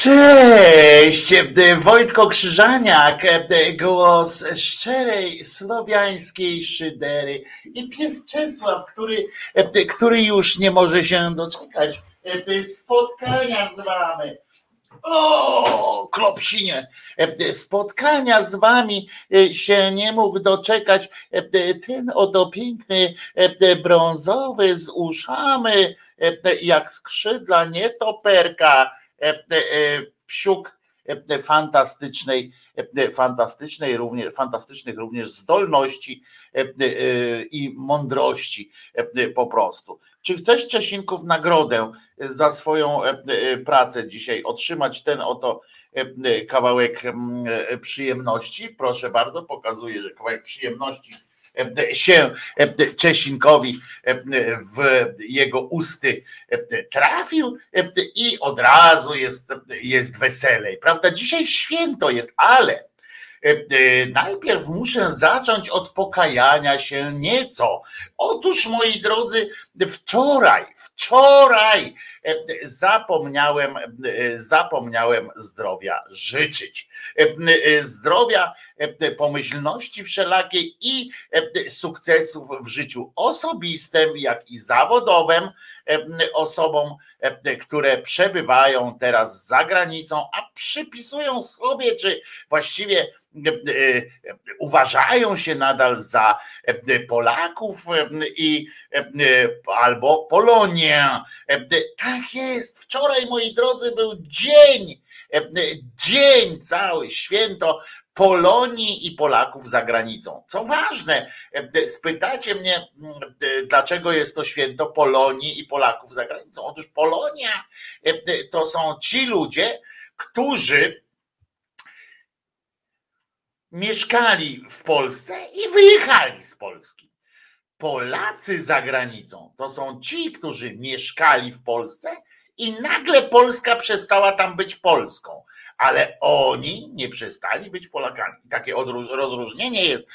Cześć, Wojtko Krzyżaniak, głos szczerej słowiańskiej szydery i pies Czesław, który już nie może się doczekać spotkania z wami. O, Klopsinie, spotkania z wami się nie mógł doczekać ten oto piękny, brązowy z uszami, jak skrzydła nietoperka, psiuk fantastycznych również zdolności i mądrości po prostu. Czy chcesz, Czesinków, nagrodę za swoją pracę dzisiaj otrzymać ten oto kawałek przyjemności? Proszę bardzo, pokazuję, że kawałek przyjemności się Czesinkowi w jego usty trafił i od razu jest weselej. Prawda? Dzisiaj święto jest, ale najpierw muszę zacząć od pokajania się nieco. Otóż, moi drodzy, wczoraj zapomniałem zdrowia życzyć. Zdrowia, pomyślności wszelakiej i sukcesów w życiu osobistym, jak i zawodowym osobom, które przebywają teraz za granicą, a przypisują sobie, czy właściwie uważają się nadal za Polaków i albo Polonię. Tak jest. Wczoraj, moi drodzy, był dzień cały, święto Polonii i Polaków za granicą. Co ważne, spytacie mnie, dlaczego jest to święto Polonii i Polaków za granicą. Otóż Polonia to są ci ludzie, którzy mieszkali w Polsce i wyjechali z Polski. Polacy za granicą to są ci, którzy mieszkali w Polsce i nagle Polska przestała tam być Polską, ale oni nie przestali być Polakami. Takie rozróżnienie jest,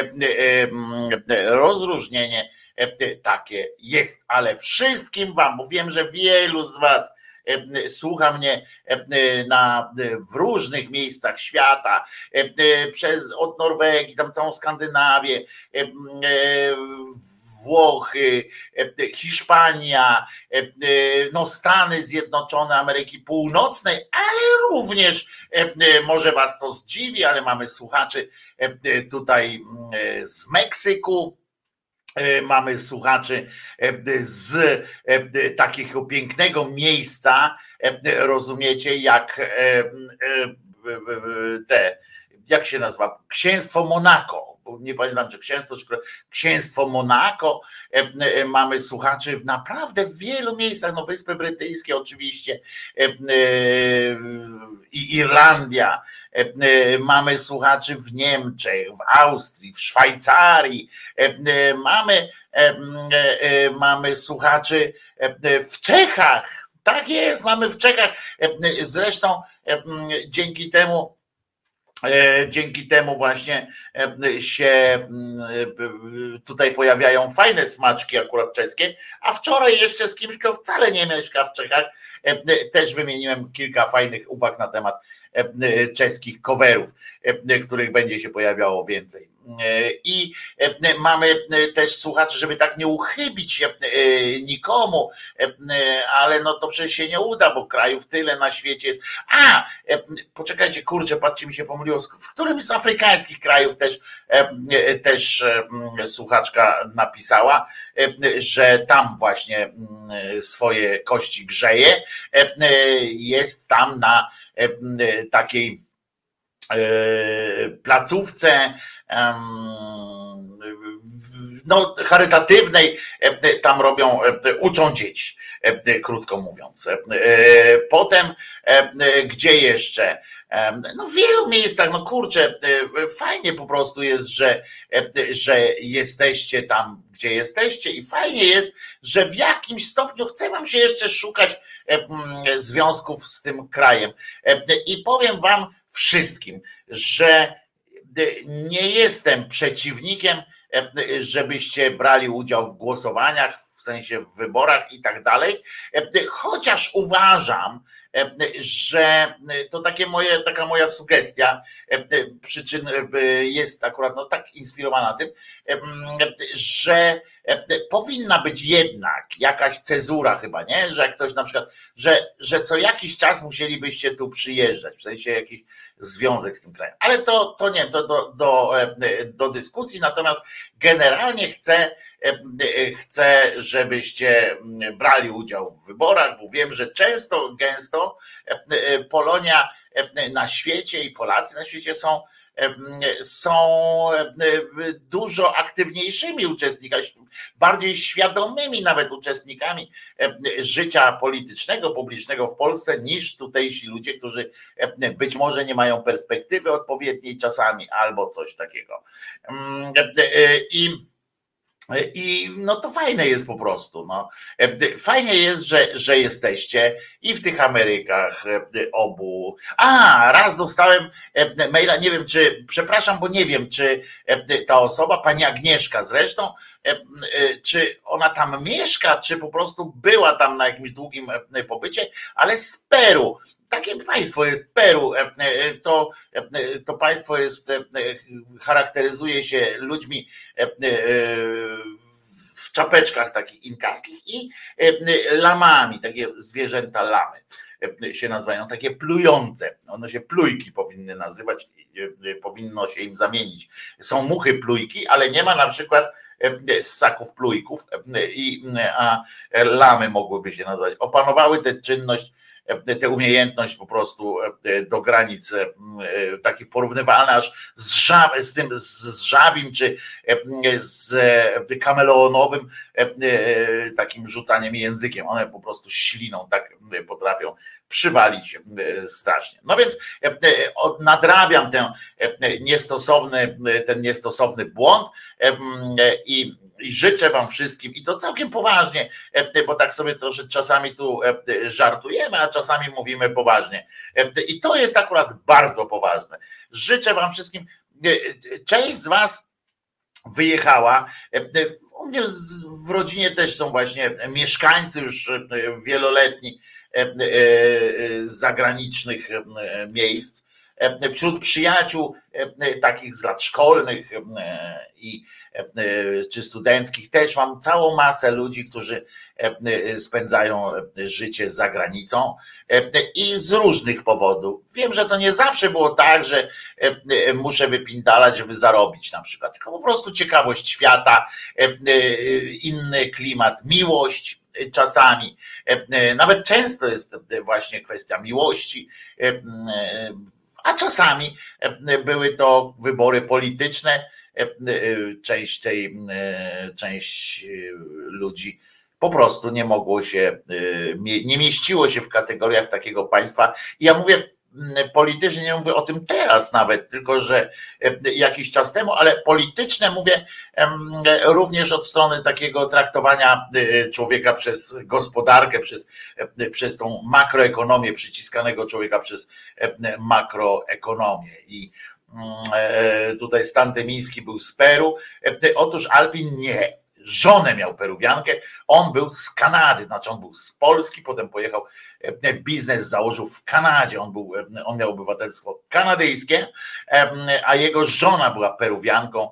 takie jest, ale wszystkim wam, bo wiem, że wielu z was słucha mnie w różnych miejscach świata, od Norwegii, tam całą Skandynawię, Włochy, Hiszpania, no Stany Zjednoczone Ameryki Północnej, ale również może was to zdziwi, ale mamy słuchaczy tutaj z Meksyku. Mamy słuchaczy z takiego pięknego miejsca, rozumiecie, jak się nazywa? Księstwo Monako. Nie pamiętam, czy księstwo Monako. Mamy słuchaczy naprawdę w wielu miejscach, no Wyspy Brytyjskie oczywiście i Irlandia. Mamy słuchaczy w Niemczech, w Austrii, w Szwajcarii. Mamy słuchaczy w Czechach. Tak jest, mamy w Czechach. Zresztą dzięki temu właśnie się tutaj pojawiają fajne smaczki akurat czeskie, a wczoraj jeszcze z kimś, kto wcale nie mieszka w Czechach, też wymieniłem kilka fajnych uwag na temat czeskich coverów, których będzie się pojawiało więcej. I mamy też słuchaczy, żeby tak nie uchybić się nikomu, ale no to przecież się nie uda, bo krajów tyle na świecie jest. Poczekajcie, kurczę, patrzcie, mi się pomyliło, w którymś z afrykańskich krajów też słuchaczka napisała, że tam właśnie swoje kości grzeje, jest tam na takiej placówce no, charytatywnej, tam uczą dzieci, krótko mówiąc. Potem, gdzie jeszcze? No w wielu miejscach, no kurczę, fajnie po prostu jest, że jesteście tam, gdzie jesteście i fajnie jest, że w jakimś stopniu chce wam się jeszcze szukać związków z tym krajem. I powiem wam wszystkim, że nie jestem przeciwnikiem, żebyście brali udział w głosowaniach, w sensie w wyborach i tak dalej, chociaż uważam, że to taka moja sugestia, przyczyn jest akurat no, tak inspirowana tym, że powinna być jednak jakaś cezura chyba, nie? Że jak ktoś na przykład, że co jakiś czas musielibyście tu przyjeżdżać, w sensie jakiś związek z tym krajem. Ale to nie, to do dyskusji, natomiast generalnie chcę, żebyście brali udział w wyborach, bo wiem, że gęsto Polonia na świecie i Polacy na świecie są dużo aktywniejszymi uczestnikami, bardziej świadomymi nawet uczestnikami życia politycznego, publicznego w Polsce niż tutejsi ludzie, którzy być może nie mają perspektywy odpowiedniej czasami albo coś takiego. I no to fajne jest po prostu. No. Fajnie jest, że jesteście i w tych Amerykach obu. Raz dostałem maila, nie wiem przepraszam, bo nie wiem, czy ta osoba, pani Agnieszka zresztą, czy ona tam mieszka, czy po prostu była tam na jakimś długim pobycie, ale z Peru. Takie państwo jest Peru, to państwo charakteryzuje się ludźmi w czapeczkach takich inkaskich i lamami, takie zwierzęta lamy się nazywają, takie plujące. One się plujki powinny nazywać, powinno się im zamienić. Są muchy plujki, ale nie ma na przykład ssaków plujków, a lamy mogłyby się nazywać. Opanowały tę czynność, tę umiejętność po prostu do granic takich porównywalnych aż z żabim czy z kameleonowym takim rzucaniem językiem. One po prostu śliną, tak potrafią przywalić strasznie. No więc nadrabiam ten niestosowny błąd i życzę wam wszystkim, i to całkiem poważnie, bo tak sobie troszkę czasami tu żartujemy, a czasami mówimy poważnie. I to jest akurat bardzo poważne. Życzę wam wszystkim, część z was wyjechała. U mnie w rodzinie też są właśnie mieszkańcy już wieloletni zagranicznych miejsc. Wśród przyjaciół takich z lat szkolnych czy studenckich też mam całą masę ludzi, którzy spędzają życie za granicą i z różnych powodów. Wiem, że to nie zawsze było tak, że muszę wypindalać, żeby zarobić na przykład, tylko po prostu ciekawość świata, inny klimat, miłość czasami, nawet często jest właśnie kwestia miłości, a czasami były to wybory polityczne. Część ludzi po prostu nie mogło się, nie mieściło się w kategoriach takiego państwa. I ja mówię politycznie, nie mówię o tym teraz nawet, tylko że jakiś czas temu, ale polityczne mówię również od strony takiego traktowania człowieka przez gospodarkę, przez tą makroekonomię, przyciskanego człowieka przez makroekonomię. I tutaj Stan Tymiński był z Peru. Otóż Alvin nie. Żonę miał Peruwiankę, on był z Kanady, znaczy on był z Polski, potem pojechał, biznes założył w Kanadzie, on miał obywatelstwo kanadyjskie, a jego żona była Peruwianką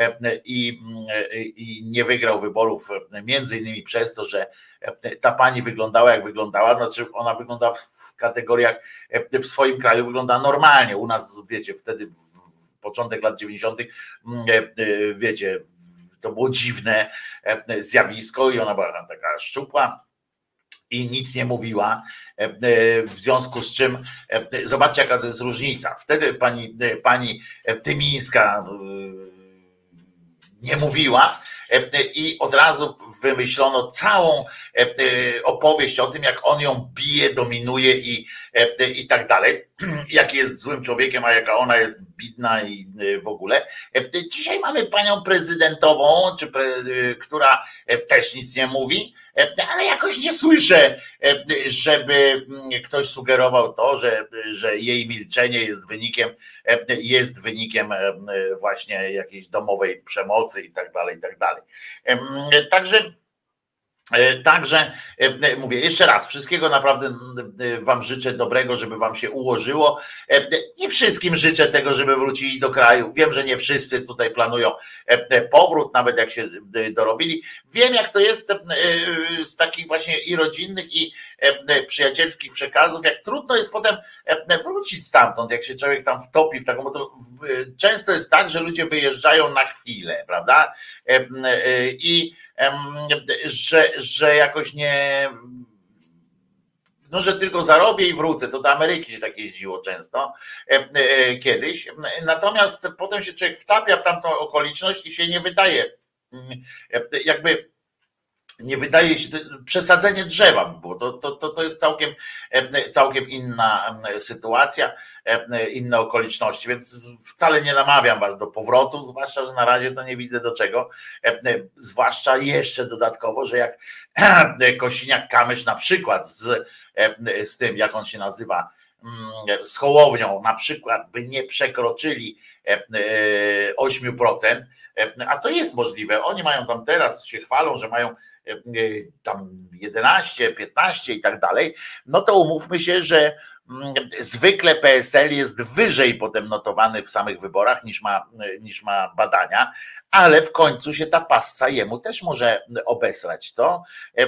i nie wygrał wyborów między innymi przez to, że ta pani wyglądała jak wyglądała, znaczy ona wygląda w kategoriach, w swoim kraju wygląda normalnie, u nas wiecie, wtedy w początek lat 90. wiecie, to było dziwne zjawisko i ona była taka szczupła i nic nie mówiła, w związku z czym zobaczcie jaka to jest różnica. Wtedy pani Tymińska nie mówiła i od razu wymyślono całą opowieść o tym, jak on ją bije, dominuje i tak dalej, jaki jest złym człowiekiem, a jaka ona jest bidna i w ogóle. Dzisiaj mamy panią prezydentową, która też nic nie mówi, ale jakoś nie słyszę, żeby ktoś sugerował to, że jej milczenie jest wynikiem właśnie jakiejś domowej przemocy i tak dalej, i tak dalej. Także Także mówię jeszcze raz, wszystkiego naprawdę wam życzę dobrego, żeby wam się ułożyło. Nie wszystkim życzę tego, żeby wrócili do kraju. Wiem, że nie wszyscy tutaj planują powrót, nawet jak się dorobili. Wiem, jak to jest z takich właśnie i rodzinnych, i przyjacielskich przekazów, jak trudno jest potem wrócić stamtąd, jak się człowiek tam wtopi w taką, bo to często jest tak, że ludzie wyjeżdżają na chwilę, prawda? I że jakoś nie, no że tylko zarobię i wrócę. To do Ameryki się tak jeździło często kiedyś. Natomiast potem się człowiek wtapia w tamtą okoliczność i się nie wydaje, jakby nie wydaje się, przesadzenie drzewa by było. To jest całkiem inna sytuacja, inne okoliczności, więc wcale nie namawiam was do powrotu, zwłaszcza, że na razie to nie widzę do czego, zwłaszcza jeszcze dodatkowo, że jak Kosiniak-Kamysz na przykład z tym, jak on się nazywa, z Hołownią na przykład by nie przekroczyli 8%, a to jest możliwe, oni mają tam teraz, się chwalą, że mają tam 11, 15 i tak dalej, no to umówmy się, że zwykle PSL jest wyżej potem notowany w samych wyborach niż ma badania, ale w końcu się ta passa jemu też może obesrać, co?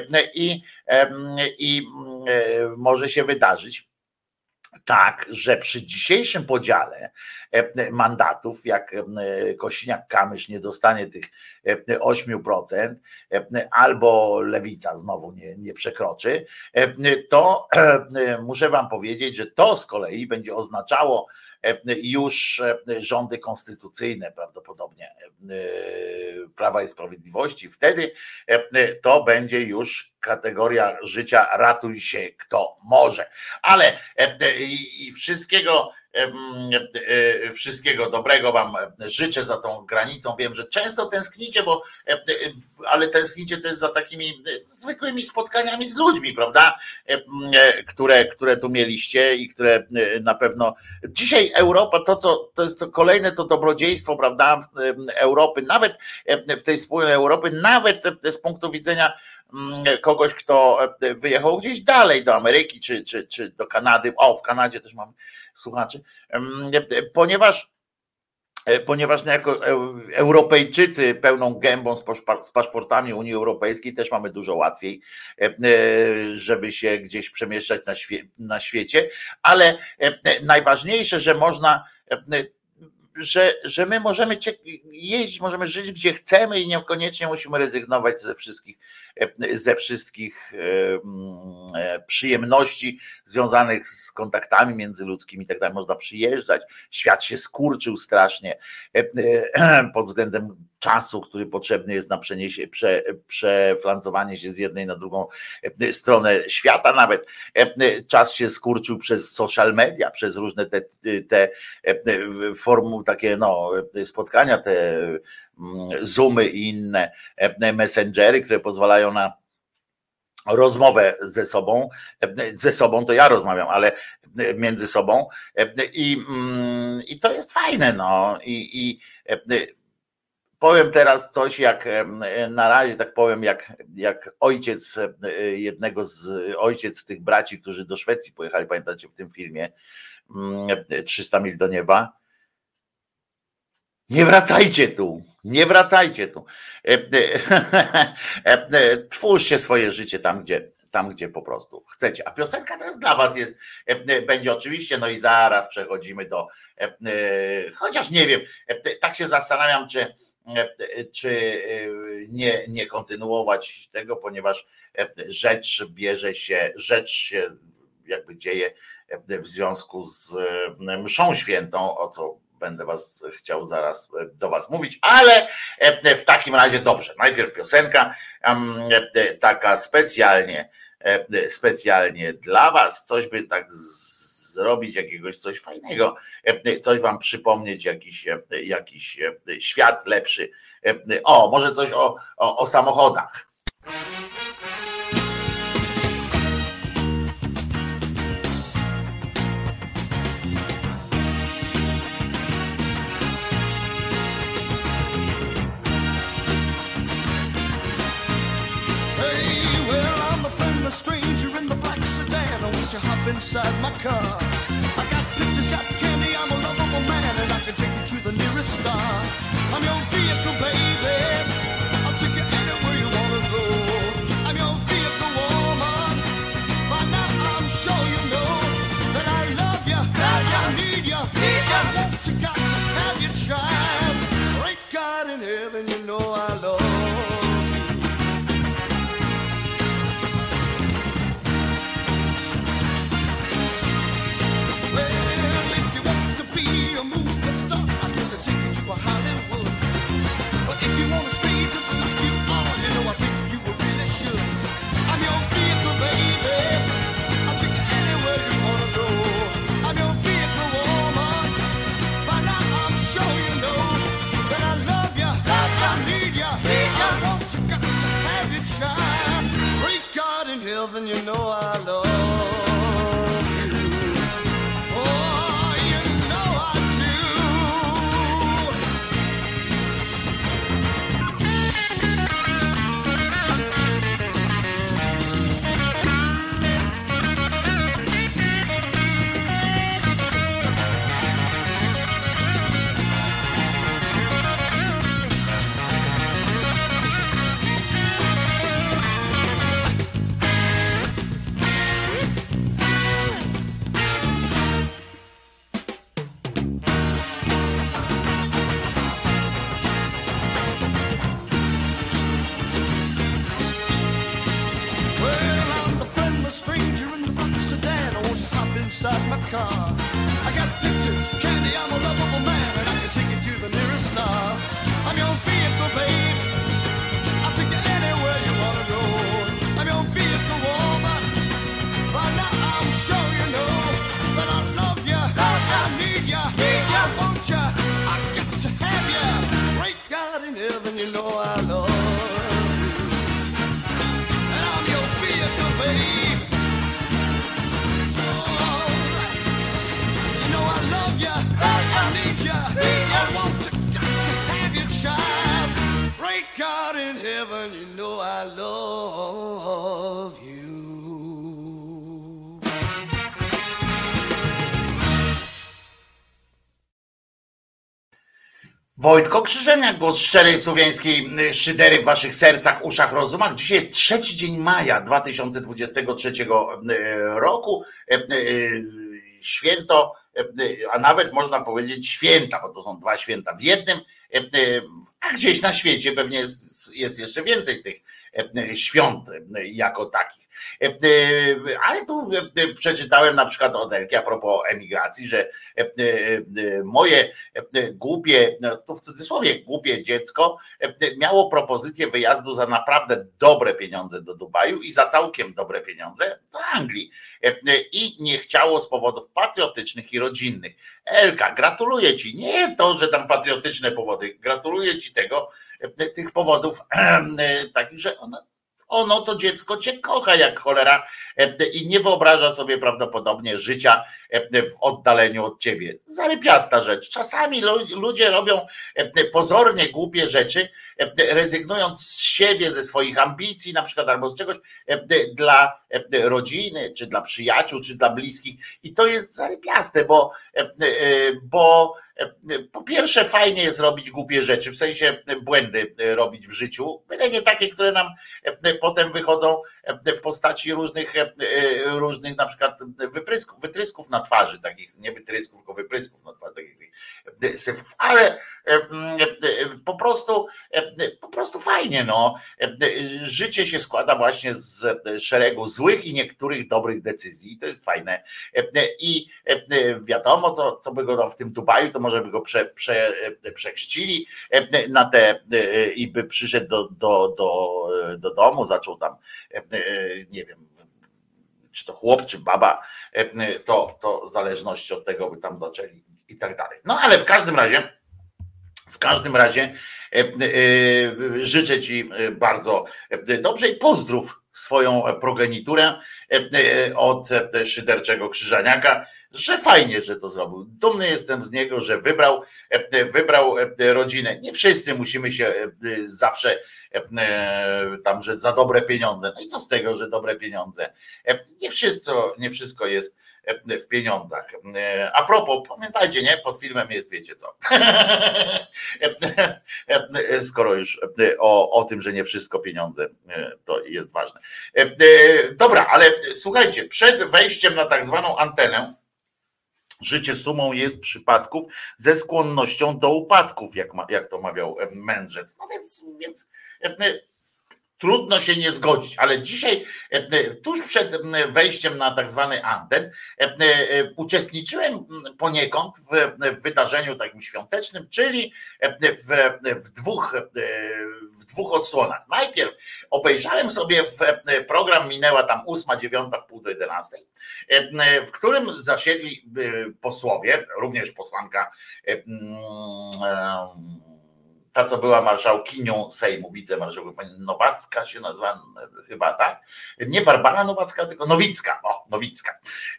I może się wydarzyć tak, że przy dzisiejszym podziale mandatów, jak Kosiniak-Kamysz nie dostanie tych 8%, albo Lewica znowu nie przekroczy, to muszę wam powiedzieć, że to z kolei będzie oznaczało już rządy konstytucyjne prawdopodobnie Prawa i Sprawiedliwości. Wtedy to będzie już kategoria życia ratuj się kto może. Ale i wszystkiego dobrego wam życzę za tą granicą. Wiem, że często tęsknicie, ale tęsknicie też za takimi zwykłymi spotkaniami z ludźmi, prawda? Które tu mieliście i które na pewno dzisiaj Europa, to jest to kolejne to dobrodziejstwo, prawda? Europy, nawet w tej wspólnej Europy, nawet z punktu widzenia kogoś, kto wyjechał gdzieś dalej do Ameryki czy do Kanady. O, w Kanadzie też mam słuchaczy, ponieważ jako Europejczycy pełną gębą z paszportami Unii Europejskiej też mamy dużo łatwiej, żeby się gdzieś przemieszczać na świecie, ale najważniejsze, że można, że my możemy jeździć, możemy żyć gdzie chcemy i niekoniecznie musimy rezygnować ze wszystkich przyjemności związanych z kontaktami międzyludzkimi i tak dalej. Można przyjeżdżać, świat się skurczył strasznie pod względem czasu, który potrzebny jest na przeflancowanie się z jednej na drugą stronę świata. Nawet czas się skurczył przez social media, przez różne te formy, takie spotkania, te Zoomy i inne messengery, które pozwalają na rozmowę ze sobą. Ze sobą to ja rozmawiam, ale między sobą i to jest fajne, i powiem teraz coś, jak na razie tak powiem, jak ojciec ojciec tych braci, którzy do Szwecji pojechali, pamiętacie w tym filmie 300 mil do nieba. Nie wracajcie tu, nie wracajcie tu. Twórzcie swoje życie tam, gdzie po prostu chcecie. A piosenka teraz dla was będzie oczywiście, no i zaraz przechodzimy chociaż nie wiem, tak się zastanawiam, czy nie kontynuować tego, ponieważ rzecz się jakby dzieje w związku z mszą świętą, o co będę chciał zaraz do was mówić, ale w takim razie dobrze. Najpierw piosenka taka specjalnie dla was, coś by tak zrobić, coś fajnego, coś wam przypomnieć, jakiś świat lepszy. O, może coś o samochodach. Hey, stranger in the black sedan. Won't you hop inside my car? I got pictures, got candy, I'm a lovable man, and I can take you to the nearest star. I'm your vehicle, baby. I'll take you anywhere you wanna go. I'm your vehicle, woman. By now I'm sure you know that I love you, that I need you. I want you, got to have your child. Great God in heaven, you know I love you. Hollywood. But if you wanna stay just like you are, you know I think you really should. I'm your vehicle, baby. I'll take you anywhere you wanna go. I'm your vehicle, woman. By now I'm sure you know that I love you, that I need you. I want you, got to have your child. Great God in heaven, you know I love you. Inside my car, I got pictures, candy, I'm a lovable man, and I can take you to the nearest star. I'm your vehicle, babe. I'll take you anywhere you wanna go. I'm your vehicle, woman. By now I'm sure you know that I love you, that I need you, I want you, I got to have you. Great God in heaven, you know I love you. And I'm your vehicle, babe. I need you, I want you, got to have your child. Great God in heaven, you know I love you. Wojtko Krzyżeniak, głos szczerej słowiańskiej szydery w waszych sercach, uszach, rozumach. Dzisiaj jest 3 dzień maja 2023 roku. Święto, a nawet można powiedzieć święta, bo to są 2 święta w jednym, a gdzieś na świecie pewnie jest jeszcze więcej tych świąt jako takich. Ale tu przeczytałem na przykład od Elki a propos emigracji, że moje głupie, to w cudzysłowie głupie dziecko miało propozycję wyjazdu za naprawdę dobre pieniądze do Dubaju i za całkiem dobre pieniądze do Anglii i nie chciało z powodów patriotycznych i rodzinnych. Elka, gratuluję ci, nie to, że tam patriotyczne powody, gratuluję ci tych powodów takich, że ono to dziecko cię kocha jak cholera i nie wyobraża sobie prawdopodobnie życia w oddaleniu od ciebie. Zarypiasta rzecz. Czasami ludzie robią pozornie głupie rzeczy, rezygnując z siebie, ze swoich ambicji na przykład albo z czegoś dla rodziny, czy dla przyjaciół, czy dla bliskich i to jest zarypiaste, bo po pierwsze fajnie jest robić głupie rzeczy, w sensie błędy robić w życiu, byle nie takie, które nam potem wychodzą w postaci różnych na przykład wytrysków na twarzy, takich nie wytrysków, tylko wyprysków na twarzy, takich syfów, ale po prostu fajnie, no. Życie się składa właśnie z szeregu złych i niektórych dobrych decyzji i to jest fajne i wiadomo, co by go tam w tym Dubaju, to może by go przechrzcili na i by przyszedł do domu, zaczął tam, nie wiem, czy to chłop, czy baba, to w zależności od tego by tam zaczęli i tak dalej. No ale w każdym razie W każdym razie życzę Ci bardzo dobrze i pozdrów swoją progeniturę od szyderczego Krzyżaniaka, że fajnie, że to zrobił. Dumny jestem z niego, że wybrał rodzinę. Nie wszyscy musimy się zawsze tam, że za dobre pieniądze. No i co z tego, że dobre pieniądze? Nie wszystko jest w pieniądzach. A propos, pamiętajcie, nie? Pod filmem jest, wiecie co. Skoro już o tym, że nie wszystko pieniądze, to jest ważne. Dobra, ale słuchajcie, przed wejściem na tak zwaną antenę, życie sumą jest przypadków ze skłonnością do upadków, jak to mawiał mędrzec. No więc trudno się nie zgodzić, ale dzisiaj, tuż przed wejściem na tak zwany anten, uczestniczyłem poniekąd w wydarzeniu takim świątecznym, czyli w dwóch odsłonach. Najpierw obejrzałem sobie program, minęła tam 8, 9, wpół do 11, w którym zasiedli posłowie, również posłanka ta, co była marszałkinią Sejmu, wicemarszałek, pani Nowacka się nazywa chyba, tak? Nie Barbara Nowacka, tylko Nowicka. O, Nowicka.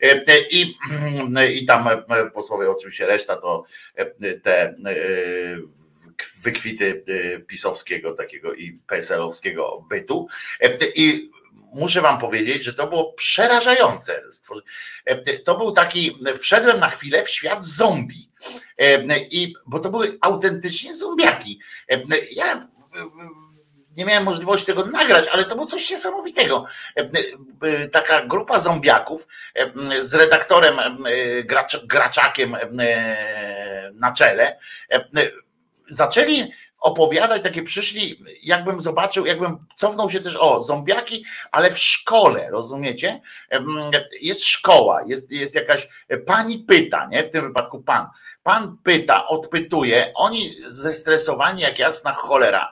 I tam posłowie, oczywiście reszta to te wykwity pisowskiego takiego i PSL-owskiego bytu. I muszę wam powiedzieć, że to było przerażające. To był taki, wszedłem na chwilę w świat zombie. Bo to były autentycznie zombiaki. Ja nie miałem możliwości tego nagrać, ale to było coś niesamowitego. Taka grupa zombiaków z redaktorem Graczakiem na czele zaczęli opowiadać, takie przyszli, jakbym zobaczył, jakbym cofnął się też, zombiaki, ale w szkole, rozumiecie? Jest szkoła, jest jakaś, pani pyta, nie? W tym wypadku pan pyta, odpytuje, oni zestresowani jak jasna cholera,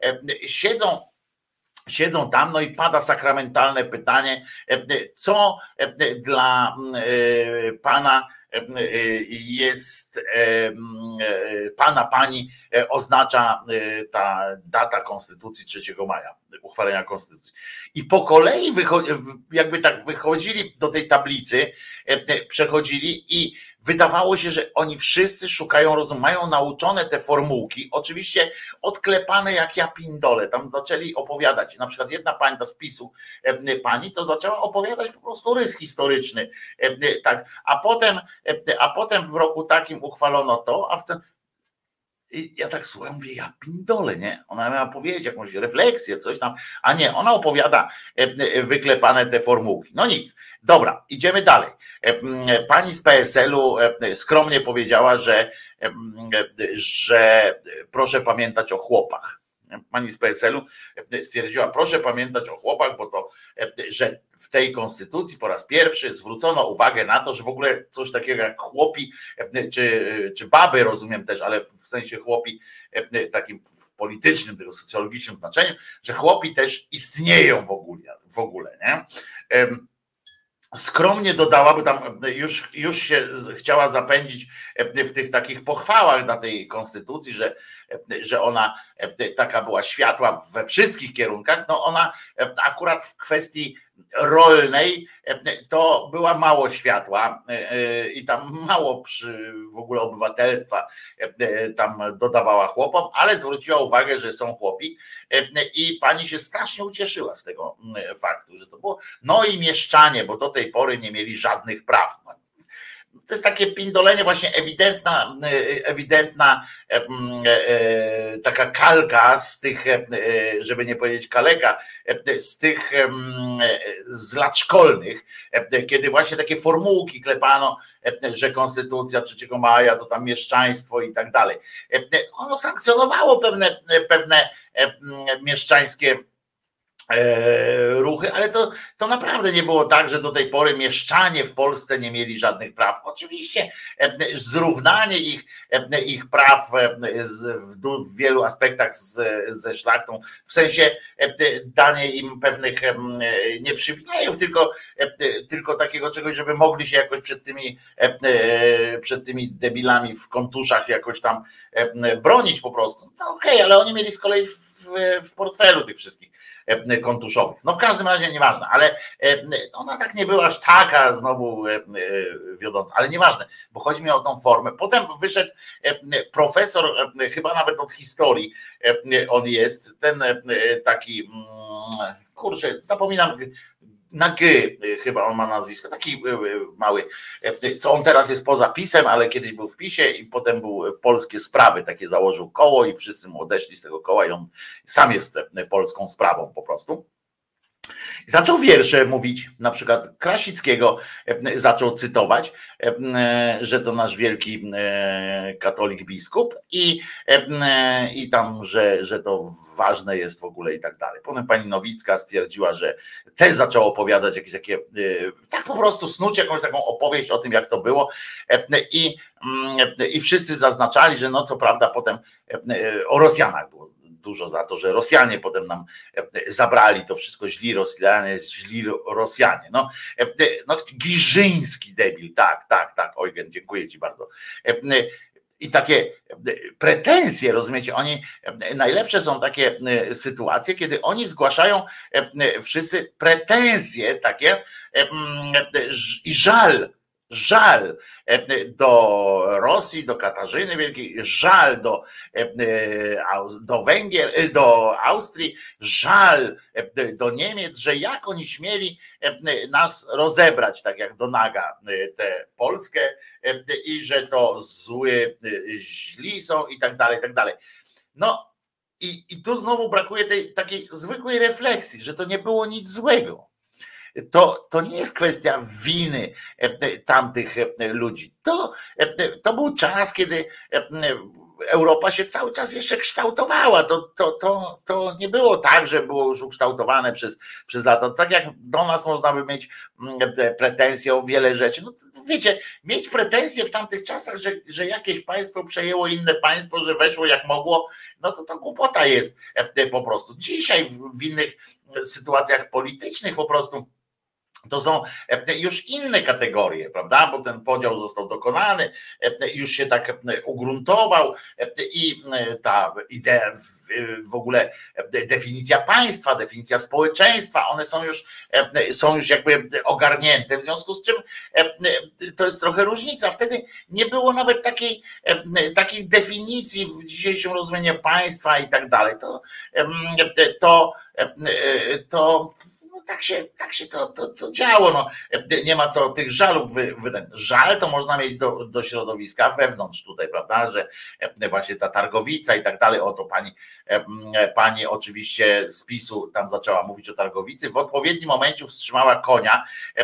siedzą tam, no i pada sakramentalne pytanie, co dla pana jest, pani oznacza ta data Konstytucji 3 maja, uchwalenia Konstytucji. I po kolei jakby tak wychodzili do tej tablicy, przechodzili i wydawało się, że oni wszyscy szukają rozumu, mają nauczone te formułki, oczywiście odklepane jak ja pindole, tam zaczęli opowiadać, na przykład jedna pani, ta z PiS-u pani, to zaczęła opowiadać po prostu rys historyczny, tak, a potem w roku takim uchwalono to, a w tym i ja tak słucham, mówię, ja pindole, nie? Ona miała powiedzieć jakąś refleksję, coś tam, a nie, ona opowiada wyklepane te formułki. No nic, dobra, idziemy dalej. Pani z PSL-u skromnie powiedziała, że proszę pamiętać o chłopach. Pani z PSL-u stwierdziła, proszę pamiętać o chłopach, bo to, że w tej konstytucji po raz pierwszy zwrócono uwagę na to, że w ogóle coś takiego jak chłopi, czy baby, rozumiem też, ale w sensie chłopi takim w politycznym, tego socjologicznym znaczeniu, że chłopi też istnieją w ogóle, nie? Skromnie dodała, bo tam już się chciała zapędzić w tych takich pochwałach na tej konstytucji, że ona taka była światła we wszystkich kierunkach, no ona akurat w kwestii rolnej to była mało światła i tam mało w ogóle obywatelstwa tam dodawała chłopom, ale zwróciła uwagę, że są chłopi i pani się strasznie ucieszyła z tego faktu, że to było, no i mieszczanie, bo do tej pory nie mieli żadnych praw. To jest takie pindolenie, właśnie ewidentna taka kalka z tych, żeby nie powiedzieć kaleka, z tych z lat szkolnych, kiedy właśnie takie formułki klepano, że Konstytucja 3 maja to tam mieszczaństwo i tak dalej. Ono sankcjonowało pewne mieszczańskie ruchy, ale to naprawdę nie było tak, że do tej pory mieszczanie w Polsce nie mieli żadnych praw. Oczywiście zrównanie ich praw w wielu aspektach ze szlachtą, w sensie danie im pewnych nie przywilejów, tylko takiego czegoś, żeby mogli się jakoś przed tymi debilami w kontuszach jakoś tam bronić po prostu. No okej, ale oni mieli z kolei w portfelu tych wszystkich kontuszowych. No w każdym razie nieważne, ale ona tak nie była aż taka znowu wiodąca, ale nieważne, bo chodzi mi o tą formę. Potem wyszedł profesor, chyba nawet od historii on jest, ten taki, kurczę, zapominam, na G chyba on ma nazwisko, taki mały, co on teraz jest poza PiS-em, ale kiedyś był w PiS-ie i potem był Polskie Sprawy, takie założył koło i wszyscy mu odeszli z tego koła i on sam jest polską sprawą po prostu. Zaczął wiersze mówić, na przykład Krasickiego zaczął cytować, że to nasz wielki katolik biskup i tam, że to ważne jest w ogóle i tak dalej. Potem pani Nowicka stwierdziła, że też zaczęło opowiadać jakieś takie, tak po prostu snuć jakąś taką opowieść o tym, jak to było i wszyscy zaznaczali, że no co prawda potem o Rosjanach było dużo za to, że Rosjanie potem nam zabrali to wszystko, źli Rosjanie. No Giżyński debil, tak, Eugen, dziękuję ci bardzo. I takie pretensje, rozumiecie, oni, najlepsze są takie sytuacje, kiedy oni zgłaszają wszyscy pretensje takie i żal do Rosji, do Katarzyny Wielkiej, żal do Węgier, do Austrii, żal do Niemiec, że jak oni śmieli nas rozebrać, tak jak do naga tę Polskę i że to źli są i tak dalej, i tak dalej. No i tu znowu brakuje tej takiej zwykłej refleksji, że to nie było nic złego. To nie jest kwestia winy tamtych ludzi. To był czas, kiedy Europa się cały czas jeszcze kształtowała. To nie było tak, że było już ukształtowane przez lata. Tak jak do nas można by mieć pretensje o wiele rzeczy. No, wiecie, mieć pretensje w tamtych czasach, że jakieś państwo przejęło inne państwo, że weszło jak mogło, no to głupota jest po prostu. Dzisiaj w innych sytuacjach politycznych po prostu to są już inne kategorie, prawda? Bo ten podział został dokonany, już się tak ugruntował i ta idea, w ogóle definicja państwa, definicja społeczeństwa, one są już jakby ogarnięte, w związku z czym to jest trochę różnica. Wtedy nie było nawet takiej definicji w dzisiejszym rozumieniu państwa i tak dalej. To tak się to działo. No. Nie ma co tych żalów wydać. Żal to można mieć do środowiska wewnątrz tutaj, prawda, że właśnie ta Targowica i tak dalej, oto pani oczywiście z PiS-u tam zaczęła mówić o Targowicy, w odpowiednim momencie wstrzymała konia,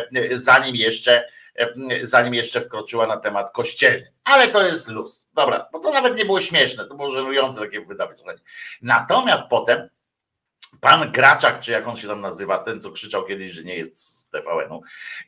zanim jeszcze wkroczyła na temat kościelny. Ale to jest luz. Dobra, bo to nawet nie było śmieszne, to było żenujące takie wydawanie. Natomiast potem pan Graczak, czy jak on się tam nazywa, ten co krzyczał kiedyś, że nie jest z TVN-u,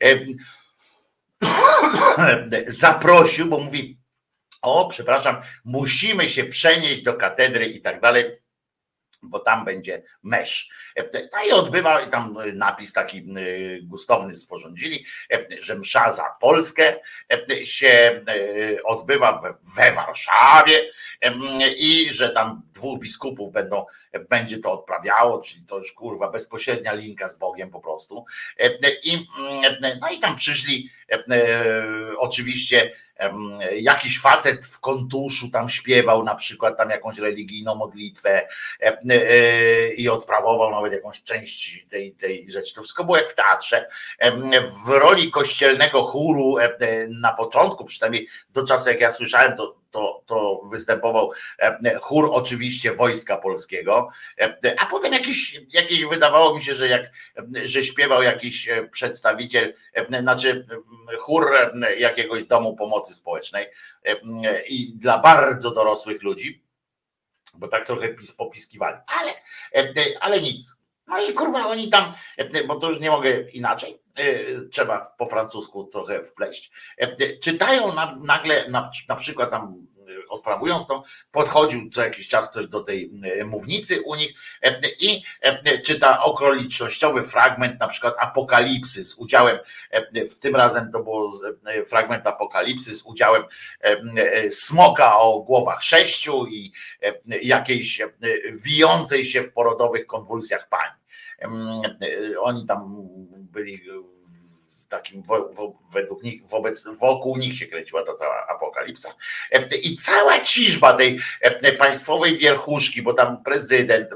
zaprosił, bo mówi, przepraszam, musimy się przenieść do katedry i tak dalej, bo tam będzie mesz. No i odbywa, i tam napis taki gustowny sporządzili, że msza za Polskę się odbywa we Warszawie i że tam 2 biskupów będzie to odprawiało, czyli to już kurwa bezpośrednia linka z Bogiem po prostu. No i tam przyszli oczywiście jakiś facet w kontuszu tam śpiewał na przykład tam jakąś religijną modlitwę i odprawował nawet jakąś część tej rzeczy. To wszystko było jak w teatrze. W roli kościelnego chóru na początku, przynajmniej do czasu jak ja słyszałem, to występował chór oczywiście Wojska Polskiego, a potem jakiś wydawało mi się, że śpiewał jakiś przedstawiciel, znaczy chór jakiegoś domu pomocy społecznej i dla bardzo dorosłych ludzi, bo tak trochę popiskiwali, ale nic. No i kurwa oni tam, bo to już nie mogę inaczej, trzeba po francusku trochę wpleść. Czytają nagle, na przykład tam odprawując to, podchodził co jakiś czas ktoś do tej mównicy u nich i czyta okolicznościowy fragment na przykład Apokalipsy z udziałem, w tym razem to był fragment Apokalipsy z udziałem smoka o głowach 6 i jakiejś wijącej się w porodowych konwulsjach pani. Oni tam byli takim, według nich, wokół nich się kręciła ta cała apokalipsa. I cała ciżba tej państwowej wierchuszki, bo tam prezydent,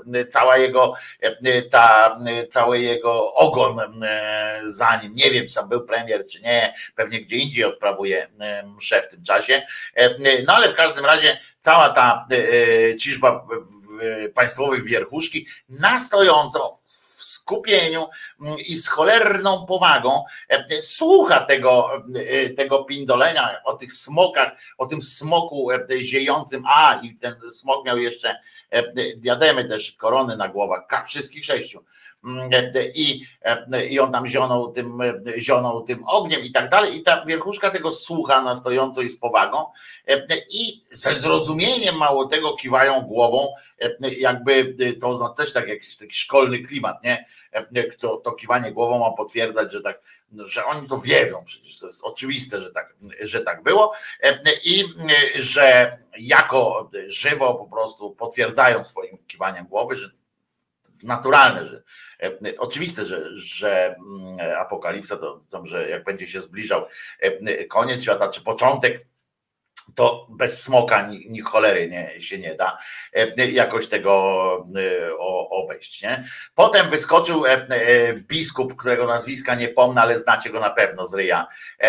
cały jego ogon za nim, nie wiem, czy tam był premier, czy nie, pewnie gdzie indziej odprawuje mszę w tym czasie. No ale w każdym razie cała ta ciżba państwowej wierchuszki na stojąco w skupieniu i z cholerną powagą słucha tego pindolenia o tych smokach, o tym smoku ziejącym, i ten smok miał jeszcze diademy też, korony na głowach, wszystkich 6. I on tam zionął tym ogniem i tak dalej. I ta wierchuszka tego słucha na stojąco i z powagą i ze zrozumieniem mało tego kiwają głową, jakby to też tak jakiś taki szkolny klimat, nie? To kiwanie głową ma potwierdzać, że oni to wiedzą, przecież to jest oczywiste, że tak było i że jako żywo po prostu potwierdzają swoim kiwaniem głowy, że naturalne, że oczywiste, że apokalipsa to, że jak będzie się zbliżał koniec świata, czy początek, to bez smoka ni cholery się nie da jakoś tego obejść. Nie? Potem wyskoczył biskup, którego nazwiska nie pomnę, ale znacie go na pewno z ryja.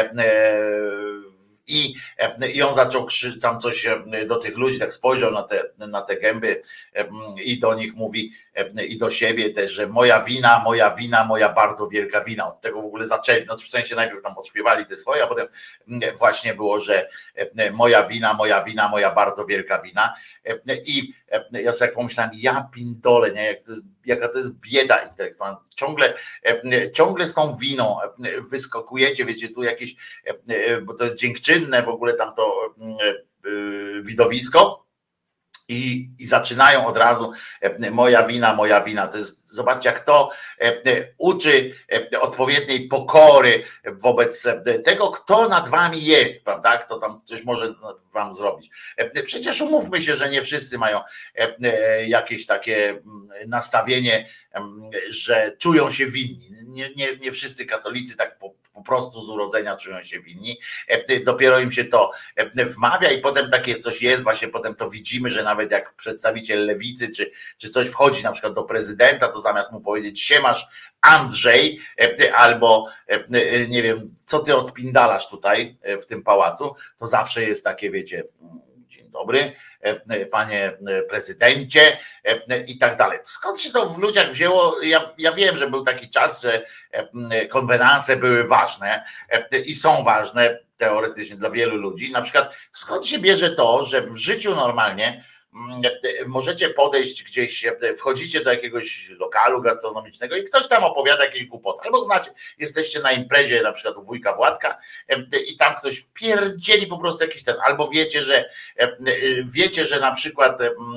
I on zaczął tam coś do tych ludzi, tak spojrzał na te gęby i do nich mówi, i do siebie też, że moja wina, moja bardzo wielka wina. Od tego w ogóle zaczęli, no w sensie najpierw tam odśpiewali te swoje, a potem właśnie było, że moja wina, moja bardzo wielka wina. I ja sobie pomyślałem, ja pindole, nie? Jaka to jest bieda intelektualna. Ciągle z tą winą wyskakujecie, wiecie, tu jakieś, bo to jest dziękczynne w ogóle tam to widowisko. I zaczynają od razu moja wina. To jest, zobaczcie, jak to uczy odpowiedniej pokory wobec tego, kto nad wami jest, prawda? Kto tam coś może wam zrobić. Przecież umówmy się, że nie wszyscy mają jakieś takie nastawienie, że czują się winni. Nie wszyscy katolicy tak po prostu z urodzenia czują się winni. Dopiero im się to wmawia i potem takie coś jest, właśnie potem to widzimy, że nawet jak przedstawiciel lewicy czy coś wchodzi na przykład do prezydenta, to zamiast mu powiedzieć siemasz Andrzej, albo nie wiem, co ty odpindalasz tutaj w tym pałacu, to zawsze jest takie, wiecie, dzień dobry, panie prezydencie i tak dalej. Skąd się to w ludziach wzięło? Ja wiem, że był taki czas, że konwenanse były ważne i są ważne teoretycznie dla wielu ludzi. Na przykład skąd się bierze to, że w życiu normalnie możecie podejść gdzieś, wchodzicie do jakiegoś lokalu gastronomicznego i ktoś tam opowiada jakieś głupoty. Albo znacie, jesteście na imprezie na przykład u wujka Władka i tam ktoś pierdzieli po prostu jakiś ten, albo wiecie, że na przykład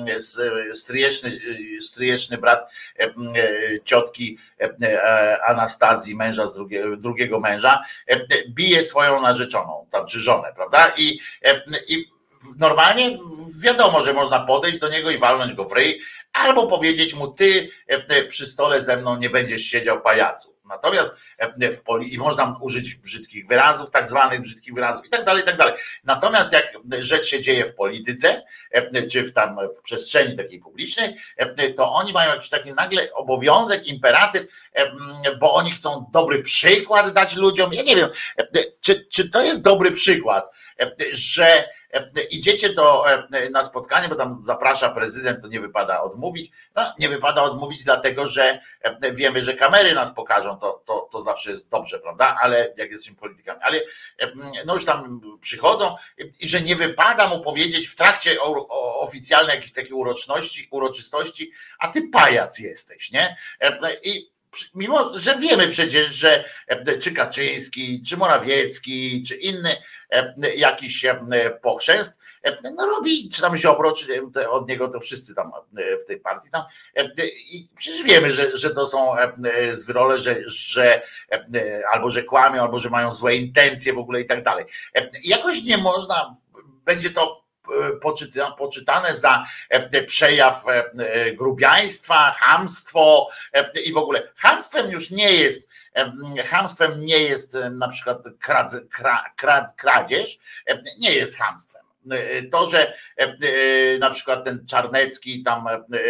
stryjeczny brat ciotki Anastazji, męża z drugiego męża, bije swoją narzeczoną, tam czy żonę, prawda? I normalnie wiadomo, że można podejść do niego i walnąć go w ryj, albo powiedzieć mu, ty przy stole ze mną nie będziesz siedział, pajacu. Natomiast i można użyć brzydkich wyrazów, tak zwanych brzydkich wyrazów i tak dalej, i tak dalej. Natomiast jak rzecz się dzieje w polityce, czy w przestrzeni takiej publicznej, to oni mają jakiś taki nagle obowiązek, imperatyw, bo oni chcą dobry przykład dać ludziom. Ja nie wiem, czy to jest dobry przykład, że idziecie na spotkanie, bo tam zaprasza prezydent, to nie wypada odmówić. No, nie wypada odmówić, dlatego że wiemy, że kamery nas pokażą, to zawsze jest dobrze, prawda? Ale jak jesteśmy politykami, ale no już tam przychodzą i że nie wypada mu powiedzieć w trakcie oficjalnej jakiejś takiej uroczystości, a ty pajac jesteś, nie? I mimo, że wiemy przecież, że czy Kaczyński, czy Morawiecki, czy inny jakiś pochrzest, no robi, czy tam Ziobro, czy od niego to wszyscy tam w tej partii tam. I przecież wiemy, że to są zwyrole, że albo że kłamią, albo że mają złe intencje w ogóle i tak dalej. Jakoś nie można, będzie to poczytane za przejaw grubiaństwa, chamstwo i w ogóle chamstwem już nie jest. Chamstwem nie jest na przykład kradzież, nie jest chamstwem. To, że na przykład ten Czarnecki tam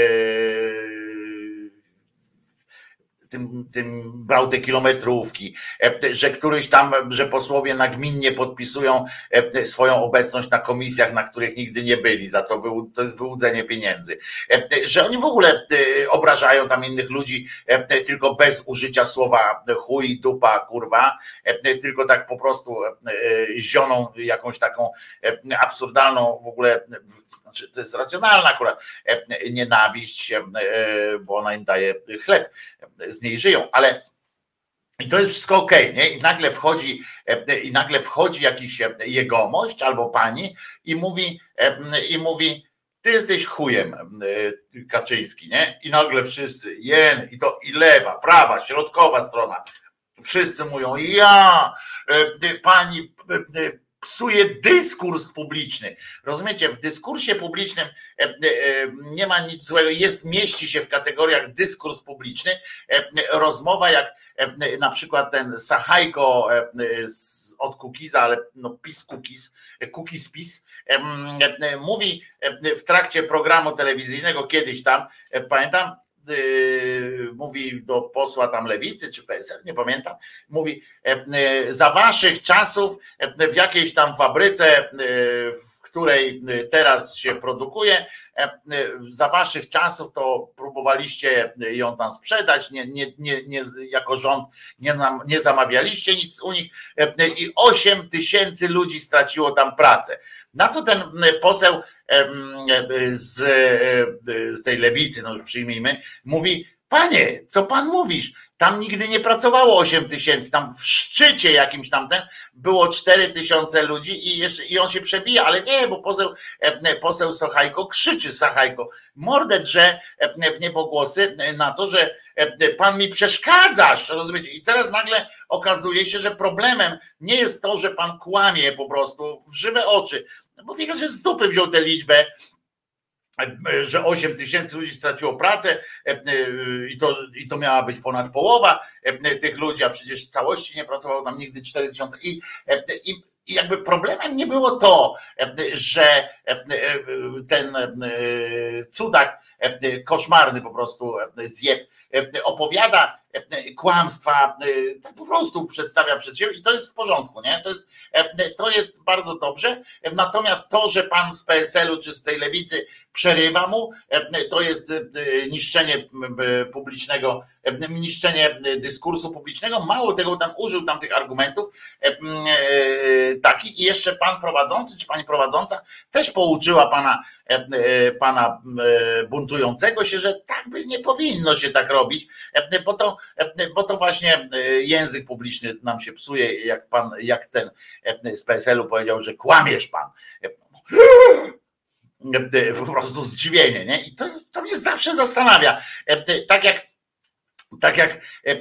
tym brał te kilometrówki, że któryś tam, że posłowie nagminnie podpisują swoją obecność na komisjach, na których nigdy nie byli, za co to jest wyłudzenie pieniędzy, że oni w ogóle obrażają tam innych ludzi tylko bez użycia słowa chuj, dupa, kurwa, tylko tak po prostu zioną jakąś taką absurdalną w ogóle, znaczy to jest racjonalna akurat nienawiść, bo ona im daje chleb, z niej żyją, ale i to jest wszystko okej, nie? I nagle wchodzi jakiś jegomość albo pani i mówi ty jesteś chujem, Kaczyński, nie? I nagle wszyscy, i lewa, prawa, środkowa strona, wszyscy mówią, pani psuje dyskurs publiczny. Rozumiecie, w dyskursie publicznym nie ma nic złego, mieści się w kategoriach dyskurs publiczny, rozmowa jak na przykład ten Sachajko od Kukiza, ale no PiS Kukiz PiS, mówi w trakcie programu telewizyjnego kiedyś tam, pamiętam, mówi do posła tam Lewicy czy PSL, nie pamiętam, mówi za waszych czasów w jakiejś tam fabryce, w której teraz się produkuje, za waszych czasów to próbowaliście ją tam sprzedać, nie jako rząd nie zamawialiście nic u nich i 8 000 ludzi straciło tam pracę. Na co ten poseł z tej lewicy, no już przyjmijmy, mówi, panie, co pan mówisz? Tam nigdy nie pracowało 8 000, tam w szczycie jakimś tamten było 4 000 ludzi i on się przebija, ale nie, bo poseł Sachajko krzyczy, mordę drze w niebogłosy na to, że pan mi przeszkadzasz, rozumiecie? I teraz nagle okazuje się, że problemem nie jest to, że pan kłamie po prostu w żywe oczy, bo widać, że z dupy wziął tę liczbę, że 8 000 ludzi straciło pracę i to miała być ponad połowa tych ludzi, a przecież w całości nie pracowało tam nigdy 4 000 i jakby problemem nie było to, że ten cudak koszmarny po prostu zjeb opowiada kłamstwa, tak po prostu przedstawia przed siebie i to jest w porządku, nie? To jest bardzo dobrze, natomiast to, że pan z PSL-u czy z tej lewicy przerywa mu, to jest niszczenie publicznego, niszczenie dyskursu publicznego, mało tego, tam użył tam tych argumentów takich i jeszcze pan prowadzący czy pani prowadząca też pouczyła pana buntującego się, że tak by nie powinno się tak robić, bo to właśnie język publiczny nam się psuje, jak ten z PSL-u powiedział, że kłamiesz pan. Po prostu zdziwienie, nie? I to mnie zawsze zastanawia. Tak jak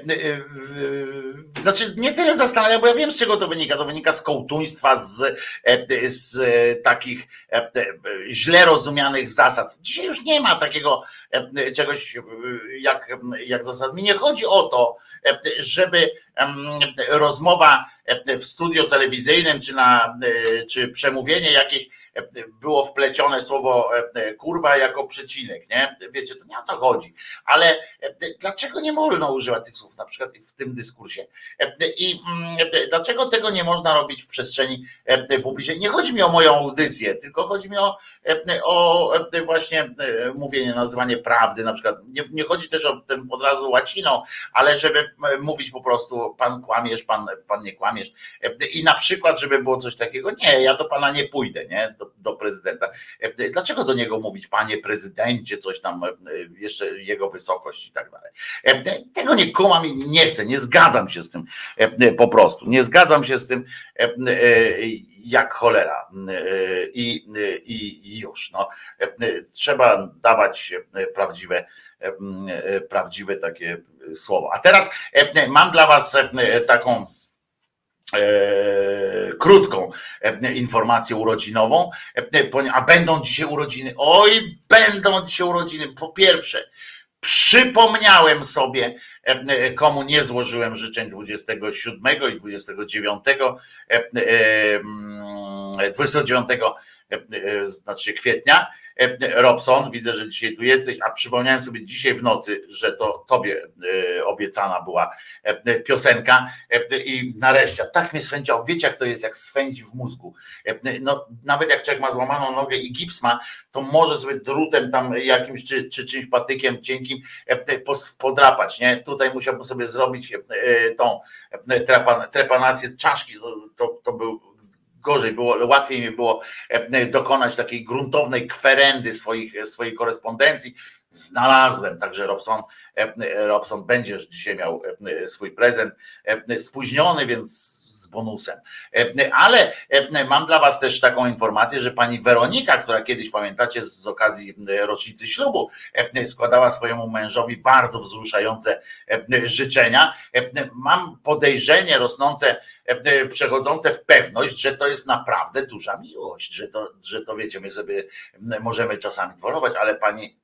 znaczy nie tyle zastanawia, bo ja wiem, z czego to wynika z kołtuństwa, z takich źle rozumianych zasad. Dzisiaj już nie ma takiego czegoś jak zasad. Mi nie chodzi o to, żeby rozmowa w studio telewizyjnym, czy przemówienie jakieś było wplecione słowo kurwa jako przecinek, nie? Wiecie, to nie o to chodzi, ale dlaczego nie można używać tych słów na przykład w tym dyskursie i dlaczego tego nie można robić w przestrzeni publicznej? Nie chodzi mi o moją audycję, tylko chodzi mi o właśnie mówienie, nazywanie prawdy na przykład. Nie chodzi też o tym od razu łaciną, ale żeby mówić po prostu pan kłamiesz, pan nie kłamiesz i na przykład, żeby było coś takiego, nie, ja do pana nie pójdę, nie? Do prezydenta. Dlaczego do niego mówić panie prezydencie, coś tam, jeszcze jego wysokość i tak dalej. Tego nie kumam i nie chcę, nie zgadzam się z tym po prostu. Nie zgadzam się z tym jak cholera i już. No. Trzeba dawać prawdziwe takie słowo. A teraz mam dla was taką krótką informację urodzinową, a będą dzisiaj urodziny. Oj, będą dzisiaj urodziny. Po pierwsze, przypomniałem sobie, komu nie złożyłem życzeń 27 i 29 znaczy kwietnia. Robson, widzę, że dzisiaj tu jesteś, a przypomniałem sobie dzisiaj w nocy, że to tobie obiecana była piosenka i nareszcie, tak mnie swędział, wiecie jak to jest, jak swędzi w mózgu, no nawet jak człowiek ma złamaną nogę i gips ma, to może sobie drutem tam jakimś, czy czymś patykiem cienkim podrapać, nie? Tutaj musiałbym sobie zrobić tą trepanację czaszki, to był gorzej było, łatwiej mi było dokonać takiej gruntownej kwerendy swojej korespondencji. Znalazłem, także Robson będziesz dzisiaj miał swój prezent spóźniony, więc z bonusem. Ale mam dla was też taką informację, że pani Weronika, która kiedyś, pamiętacie, z okazji rocznicy ślubu składała swojemu mężowi bardzo wzruszające życzenia. Mam podejrzenie rosnące, przechodzące w pewność, że to jest naprawdę duża miłość, że to wiecie, my sobie możemy czasami dworować, ale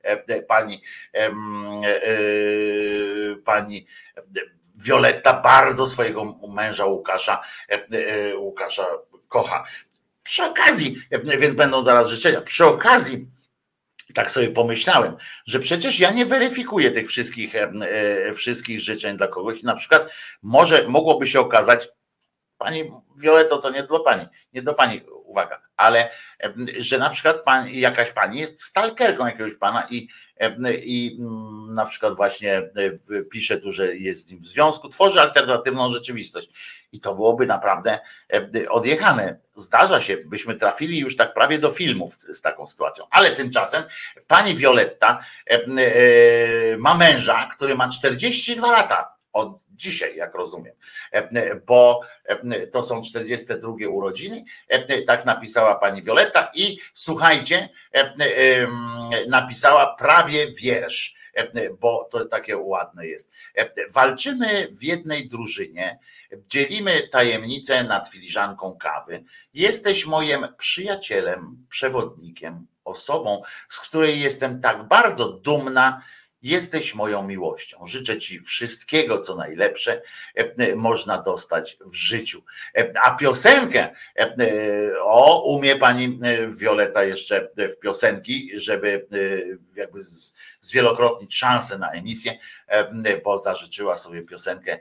pani Wioletta bardzo swojego męża Łukasza kocha. Przy okazji, więc będą zaraz życzenia, przy okazji tak sobie pomyślałem, że przecież ja nie weryfikuję tych wszystkich życzeń dla kogoś. Na przykład mogłoby się okazać, pani Violetto, to nie do pani, uwaga, ale że na przykład jakaś pani jest stalkerką jakiegoś pana i na przykład właśnie pisze tu, że jest z nim w związku, tworzy alternatywną rzeczywistość. I to byłoby naprawdę odjechane. Zdarza się, byśmy trafili już tak prawie do filmów z taką sytuacją. Ale tymczasem pani Violetta ma męża, który ma 42 lata. Od dzisiaj, jak rozumiem, bo to są 42 urodziny, tak napisała pani Violetta i słuchajcie, napisała prawie wiersz, bo to takie ładne jest. Walczymy w jednej drużynie, dzielimy tajemnicę nad filiżanką kawy. Jesteś moim przyjacielem, przewodnikiem, osobą, z której jestem tak bardzo dumna. Jesteś moją miłością. Życzę ci wszystkiego, co najlepsze można dostać w życiu. A piosenkę umie pani Violetta jeszcze w piosenki, żeby jakby zwielokrotnić szansę na emisję, bo zażyczyła sobie piosenkę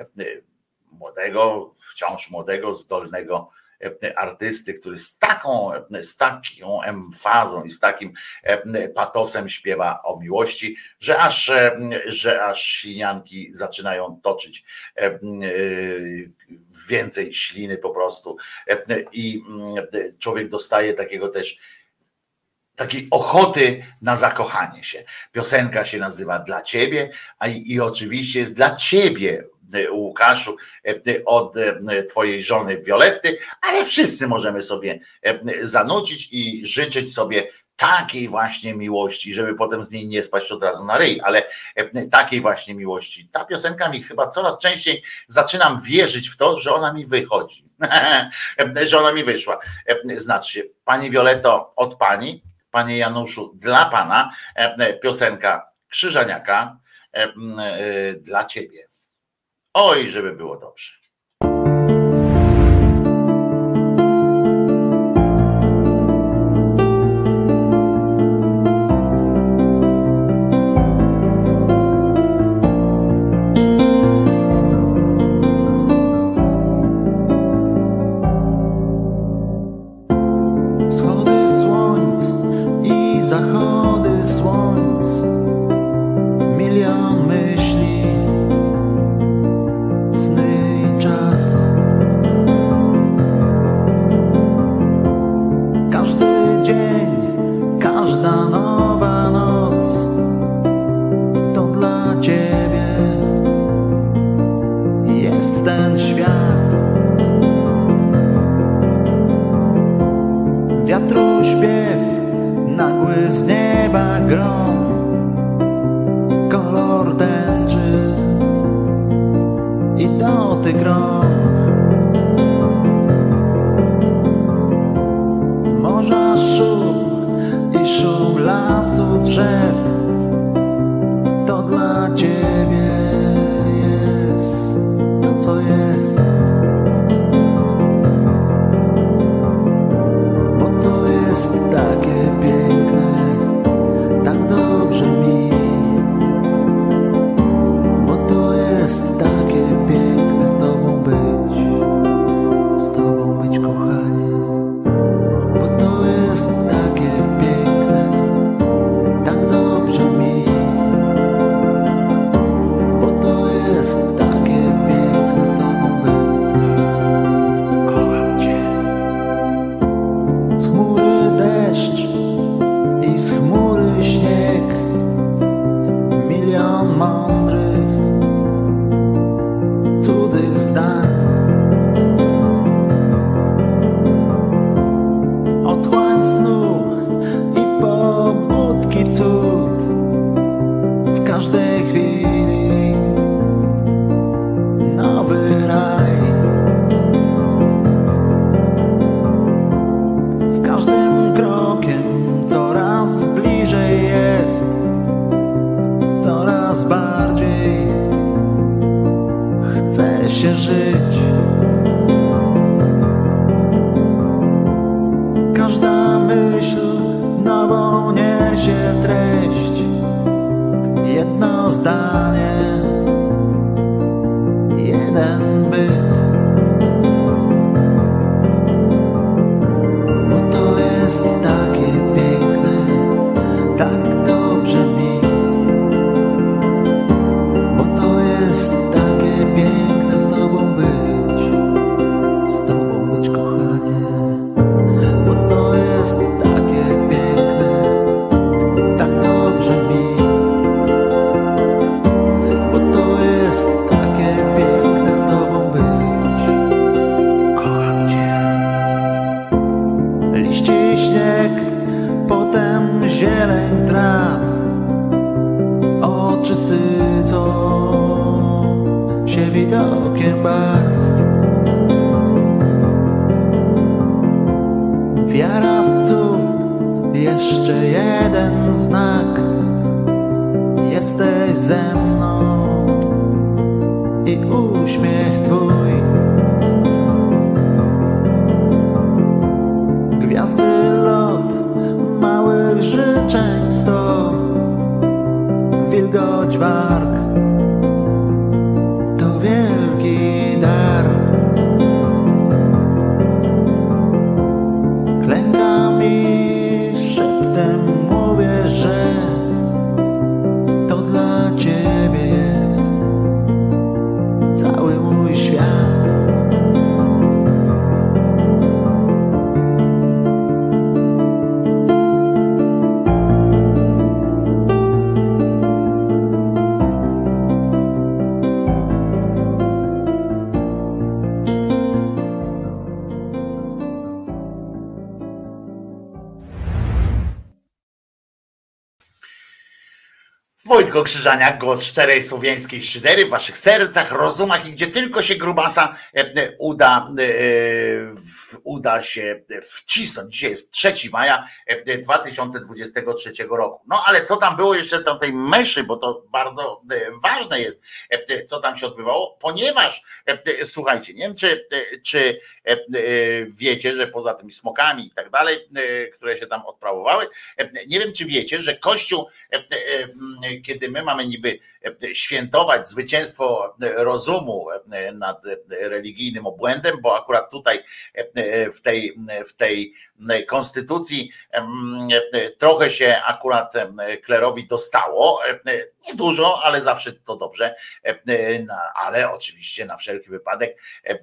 wciąż młodego, zdolnego artysty, który z taką emfazą i z takim patosem śpiewa o miłości, że aż ślinianki zaczynają toczyć więcej śliny po prostu i człowiek dostaje takiej ochoty na zakochanie się. Piosenka się nazywa Dla Ciebie, i oczywiście jest dla Ciebie, Łukaszu, od twojej żony Violetty, ale wszyscy możemy sobie zanucić i życzyć sobie takiej właśnie miłości, żeby potem z niej nie spaść od razu na ryj, ale takiej właśnie miłości. Ta piosenka mi chyba coraz częściej zaczynam wierzyć w to, że ona mi wychodzi, że ona mi wyszła. Znaczy, pani Violetto, od pani, panie Januszu, dla pana, piosenka Krzyżaniaka, Dla Ciebie. Oj, żeby było dobrze. Wojtko Krzyżaniak, głos szczerej słowiańskiej szydery w waszych sercach, rozumach i gdzie tylko się grubasa uda się wcisnąć. Dzisiaj jest 3 maja 2023 roku. No ale co tam było jeszcze tam tej meszy, bo to bardzo ważne jest, co tam się odbywało, ponieważ słuchajcie, nie wiem czy wiecie, że poza tymi smokami i tak dalej, które się tam odprawowały, nie wiem czy wiecie, że Kościół, kiedy my mamy niby świętować zwycięstwo rozumu nad religijnym obłędem, bo akurat tutaj w tej konstytucji trochę się akurat klerowi dostało, niedużo, ale zawsze to dobrze, ale oczywiście na wszelki wypadek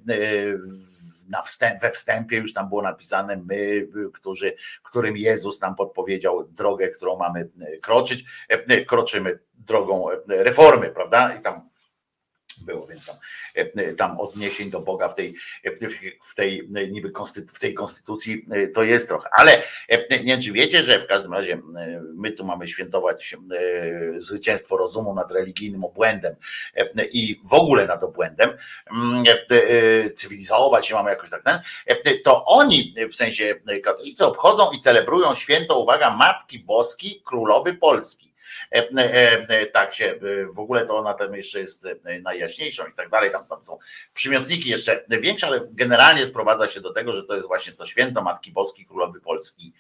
we wstępie już tam było napisane my, którym Jezus nam podpowiedział drogę, którą mamy kroczyć, kroczymy drogą reformy, prawda? I tam było, więc tam odniesień do Boga w tej konstytucji to jest trochę, ale nie wiem, czy wiecie, że w każdym razie my tu mamy świętować zwycięstwo rozumu nad religijnym obłędem i w ogóle nad obłędem, cywilizować się mamy jakoś tak, to oni w sensie katolicy obchodzą i celebrują święto, uwaga, Matki Boskiej Królowej Polski. Tak się w ogóle to ona tam jeszcze jest najjaśniejszą i tak dalej, tam są przymiotniki jeszcze większe, ale generalnie sprowadza się do tego, że to jest właśnie to święto Matki Boskiej Królowej Polski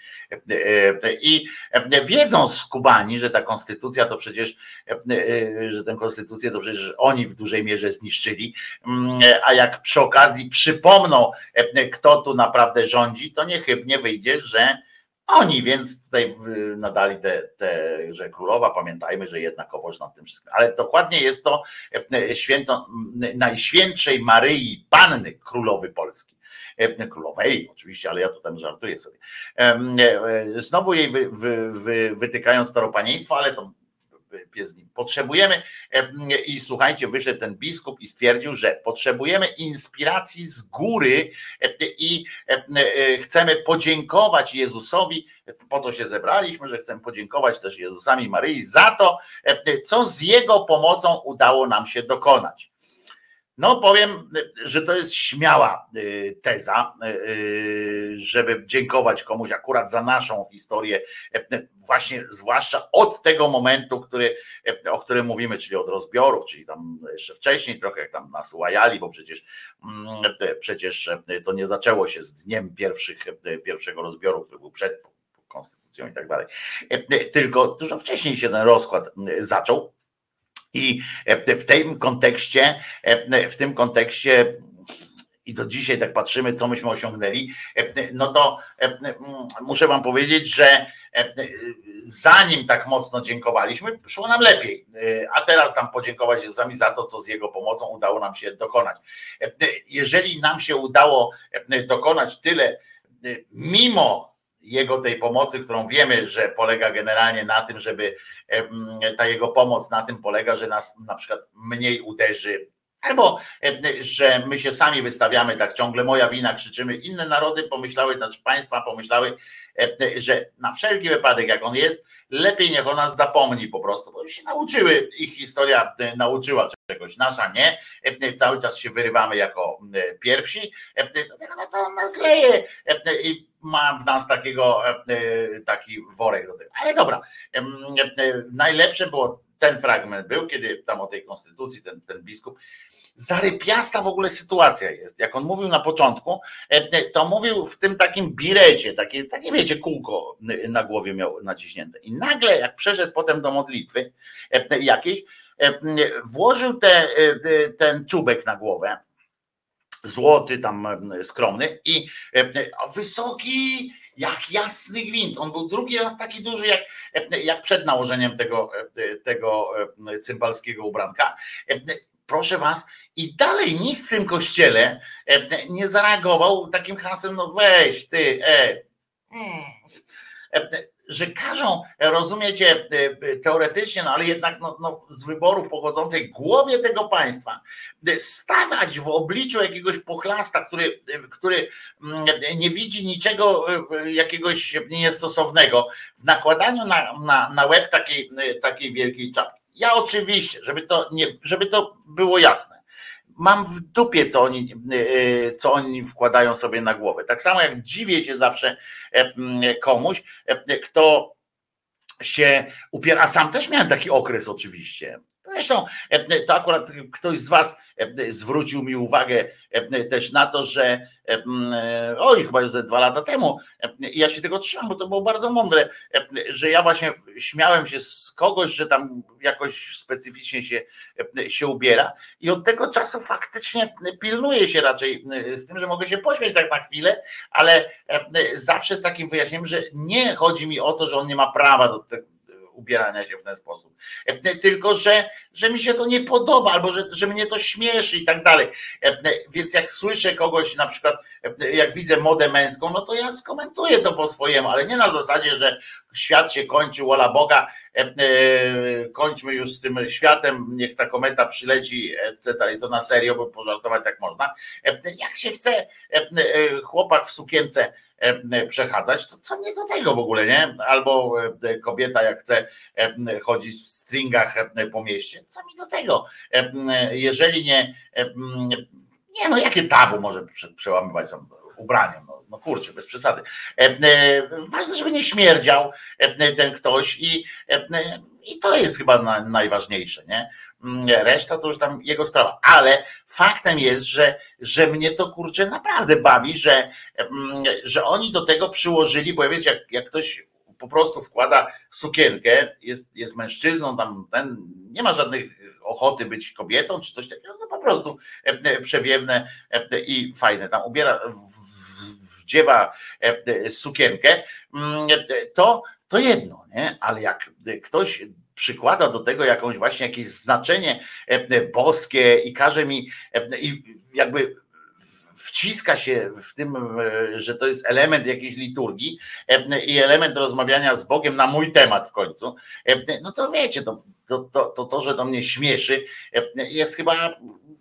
i wiedzą skubani, że ta konstytucja to przecież, że tę konstytucję to przecież oni w dużej mierze zniszczyli, a jak przy okazji przypomną, kto tu naprawdę rządzi, to niechybnie wyjdzie, że oni, więc tutaj nadali że królowa, pamiętajmy, że jednakowoż nad tym wszystkim. Ale dokładnie jest to święto Najświętszej Maryi Panny Królowej Polski. Królowej oczywiście, ale ja tu tam żartuję sobie. Znowu jej wytykają staropanieństwo, ale to pies z nim. Potrzebujemy i słuchajcie, wyszedł ten biskup i stwierdził, że potrzebujemy inspiracji z góry i chcemy podziękować Jezusowi, po to się zebraliśmy, że chcemy podziękować też Jezusowi i Maryi za to, co z jego pomocą udało nam się dokonać. No powiem, że to jest śmiała teza, żeby dziękować komuś akurat za naszą historię, właśnie zwłaszcza od tego momentu, o którym mówimy, czyli od rozbiorów, czyli tam jeszcze wcześniej trochę jak tam nas łajali, bo przecież to nie zaczęło się z dniem pierwszego rozbioru, który był przed konstytucją i tak dalej, tylko dużo wcześniej się ten rozkład zaczął. I w tym kontekście i do dzisiaj tak patrzymy, co myśmy osiągnęli, no to muszę wam powiedzieć, że zanim tak mocno dziękowaliśmy, szło nam lepiej, a teraz tam podziękować Jezusowi za to, co z jego pomocą udało nam się dokonać. Jeżeli nam się udało dokonać tyle, mimo jego tej pomocy, którą wiemy, że polega generalnie na tym, żeby ta jego pomoc na tym polega, że nas na przykład mniej uderzy, albo że my się sami wystawiamy tak ciągle, moja wina, krzyczymy, inne narody pomyślały, znaczy państwa pomyślały, że na wszelki wypadek jak on jest, lepiej niech o nas zapomni po prostu, bo już się nauczyły, ich historia nauczyła czegoś, nasza nie, cały czas się wyrywamy jako pierwsi, to on nas leje i ma w nas taki worek do tego. Ale dobra, najlepsze było, ten fragment był, kiedy tam o tej konstytucji ten biskup, zarypiasta w ogóle sytuacja jest. Jak on mówił na początku, to mówił w tym takim birecie, takie wiecie, kółko na głowie miał naciśnięte. I nagle jak przeszedł potem do modlitwy jakiejś, włożył ten czubek na głowę, złoty tam skromny i wysoki jak jasny gwint. On był drugi raz taki duży jak przed nałożeniem tego cymbalskiego ubranka. Proszę was, i dalej nikt w tym kościele nie zareagował takim hasłem, no weź ty, że każą, rozumiecie, teoretycznie, no ale jednak z wyborów pochodzącej głowie tego państwa stawiać w obliczu jakiegoś pochlasta, który nie widzi niczego jakiegoś niestosownego w nakładaniu na łeb takiej wielkiej czapki. Ja oczywiście, żeby to było jasne, mam w dupie, co oni wkładają sobie na głowę. Tak samo jak dziwię się zawsze komuś, kto się upiera. A sam też miałem taki okres oczywiście. Zresztą to akurat ktoś z was zwrócił mi uwagę też na to, że chyba już ze 2 lata temu, ja się tego trzymam, bo to było bardzo mądre, że ja właśnie śmiałem się z kogoś, że tam jakoś specyficznie się ubiera i od tego czasu faktycznie pilnuję się raczej z tym, że mogę się pośmiać tak na chwilę, ale zawsze z takim wyjaśnieniem, że nie chodzi mi o to, że on nie ma prawa do tego ubierania się w ten sposób. Tylko, że mi się to nie podoba, albo że mnie to śmieszy i tak dalej. Więc jak słyszę kogoś, na przykład jak widzę modę męską, no to ja skomentuję to po swojemu, ale nie na zasadzie, że świat się kończy, wola Boga, kończmy już z tym światem, niech ta kometa przyleci, etc. I to na serio, bo pożartować tak można. Jak się chce chłopak w sukience przechadzać, to co mnie do tego w ogóle, nie? Albo kobieta jak chce chodzić w stringach po mieście, co mi do tego? Jeżeli nie, no jakie tabu może przełamywać tam ubraniem, no kurczę, bez przesady. Ważne, żeby nie śmierdział ten ktoś i to jest chyba najważniejsze, nie? Reszta to już tam jego sprawa, ale faktem jest, że mnie to kurczę naprawdę bawi, że oni do tego przyłożyli, bo wiecie, jak ktoś po prostu wkłada sukienkę, jest mężczyzną, tam nie ma żadnych ochoty być kobietą czy coś takiego, to po prostu przewiewne i fajne, tam wdziewa sukienkę, to jedno, nie? Ale jak ktoś przykłada do tego jakieś znaczenie boskie i każe mi i jakby wciska się w tym, że to jest element jakiejś liturgii i element rozmawiania z Bogiem na mój temat w końcu, no to wiecie, to, że to mnie śmieszy, jest chyba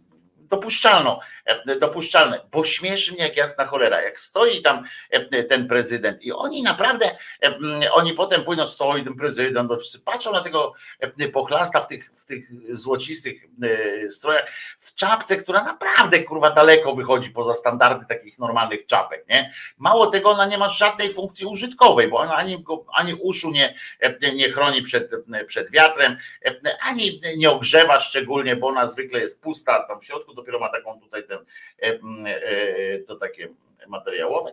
dopuszczalne, bo śmieszy mnie jak jasna cholera, jak stoi tam ten prezydent i oni naprawdę, oni potem pójdą, stoi ten prezydent, bo wszyscy patrzą na tego pochlasta w tych złocistych strojach, w czapce, która naprawdę kurwa daleko wychodzi poza standardy takich normalnych czapek, nie? Mało tego, ona nie ma żadnej funkcji użytkowej, bo ona ani uszu nie chroni przed wiatrem, ani nie ogrzewa szczególnie, bo ona zwykle jest pusta tam w środku, dopiero ma taką tutaj to takie materiałowe,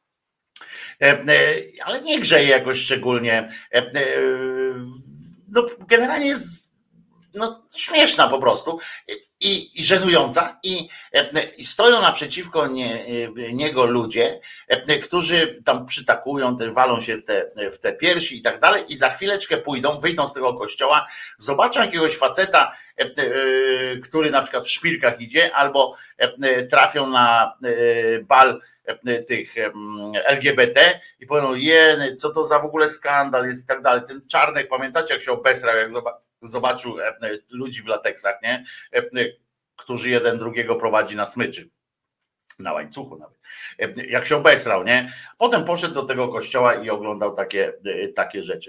ale nie grzeje jakoś szczególnie. No generalnie jest śmieszna po prostu i żenująca i stoją naprzeciwko niego ludzie, którzy tam przytakują, walą się w te piersi i tak dalej i za chwileczkę wyjdą z tego kościoła, zobaczą jakiegoś faceta, który na przykład w szpilkach idzie, albo trafią na bal tych LGBT i powiedzą, co to za w ogóle skandal jest i tak dalej. Ten Czarnek, pamiętacie, jak się obesrał, jak zobaczył ludzi w lateksach, nie? Którzy jeden drugiego prowadzi na smyczy, na łańcuchu nawet. Jak się obesrał, nie? Potem poszedł do tego kościoła i oglądał takie rzeczy.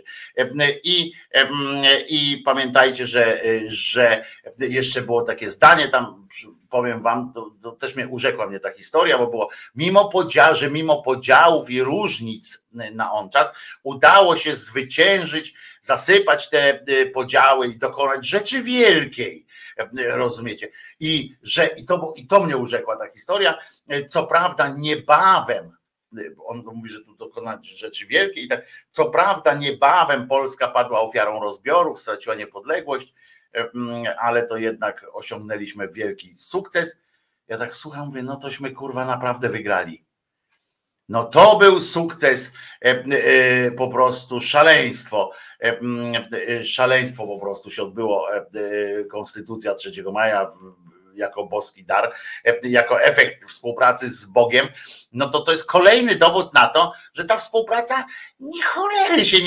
I pamiętajcie, że jeszcze było takie zdanie tam, powiem wam, to też urzekła mnie ta historia, bo było, mimo podziałów i różnic na on czas, udało się zwyciężyć, zasypać te podziały i dokonać rzeczy wielkiej. Rozumiecie? I to mnie urzekła ta historia. Co prawda niebawem, on mówi, że tu dokonać rzeczy wielkiej i tak, co prawda niebawem Polska padła ofiarą rozbiorów, straciła niepodległość, ale to jednak osiągnęliśmy wielki sukces. Ja tak słucham, mówię, no tośmy kurwa naprawdę wygrali. No to był sukces, po prostu szaleństwo. Szaleństwo po prostu się odbyło. Konstytucja 3 maja, jako boski dar, jako efekt współpracy z Bogiem, no to jest kolejny dowód na to, że ta współpraca ni cholery się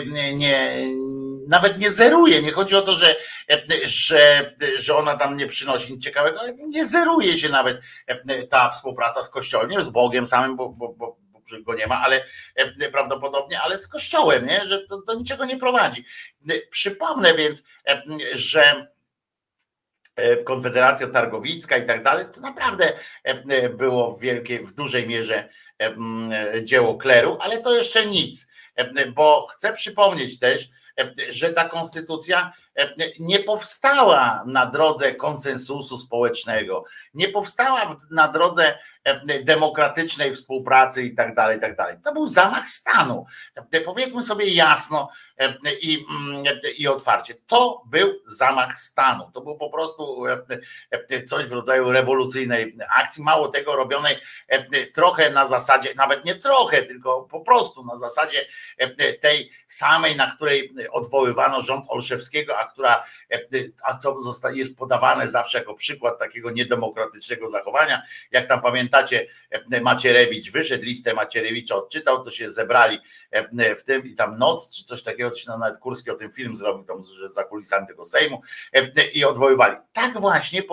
nawet nie zeruje. Nie chodzi o to, że ona tam nie przynosi nic ciekawego, ale nie zeruje się nawet ta współpraca z Kościołem, nie z Bogiem samym, bo go nie ma, ale prawdopodobnie, ale z Kościołem, nie? Że to do niczego nie prowadzi. Przypomnę więc, że Konfederacja Targowicka i tak dalej, to naprawdę było w dużej mierze dzieło kleru, ale to jeszcze nic, bo chcę przypomnieć też, że ta konstytucja nie powstała na drodze konsensusu społecznego, nie powstała na drodze demokratycznej współpracy i tak dalej, i tak dalej. To był zamach stanu. Powiedzmy sobie jasno i otwarcie. To był zamach stanu. To był po prostu coś w rodzaju rewolucyjnej akcji, mało tego robionej trochę na zasadzie, nawet nie trochę, tylko po prostu na zasadzie tej samej, na której odwoływano rząd Olszewskiego, a co jest podawane zawsze jako przykład takiego niedemokratycznego zachowania. Jak tam pamiętacie, Macierewicz wyszedł, listę Macierewicza odczytał, to się zebrali w tym i tam noc, czy coś takiego, to się nawet Kurski o tym film zrobił, tam, że za kulisami tego Sejmu i odwoływali. Tak właśnie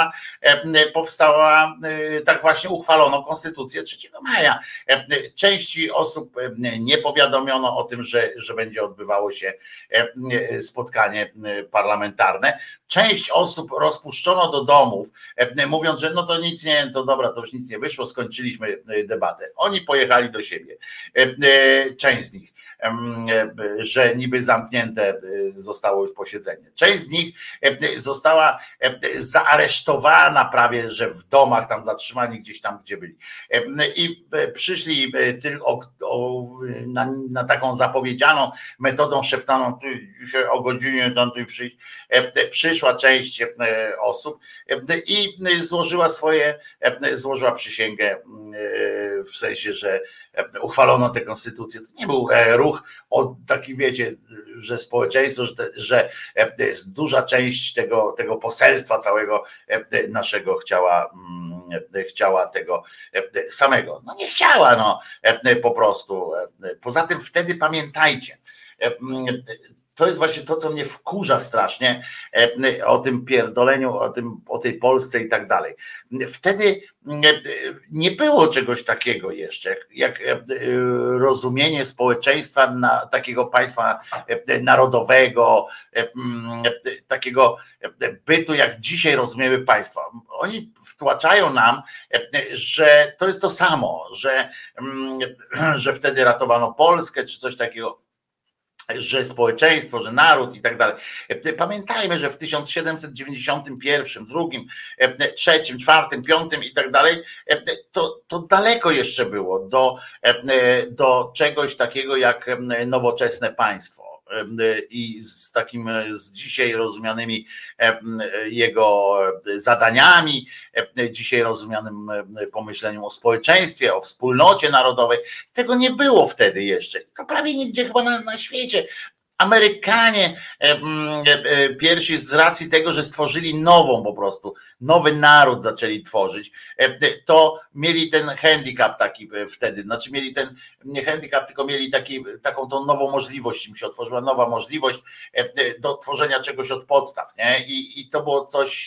tak właśnie uchwalono Konstytucję 3 maja. Części osób nie powiadomiono o tym, że będzie odbywało się spotkanie parlamentarne. Część osób rozpuszczono do domów, mówiąc, że no to nic nie, to dobra, to już nic nie wyszło, skończyliśmy debatę. Oni pojechali do siebie. Część z nich, że niby zamknięte zostało już posiedzenie. Część z nich została zaaresztowana prawie, że w domach, tam zatrzymani gdzieś tam, gdzie byli. I przyszli na taką zapowiedzianą metodą szeptaną, o godzinie tamtej przyjść. Przyszła część osób i złożyła przysięgę, w sensie, że uchwalono tę konstytucję. To nie był ruch taki, wiecie, że społeczeństwo, że duża część tego poselstwa całego naszego chciała tego samego. No nie chciała, no po prostu. Poza tym wtedy pamiętajcie, to jest właśnie to, co mnie wkurza strasznie o tym pierdoleniu, o tej Polsce i tak dalej. Wtedy nie było czegoś takiego jeszcze, jak rozumienie społeczeństwa, takiego państwa narodowego, takiego bytu, jak dzisiaj rozumiemy państwa. Oni wtłaczają nam, że to jest to samo, że wtedy ratowano Polskę, czy coś takiego, że społeczeństwo, że naród i tak dalej. Pamiętajmy, że w 1791, drugim, trzecim, czwartym, piątym i tak dalej, to daleko jeszcze było do czegoś takiego jak nowoczesne państwo. I z dzisiaj rozumianymi jego zadaniami, dzisiaj rozumianym pomyśleniem o społeczeństwie, o wspólnocie narodowej. Tego nie było wtedy jeszcze. To prawie nigdzie chyba na świecie. Amerykanie pierwsi z racji tego, że stworzyli po prostu nowy naród zaczęli tworzyć, to mieli ten handicap taki wtedy, znaczy mieli ten, nie handicap, tylko mieli taką tą nową możliwość, im się otworzyła nowa możliwość do tworzenia czegoś od podstaw, nie? I to było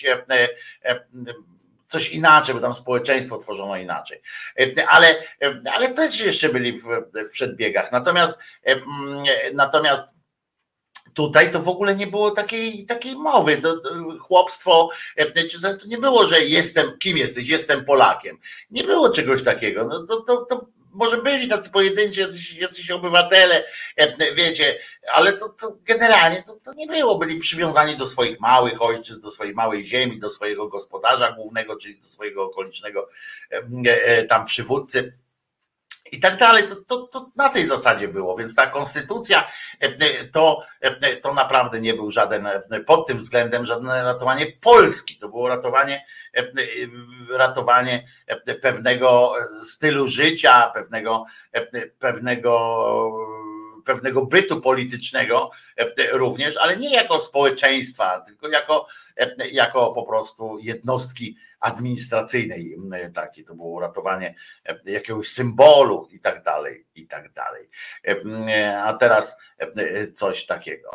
coś inaczej, bo tam społeczeństwo tworzono inaczej. Ale też jeszcze byli w przedbiegach. Natomiast tutaj to w ogóle nie było takiej mowy. To chłopstwo, to nie było, że kim jesteś? Jestem Polakiem. Nie było czegoś takiego. No to może byli tacy pojedynczy, jacyś obywatele, wiecie, ale to generalnie to nie było. Byli przywiązani do swoich małych ojczyzn, do swojej małej ziemi, do swojego gospodarza głównego, czyli do swojego okolicznego tam przywódcy. I tak dalej, to na tej zasadzie było, więc ta konstytucja to naprawdę nie był pod tym względem żadne ratowanie Polski, to było ratowanie pewnego stylu życia, pewnego pewnego bytu politycznego również, ale nie jako społeczeństwa, tylko jako po prostu jednostki administracyjnej. Takie to było uratowanie jakiegoś symbolu i tak dalej, i tak dalej. A teraz coś takiego.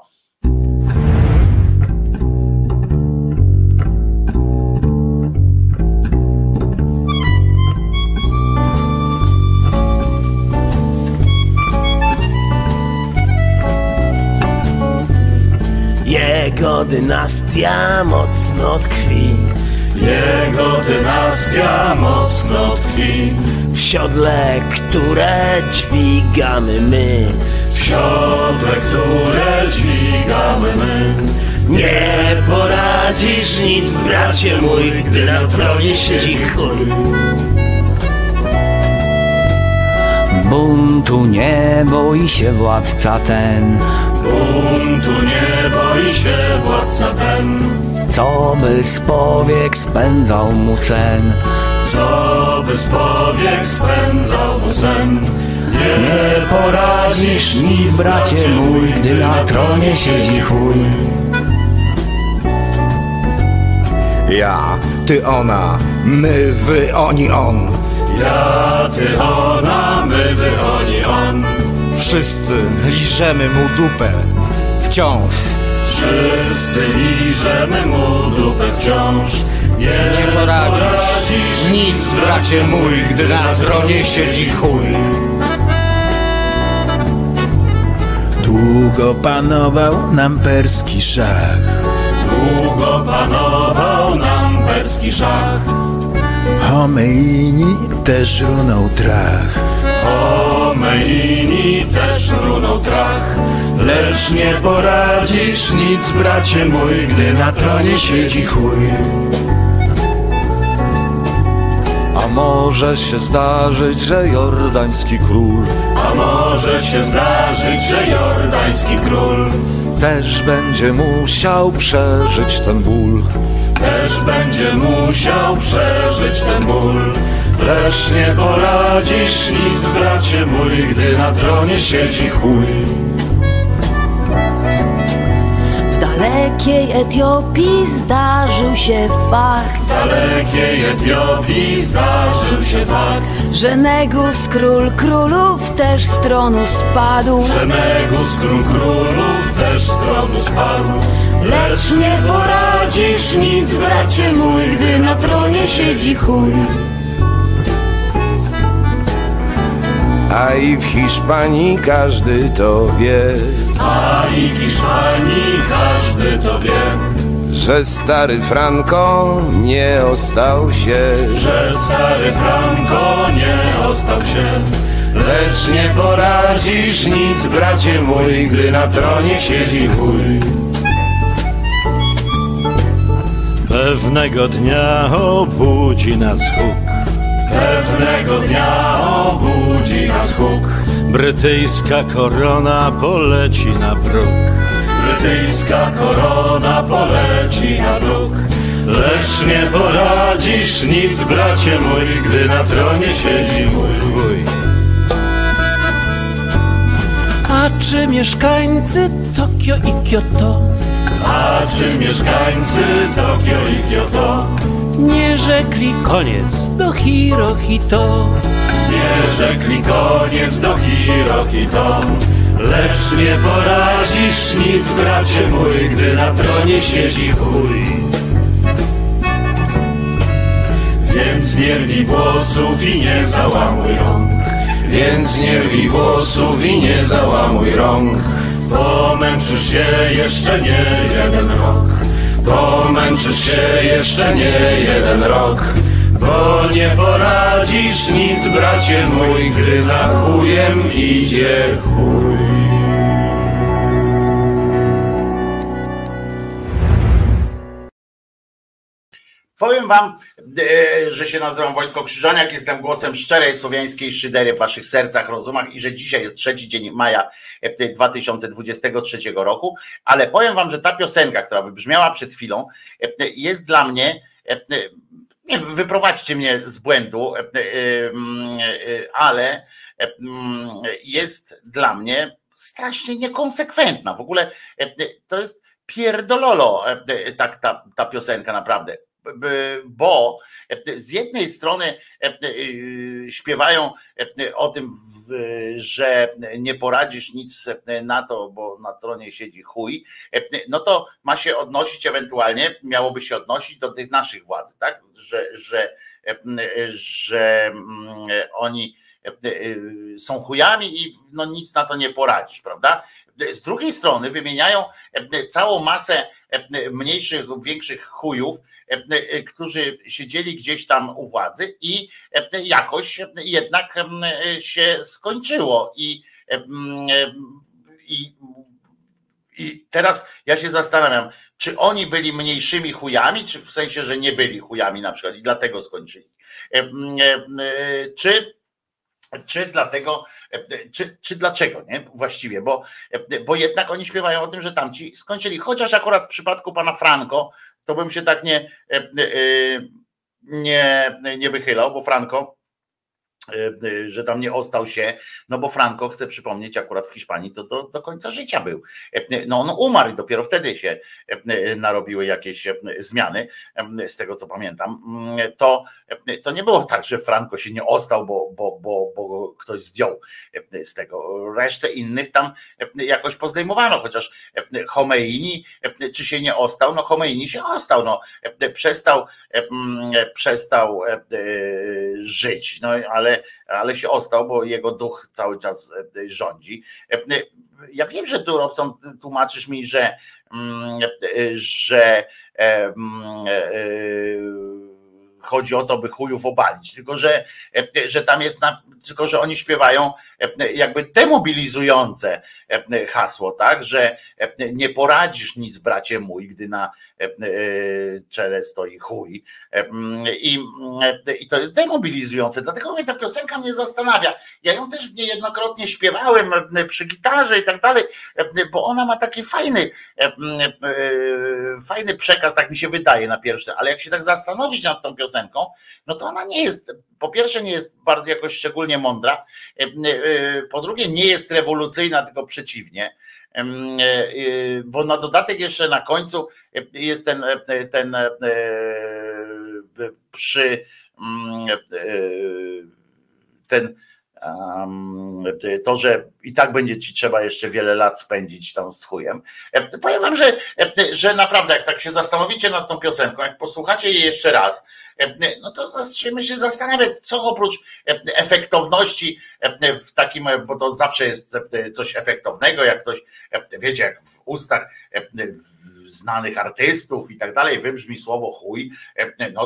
Jego dynastia mocno tkwi. Jego dynastia mocno tkwi. W siodle, które dźwigamy my. W siodle, które dźwigamy my. Nie poradzisz nic, bracie mój, gdy na tronie siedzi król. Buntu nie boi się władca ten. Buntu nie boi się władca ten. Co by z powiek spędzał mu sen. Co by z powiek spędzał mu sen. Nie poradzisz nic, bracie mój, gdy na tronie siedzi chuj. Ja, ty, ona, my, wy, oni, on. Ja, ty, ona, my, wy, oni, on. Wszyscy liżemy mu dupę wciąż. Wszyscy liżemy mu dupę wciąż. Nie poradzisz nic, bracie mój, gdy na tronie siedzi chuj. Długo panował nam perski szach. Długo panował nam perski szach. Chomeini też runął trach. Chomeini też runął trach. Lecz nie poradzisz nic, bracie mój, gdy na tronie siedzi chuj. A może się zdarzyć, że jordański król, a może się zdarzyć, że jordański król też będzie musiał przeżyć ten ból. Też będzie musiał przeżyć ten ból. Lecz nie poradzisz nic, bracie mój, gdy na tronie siedzi chuj. W dalekiej Etiopii zdarzył się fakt. W dalekiej Etiopii zdarzył się fakt, że Negus, król królów, też z tronu spadł. że Negus, król królów, też z tronu spadł. Lecz nie poradzisz nic, bracie mój, gdy na tronie siedzi chuj. A i w Hiszpanii każdy to wie, A i w Hiszpanii każdy to wie, że stary Franco nie ostał się, że stary Franco nie ostał się. lecz nie poradzisz nic, bracie mój, gdy na tronie siedzi chuj. Pewnego dnia obudzi nas huk. Pewnego dnia obudzi nas huk. Brytyjska korona poleci na bruk. Brytyjska korona poleci na bruk. Lecz nie poradzisz nic, bracie mój, gdy na tronie siedzi mój. A czy mieszkańcy Tokio i Kyoto A czy mieszkańcy Tokio i Kyoto nie rzekli koniec do Hirohito? nie rzekli koniec do Hirohito. Lecz nie poradzisz nic, bracie mój, gdy na tronie siedzi chuj. Więc nie rwij włosów i nie załamuj rąk. Więc nie rwij włosów i nie załamuj rąk. Pomęczysz się jeszcze nie jeden rok. Pomęczysz się jeszcze nie jeden rok. Bo nie poradzisz nic, bracie mój, gdy za chujem idzie chuj. Powiem wam, że się nazywam Wojtko Krzyżaniak, jestem głosem szczerej słowiańskiej szydery w waszych sercach, rozumach i że dzisiaj jest 3 dzień maja 2023 roku, ale powiem wam, że ta piosenka, która wybrzmiała przed chwilą, jest dla mnie, nie wyprowadźcie mnie z błędu, ale jest dla mnie strasznie niekonsekwentna. W ogóle to jest pierdololo tak ta piosenka naprawdę. Bo z jednej strony śpiewają o tym, że nie poradzisz nic na to, bo na tronie siedzi chuj, no to ma się odnosić ewentualnie, miałoby się odnosić do tych naszych władz, tak? Że oni są chujami i no nic na to nie poradzisz, prawda? Z drugiej strony wymieniają całą masę mniejszych lub większych chujów, którzy siedzieli gdzieś tam u władzy i jakoś jednak się skończyło. I teraz ja się zastanawiam, czy oni byli mniejszymi chujami, czy w sensie, że nie byli chujami na przykład i dlatego skończyli. Czy dlatego, czy dlaczego, nie? Właściwie, bo jednak oni śpiewają o tym, że tamci skończyli. Chociaż akurat w przypadku pana Franco, to bym się tak nie wychylał, bo Franco, że tam nie ostał się, no bo Franco, chcę przypomnieć, akurat w Hiszpanii to do końca życia był. No on umarł i dopiero wtedy się narobiły jakieś zmiany, z tego co pamiętam. To nie było tak, że Franco się nie ostał, bo ktoś zdjął z tego. Resztę innych tam jakoś pozdejmowano, chociaż Chomeini, czy się nie ostał? No Chomeini się ostał, no przestał żyć, no ale się ostał, bo jego duch cały czas rządzi. Ja wiem, że tu, Robson, tłumaczysz mi, że chodzi o to, by chujów obalić, tylko że tam jest, tylko że oni śpiewają jakby demobilizujące hasło, tak, że nie poradzisz nic, bracie mój, gdy na czele stoi chuj. I to jest demobilizujące, dlatego ta piosenka mnie zastanawia. Ja ją też niejednokrotnie śpiewałem przy gitarze i tak dalej, bo ona ma taki fajny przekaz, tak mi się wydaje na pierwsze, ale jak się tak zastanowić nad tą piosenką, no to ona nie jest, po pierwsze nie jest bardzo jakoś szczególnie mądra, po drugie nie jest rewolucyjna, tylko przeciwnie, bo na dodatek jeszcze na końcu jest to, że i tak będzie ci trzeba jeszcze wiele lat spędzić tam z chujem. Powiem wam, że naprawdę jak tak się zastanowicie nad tą piosenką, jak posłuchacie jej jeszcze raz, no to zaczniemy się zastanawiać, co oprócz efektowności w takim, bo to zawsze jest coś efektownego, jak ktoś, wiecie, jak w ustach znanych artystów i tak dalej wybrzmi słowo chuj, no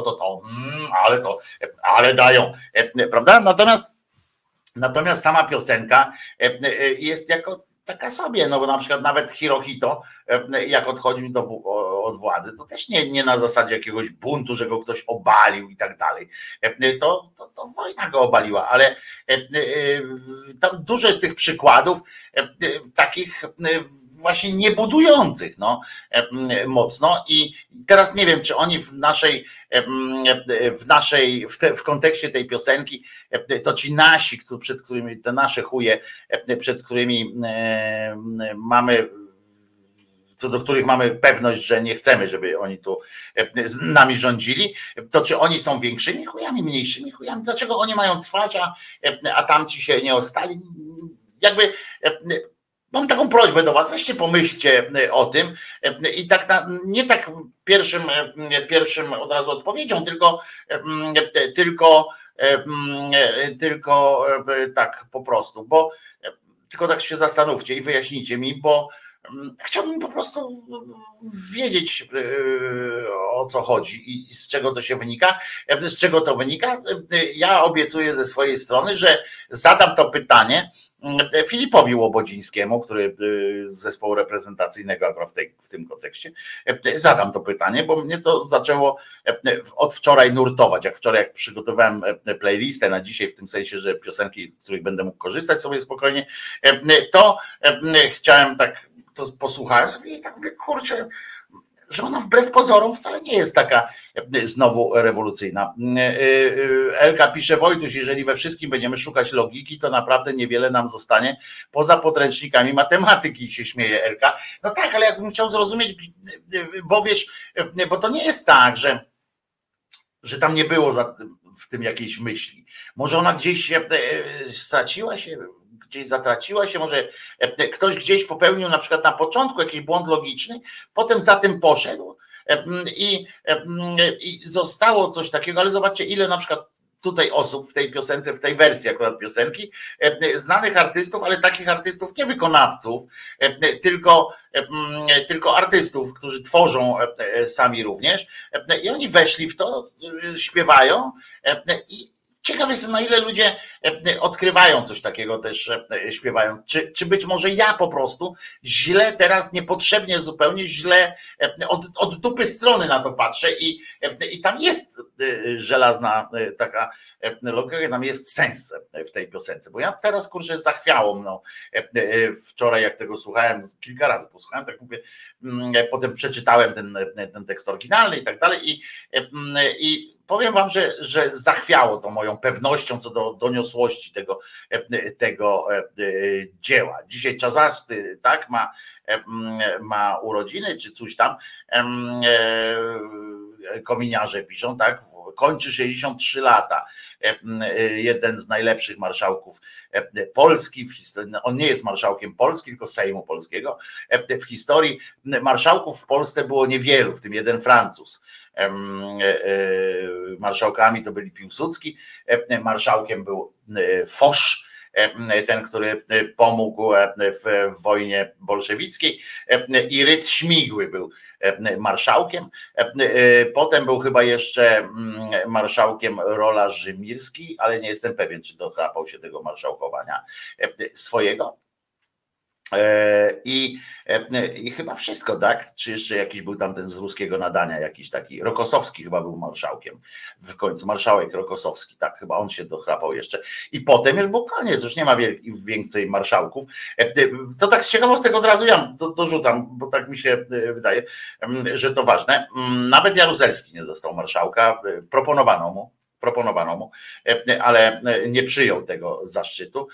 ale dają, prawda? Natomiast sama piosenka jest jako taka sobie, no bo na przykład nawet Hirohito, jak odchodził od władzy, to też nie na zasadzie jakiegoś buntu, że go ktoś obalił i tak dalej. To wojna go obaliła, ale tam dużo jest tych przykładów takich właśnie niebudujących mocno i teraz nie wiem, czy oni w kontekście tej piosenki, to ci nasi, przed którymi, te nasze chuje, przed którymi mamy, co do których mamy pewność, że nie chcemy, żeby oni tu z nami rządzili, to czy oni są większymi chujami, mniejszymi chujami? Dlaczego oni mają trwać, a tamci się nie ostali? Jakby mam taką prośbę do was, weźcie pomyślcie o tym i tak nie tak pierwszym od razu odpowiedzią, tylko tak po prostu, bo tylko tak się zastanówcie i wyjaśnijcie mi, bo chciałbym po prostu wiedzieć, o co chodzi i z czego to się wynika. Z czego to wynika? Ja obiecuję ze swojej strony, że zadam to pytanie Filipowi Łobodzińskiemu, który z zespołu reprezentacyjnego akurat w tym kontekście. Zadam to pytanie, bo mnie to zaczęło od wczoraj nurtować. Jak przygotowałem playlistę na dzisiaj, w tym sensie, że piosenki, z których będę mógł korzystać sobie spokojnie, to chciałem tak, to posłuchałem sobie i tak mówię, kurczę, że ona wbrew pozorom wcale nie jest taka znowu rewolucyjna. Elka pisze, Wojtuś, jeżeli we wszystkim będziemy szukać logiki, to naprawdę niewiele nam zostanie poza podręcznikami matematyki, się śmieje Elka. No tak, ale jakbym chciał zrozumieć, bo wiesz, bo to nie jest tak, że tam nie było w tym jakiejś myśli. Może ona gdzieś straciła się, gdzieś zatraciła się, może ktoś gdzieś popełnił na przykład na początku jakiś błąd logiczny, potem za tym poszedł i zostało coś takiego, ale zobaczcie, ile na przykład tutaj osób w tej piosence, w tej wersji akurat piosenki, znanych artystów, ale takich artystów, nie wykonawców, tylko artystów, którzy tworzą sami również, i oni weszli w to, śpiewają i ciekaw jestem, na ile ludzie odkrywają coś takiego też śpiewają. Czy być może ja po prostu źle teraz, niepotrzebnie zupełnie źle od dupy strony na to patrzę i tam jest żelazna taka logika, tam jest sens w tej piosence, bo ja teraz kurczę zachwiało mną wczoraj, jak tego słuchałem, kilka razy posłuchałem, tak mówię, potem przeczytałem ten tekst oryginalny i tak dalej i powiem wam, że zachwiało to moją pewnością co do doniosłości tego dzieła. Dzisiaj Czazasty, tak, ma urodziny czy coś tam, kominiarze piszą, tak, kończy 63 lata. Jeden z najlepszych marszałków Polski w historii. On nie jest marszałkiem Polski, tylko Sejmu Polskiego. W historii marszałków w Polsce było niewielu, w tym jeden Francuz. Marszałkami to byli Piłsudski, marszałkiem był Foch, ten, który pomógł w wojnie bolszewickiej, i Rydz Śmigły był marszałkiem. Potem był chyba jeszcze marszałkiem Rola Rzymirski, ale nie jestem pewien, czy dochrapał się tego marszałkowania swojego. I chyba wszystko, tak? Czy jeszcze jakiś był tam ten z ruskiego nadania, jakiś taki, Rokosowski chyba był marszałkiem w końcu, marszałek Rokosowski, tak, chyba on się dochrapał jeszcze. I potem już był koniec, już nie ma więcej marszałków. To tak z ciekawostek od razu ja dorzucam, bo tak mi się wydaje, że to ważne. Nawet Jaruzelski nie został marszałka, proponowaną mu, ale nie przyjął tego zaszczytu.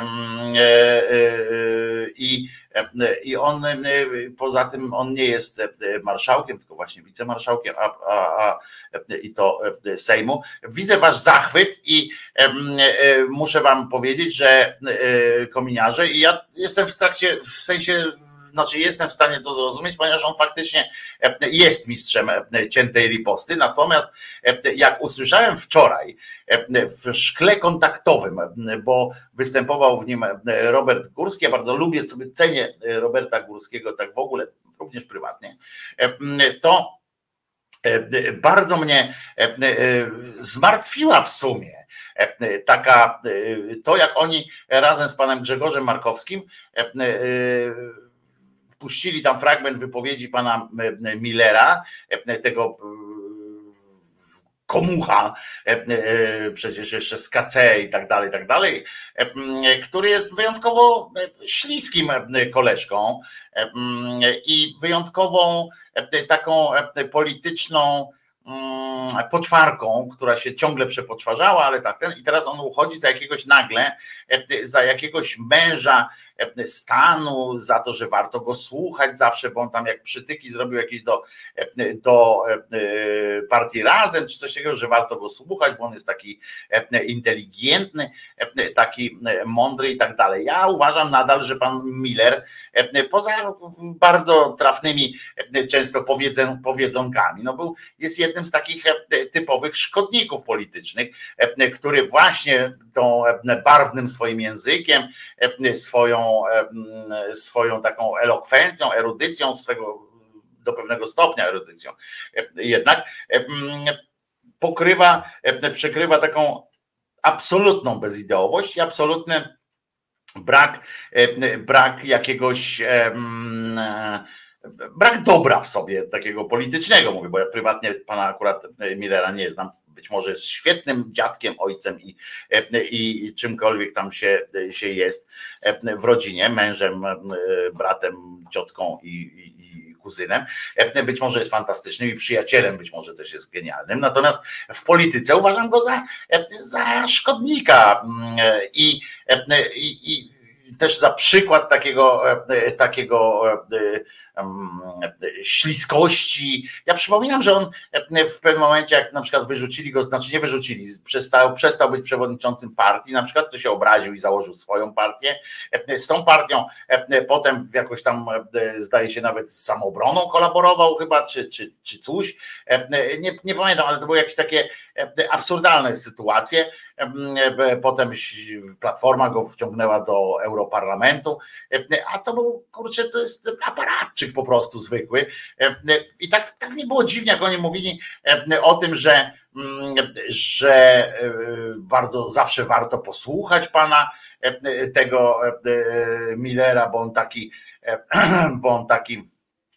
I on poza tym on nie jest marszałkiem, tylko właśnie wicemarszałkiem, i to Sejmu. Widzę wasz zachwyt i muszę wam powiedzieć, że kominiarze, i ja jestem jestem w stanie to zrozumieć, ponieważ on faktycznie jest mistrzem ciętej riposty. Natomiast jak usłyszałem wczoraj w szkle kontaktowym, bo występował w nim Robert Górski, ja bardzo lubię, sobie cenię Roberta Górskiego tak w ogóle, również prywatnie, to bardzo mnie zmartwiła w sumie to, jak oni razem z panem Grzegorzem Markowskim puścili tam fragment wypowiedzi pana Millera, tego komucha, przecież jeszcze z KC i tak dalej, który jest wyjątkowo śliskim koleżką i wyjątkową taką polityczną poczwarką, która się ciągle przepoczwarzała, ale tak, i teraz on uchodzi za jakiegoś męża stanu, za to, że warto go słuchać zawsze, bo on tam jak przytyki zrobił jakieś do partii Razem, czy coś takiego, że warto go słuchać, bo on jest taki inteligentny, taki mądry i tak dalej. Ja uważam nadal, że pan Miller, poza bardzo trafnymi często powiedzonkami, jest jednym z takich typowych szkodników politycznych, który właśnie tą barwnym swoim językiem, swoją taką elokwencją, erudycją, do pewnego stopnia erudycją jednak przykrywa taką absolutną bezideowość i absolutny brak jakiegoś brak dobra w sobie takiego politycznego, mówię, bo ja prywatnie pana akurat Millera nie znam, być może jest świetnym dziadkiem, ojcem i czymkolwiek tam się jest w rodzinie, mężem, bratem, ciotką i kuzynem, być może jest fantastycznym i przyjacielem, być może też jest genialnym, natomiast w polityce uważam go za szkodnika i też za przykład takiego śliskości. Ja przypominam, że on w pewnym momencie, jak na przykład wyrzucili go, znaczy nie wyrzucili, przestał być przewodniczącym partii, na przykład to się obraził i założył swoją partię. Z tą partią potem jakoś tam, zdaje się, nawet z Samoobroną kolaborował chyba, czy coś. Nie pamiętam, ale to były jakieś takie absurdalne sytuacje. Potem Platforma go wciągnęła do Europarlamentu, a to był, kurczę, to jest aparatczyk po prostu zwykły. I tak nie było dziwnie, jak oni mówili o tym, że bardzo zawsze warto posłuchać pana tego Millera, bo on taki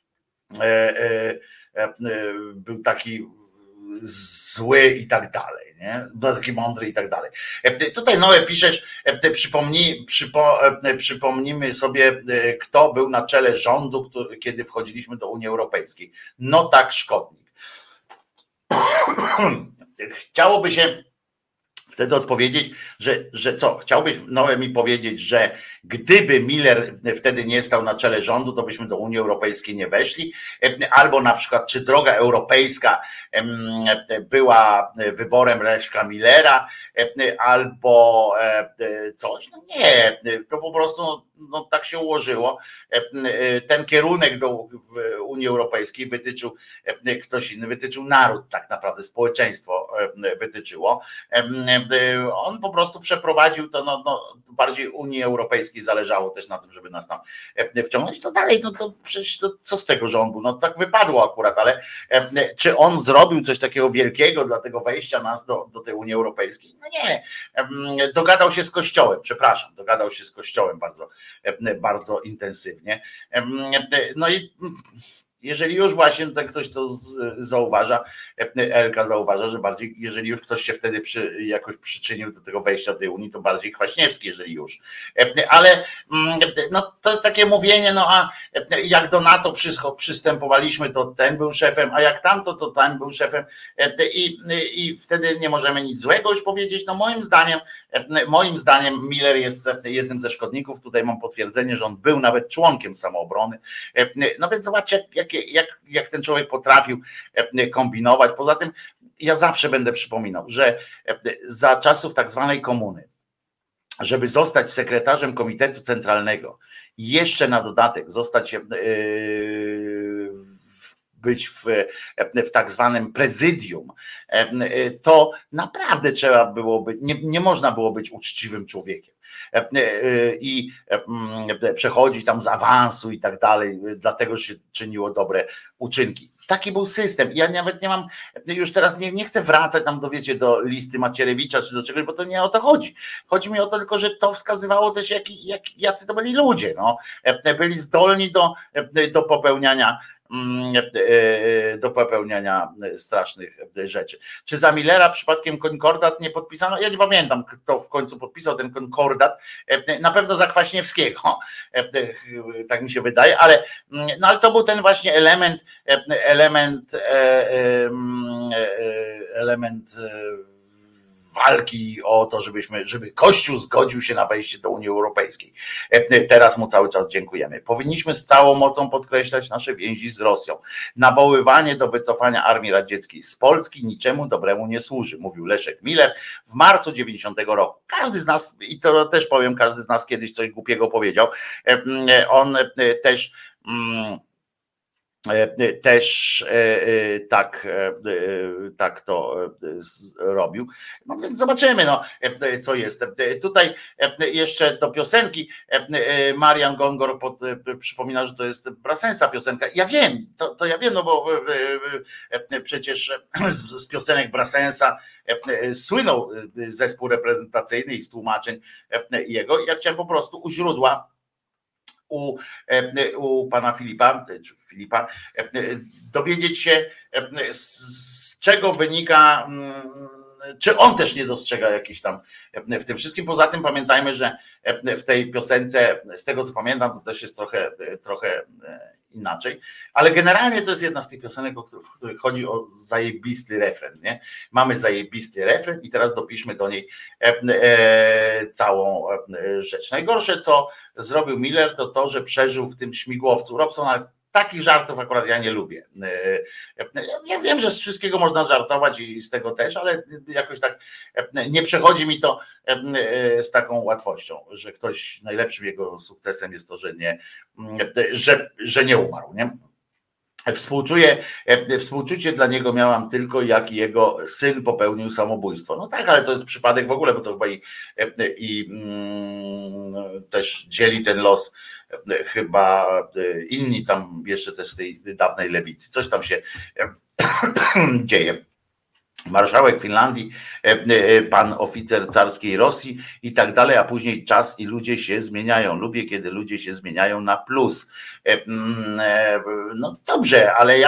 był taki zły i tak dalej, nie? Taki mądry i tak dalej. Tutaj Noe piszesz, przypomnijmy sobie, kto był na czele rządu, kiedy wchodziliśmy do Unii Europejskiej. No tak, szkodnik. Chciałoby się wtedy odpowiedzieć, że co? Chciałbyś, Noe, mi powiedzieć, że gdyby Miller wtedy nie stał na czele rządu, to byśmy do Unii Europejskiej nie weszli, albo na przykład, czy droga europejska była wyborem Leszka Millera, albo coś? No nie, to po prostu tak się ułożyło. Ten kierunek w Unii Europejskiej wytyczył ktoś inny, wytyczył naród, tak naprawdę społeczeństwo wytyczyło. On po prostu przeprowadził to, bardziej Unii Europejskiej zależało też na tym, żeby nas tam wciągnąć, to dalej, to przecież co z tego rządu, tak wypadło akurat, ale czy on zrobił coś takiego wielkiego dla tego wejścia nas do tej Unii Europejskiej? No nie, dogadał się z Kościołem, przepraszam, dogadał się z Kościołem bardzo intensywnie, no i jeżeli już właśnie tak ktoś to zauważa, Elka zauważa, że bardziej, jeżeli już ktoś się wtedy jakoś przyczynił do tego wejścia do tej Unii, to bardziej Kwaśniewski, jeżeli już. Ale to jest takie mówienie, a jak do NATO przystępowaliśmy, to ten był szefem, a jak tamto, to ten był szefem i wtedy nie możemy nic złego już powiedzieć. Moim zdaniem Miller jest jednym ze szkodników. Tutaj mam potwierdzenie, że on był nawet członkiem Samoobrony. No więc zobaczcie, jak ten człowiek potrafił kombinować. Poza tym ja zawsze będę przypominał, że za czasów tak zwanej komuny, żeby zostać sekretarzem Komitetu Centralnego i jeszcze na dodatek być w tak zwanym prezydium, to naprawdę trzeba było być, nie można było być uczciwym człowiekiem i przechodzić tam z awansu i tak dalej, dlatego się czyniło dobre uczynki. Taki był system. Ja nawet nie mam, już teraz nie chcę wracać tam do listy Macierewicza czy do czegoś, bo to nie o to chodzi. Chodzi mi o to tylko, że to wskazywało też, jacy to byli ludzie. Byli zdolni do popełniania strasznych rzeczy. Czy za Millera przypadkiem konkordat nie podpisano? Ja nie pamiętam, kto w końcu podpisał ten konkordat. Na pewno za Kwaśniewskiego, tak mi się wydaje, ale to był ten właśnie element walki o to, żeby Kościół zgodził się na wejście do Unii Europejskiej. Teraz mu cały czas dziękujemy. Powinniśmy z całą mocą podkreślać nasze więzi z Rosją. Nawoływanie do wycofania armii radzieckiej z Polski niczemu dobremu nie służy, mówił Leszek Miller w marcu 90 roku. Każdy z nas, i to też powiem, każdy z nas kiedyś coś głupiego powiedział. On też tak to robił. No więc zobaczymy, co jest. Tutaj jeszcze do piosenki Marian Gongor przypomina, że to jest Brassensa piosenka. Ja wiem, to ja wiem, bo przecież z piosenek Brassensa słynął zespół reprezentacyjny i z tłumaczeń jego. Ja chciałem po prostu u źródła u pana Filipa dowiedzieć się, z czego wynika czy on też nie dostrzega jakiś tam w tym wszystkim. Poza tym pamiętajmy, że w tej piosence, z tego co pamiętam, to też jest trochę inaczej, ale generalnie to jest jedna z tych piosenek, w których chodzi o zajebisty refren, nie? Mamy zajebisty refren i teraz dopiszmy do niej całą rzecz. Najgorsze, co zrobił Miller, to to, że przeżył w tym śmigłowcu. Robsona, takich żartów akurat ja nie lubię. Ja wiem, że z wszystkiego można żartować i z tego też, ale jakoś tak nie przechodzi mi to z taką łatwością, że ktoś, najlepszym jego sukcesem jest to, że nie umarł, nie? Współczucie dla niego miałam tylko, jak jego syn popełnił samobójstwo. No tak, ale to jest przypadek w ogóle, bo to chyba i też dzieli ten los chyba inni tam jeszcze też z tej dawnej lewicy. Coś tam się dzieje. Marszałek Finlandii, pan oficer carskiej Rosji i tak dalej, a później czas i ludzie się zmieniają. Lubię, kiedy ludzie się zmieniają na plus. No dobrze, ale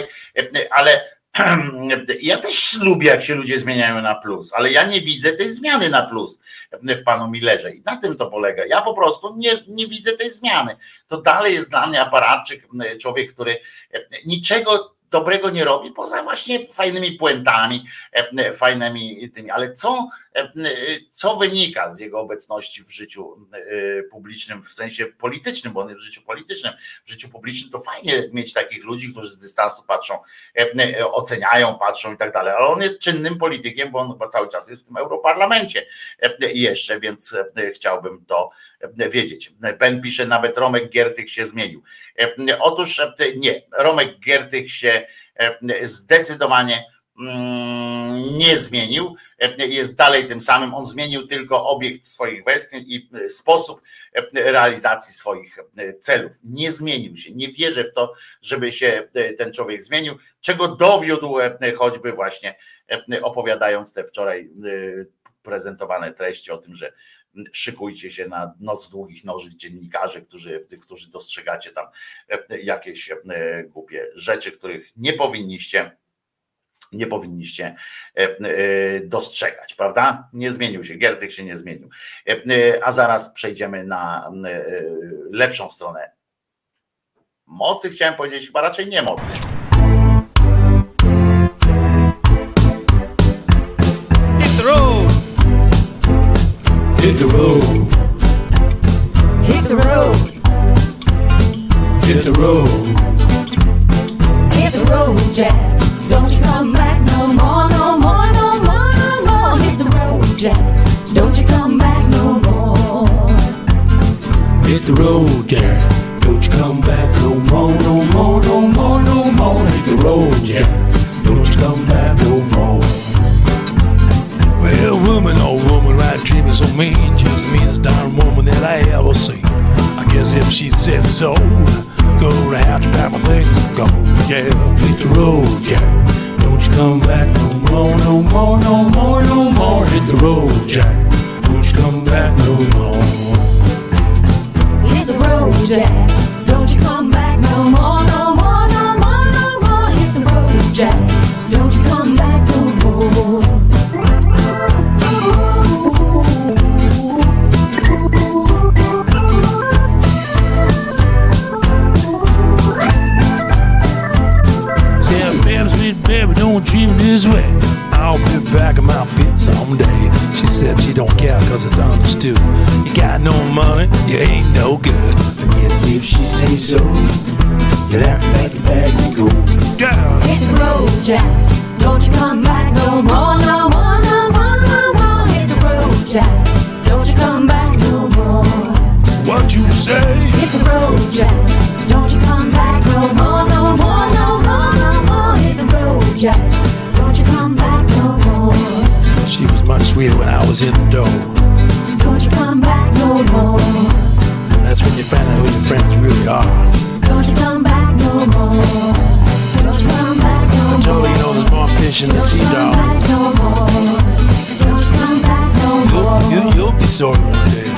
ja też lubię, jak się ludzie zmieniają na plus, ale ja nie widzę tej zmiany na plus w panu Millerze i na tym to polega. Ja po prostu nie widzę tej zmiany. To dalej jest dla mnie aparatczyk, człowiek, który niczego dobrego nie robi, poza właśnie fajnymi puentami, fajnymi tymi, ale co wynika z jego obecności w życiu publicznym, w sensie politycznym, bo on jest w życiu politycznym, w życiu publicznym to fajnie mieć takich ludzi, którzy z dystansu patrzą, oceniają, patrzą i tak dalej, ale on jest czynnym politykiem, bo on chyba cały czas jest w tym Europarlamencie jeszcze, więc chciałbym to wiedzieć. Ben pisze, nawet Romek Giertych się zmienił. Otóż nie, Romek Giertych się zdecydowanie nie zmienił, jest dalej tym samym, on zmienił tylko obiekt swoich westchnień i sposób realizacji swoich celów. Nie zmienił się, nie wierzę w to, żeby się ten człowiek zmienił, czego dowiódł choćby właśnie opowiadając te wczoraj prezentowane treści o tym, że szykujcie się na noc długich noży dziennikarzy, którzy dostrzegacie tam jakieś głupie rzeczy, których nie powinniście dostrzegać, prawda? Nie zmienił się, Giertych się nie zmienił. A zaraz przejdziemy na lepszą stronę mocy, chciałem powiedzieć, chyba raczej nie mocy. Hit the road. Hit the road. Hit the road. Hit the road, Jack. Don't you come back no more, no more, no more, no more. Hit the road, Jack. Don't you come back no more. Hit the road, Jack. Don't you come back no more, no more, no more, no more. Hit the road, Jack. Don't you come back no more. Well, woman, oh woman, right, treat me so mean. She's the meanest darn woman that I ever seen. I guess if she said so, go around to pack my things and go. Yeah, hit the road, Jack. Don't you come back no more, no more, no more, no more. Hit the road, Jack. Don't you come back no more. Hit the road, Jack. Don't you come back no more, no more, no more, no more. Hit the road, Jack. Don't you come back no more. Baby, don't treat me this way. I'll be back in my feet someday. She said she don't care cause it's understood. You got no money, you ain't no good. And yes, if she say so, you'll have to pack your bags and go. Girl, hit the road, Jack. Don't you come back no more, no more, no more, no more. Hit the road, Jack. Don't you come back no more. What you say? Hit the road, Jack. Don't you come back no more, no more, no more, no more. Hit the road, Jack. Don't you come back no more. She was much sweeter when I was in the door. Don't you come back no more. That's when you find out who your friends really are. Don't you come back no more. Don't you come back no more. Jolie, you know there's more fish in the sea, dog. No more. Don't you come back no more. You'll be sorry one day.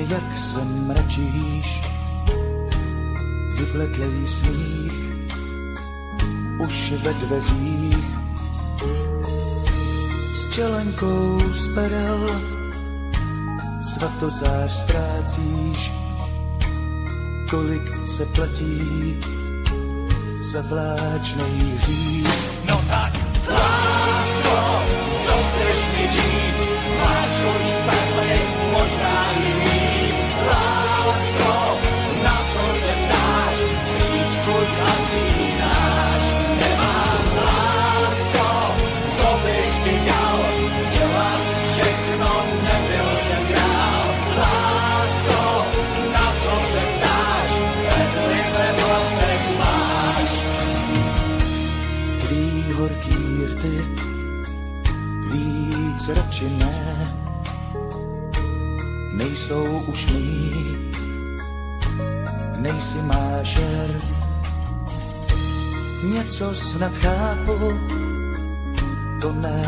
jak se mračíš, vypletlej smích, už ve dveřích. S čelenkou z perel svatozář ztrácíš, kolik se platí za vláčnej hřích. No tak, lásko, co chceš mi říct? Máš už perly, možná i víc. Lásko, na co se ptáš? Svíčku zhasínáš. Nemám lásko, co bych ti dal? Chtěla jsi všechno, nebyl jsem král. Lásko, na co se ptáš? Perly ve vlasech máš. Tvý horký rty víc radši ne, nejsou už mý, nejsi mášer. Něco snad chápu, to ne,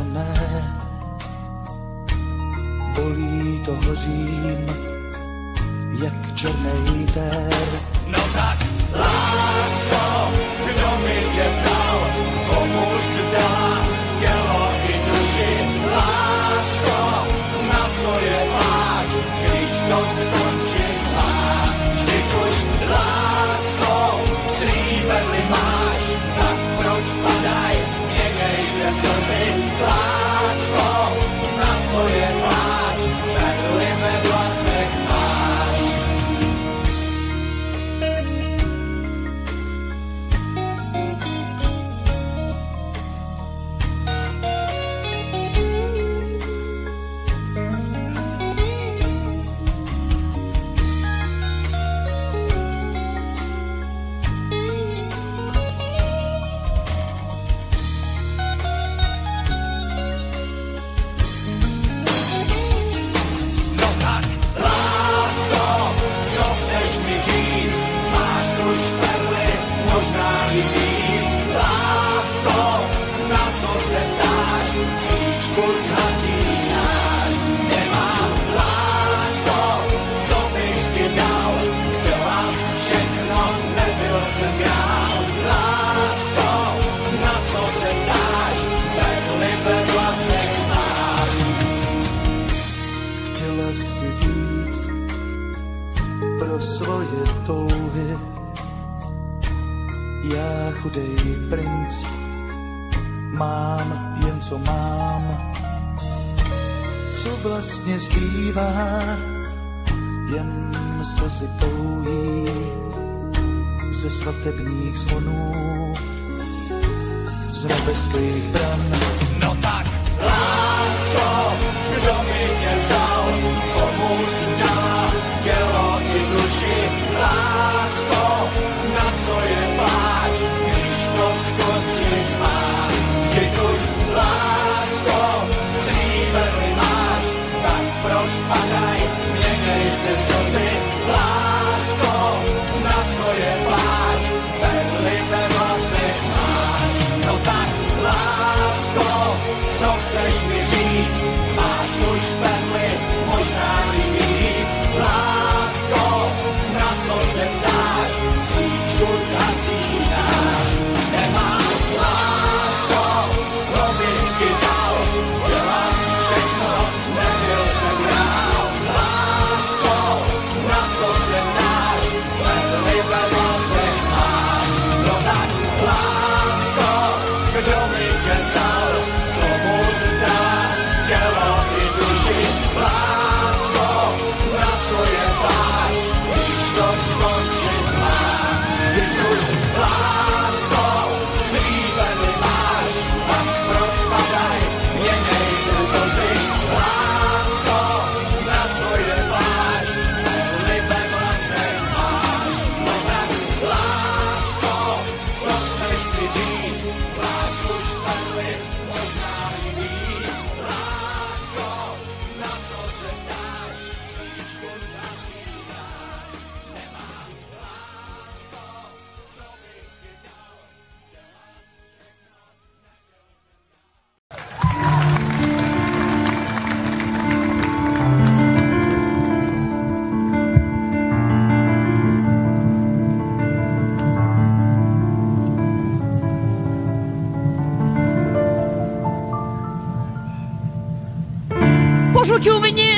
bolí to, hořím, jak černej ter. No tak, lásko, kdo mi tě vzal, komu jsi dala tělo i duši. Lásko, na co je máš, když to skončit má. Vždyť už, lásko, slíbili máš, tak proč padaj, měnej se slzy. Lásko, na co je máš, perly ve vlasech máš. Chtěla si víc pro svoje touhy, já chudej princ, mám jen co mám. Co vlastně zbývá, jen slzy pouhý ze svatebních zvonů, z nebeských bran. No tak, lásko, kdo mi tě vzal, komu jsi dala tělo i duši. Lásko, na co je pláč, když to skončit má. Vždyť už, lásko, slíbili máš, tak proč padaj, měnej se slzy. Lásko, na co je pláč, perly ve vlasech máš. No tak, lásko, co chceš mi říct? Máš už perly, možná i víc. Lásko, na co se ptáš? Svíčku zhasínáš. Nemám lásko, co bych ti dal? Dělá jsi všechno, nebyl jsem král. Lásko, na co se ptáš? Perly ve vlasech máš. No tak, lásko, kdo mi tě vzal, komu jsi dala tělo i duši. Lásko, na co je pláč, když to skončit má. Vždyť už, lásko, slíbili máš, tak proč padaj, měnej se slzy. Lásko, na co je pláč, perly ve vlasech máš. No tak, lásko, co chceš mi říct? Máš už perly, porzucił mnie,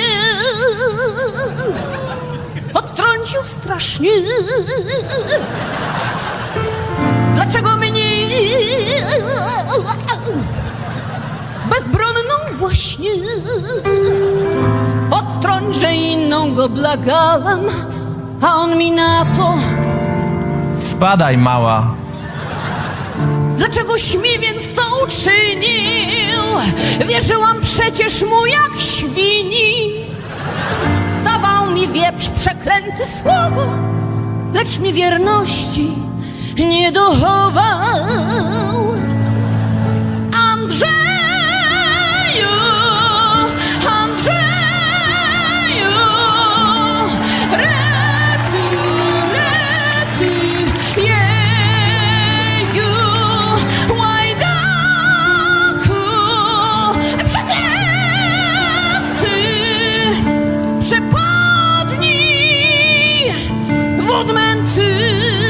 odtrącił strasznie. Dlaczego mnie, bezbronną właśnie, odtrąć, że inną go błagałam, a on mi na to: spadaj, mała. Dlaczegoś mi więc to uczynił? Wierzyłam przecież mu jak świni. Dawał mi wieprz przeklęty słowo, lecz mi wierności nie dochował. Andrzeju, Andrzeju, rety, rety, jeju, łajdaku, przeklęty, przepadnij w odmęty.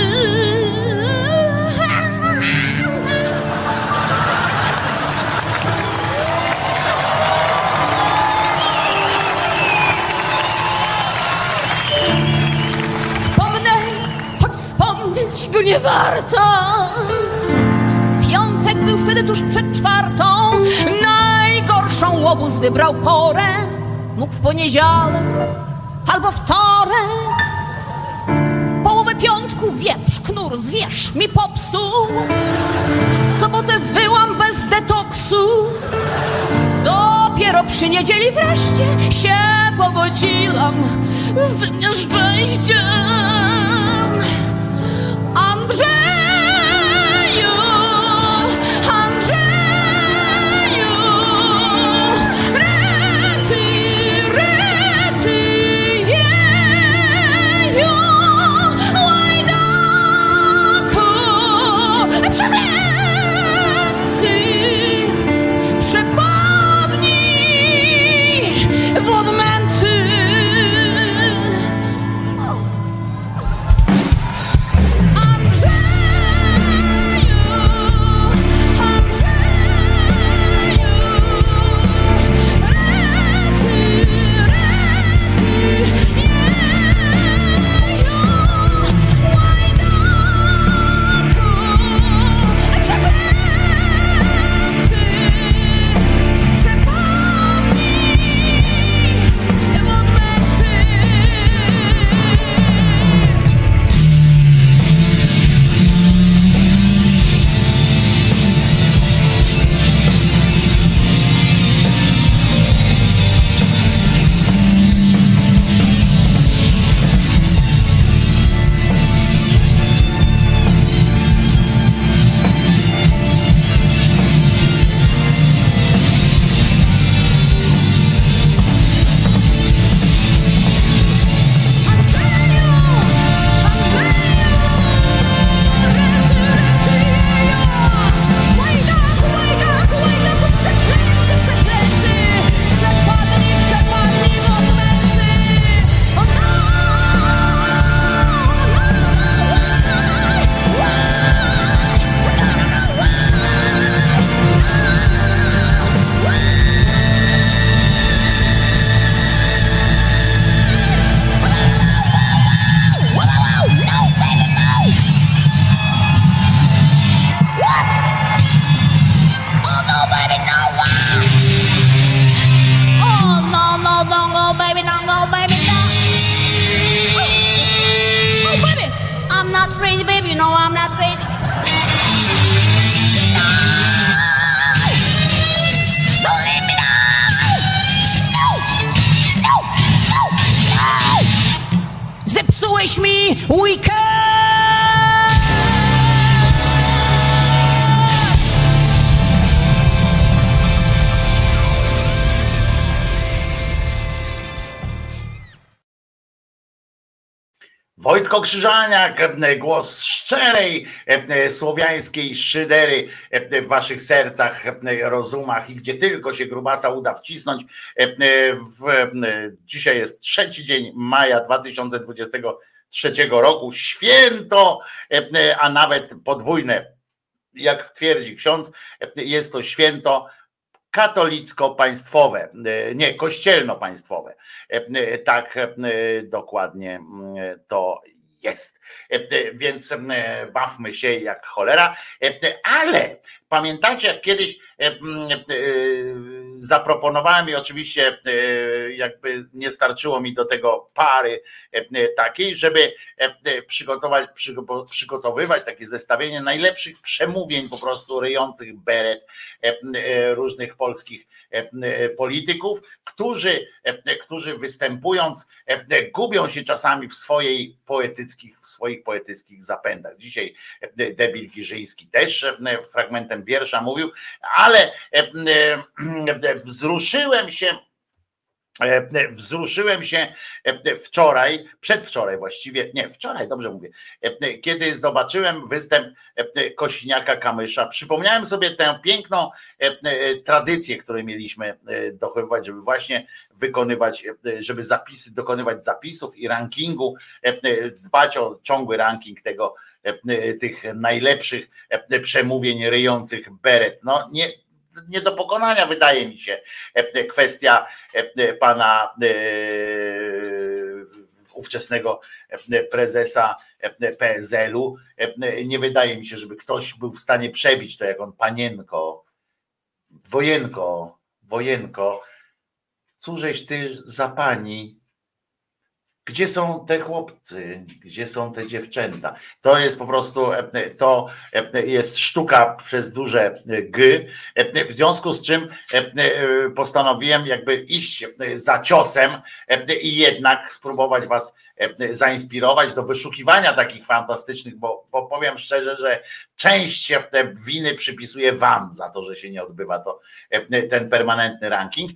Go nie warto. Piątek był wtedy tuż przed czwartą. Najgorszą łobuz wybrał porę. Mógł w poniedziałek albo wtorek. Połowę piątku wieprz, knur, zwierz mi popsuł. W sobotę wyłam bez detoksu. Dopiero przy niedzieli wreszcie się pogodziłam z tym nieszczęściem. Andrzeju, Andrzeju, rety, rety, jeju, łajdaku, przeklęty, przepadnij w odmęty. Zepsułeś mi weekend! Wojtko Krzyżaniak, głos szczerej słowiańskiej szydery w waszych sercach, rozumach i gdzie tylko się grubasa uda wcisnąć. Dzisiaj jest 3 dzień maja 2023 roku, święto, a nawet podwójne. Jak twierdzi ksiądz, jest to święto katolicko-państwowe, nie, kościelno-państwowe. Tak dokładnie to jest. Więc bawmy się jak cholera. Ale pamiętacie, jak kiedyś zaproponowałem i oczywiście jakby nie starczyło mi do tego pary takiej, żeby przygotowywać takie zestawienie najlepszych przemówień po prostu ryjących beret różnych polskich polityków, którzy występując gubią się czasami w swoich poetyckich zapędach. Dzisiaj debil Giżyński też fragmentem wiersza mówił, ale wzruszyłem się przedwczoraj właściwie, nie, wczoraj, dobrze mówię, kiedy zobaczyłem występ Kosiniaka-Kamysza. Przypomniałem sobie tę piękną tradycję, której mieliśmy dochowywać, żeby właśnie żeby dokonywać zapisów i rankingu, dbać o ciągły ranking tych najlepszych przemówień ryjących beret. No nie do pokonania, wydaje mi się, kwestia pana ówczesnego prezesa PSL-u. Nie wydaje mi się, żeby ktoś był w stanie przebić to, jak on panienko, wojenko, cóżeś ty za pani, gdzie są te chłopcy, gdzie są te dziewczęta? To jest po prostu, to jest sztuka przez duże G, w związku z czym postanowiłem jakby iść za ciosem i jednak spróbować was zainspirować do wyszukiwania takich fantastycznych, bo powiem szczerze, że część winy przypisuję wam za to, że się nie odbywa ten permanentny ranking.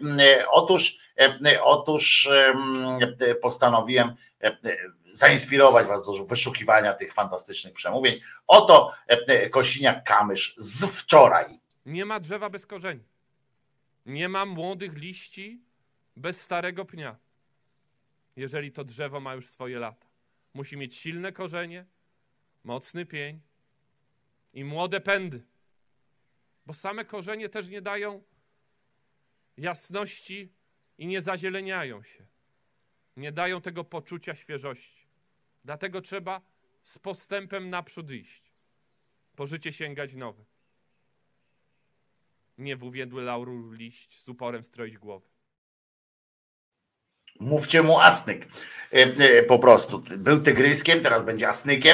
Otóż postanowiłem zainspirować was do wyszukiwania tych fantastycznych przemówień. Oto Kosiniak-Kamysz z wczoraj. Nie ma drzewa bez korzeni. Nie ma młodych liści bez starego pnia. Jeżeli to drzewo ma już swoje lata. Musi mieć silne korzenie, mocny pień i młode pędy. Bo same korzenie też nie dają jasności i nie zazieleniają się. Nie dają tego poczucia świeżości. Dlatego trzeba z postępem naprzód iść. Po życie sięgać nowe. Nie w uwiedły laurów liść z uporem stroić głowy. Mówcie mu Asnyk. Po prostu. Był tygryskiem, teraz będzie Asnykiem.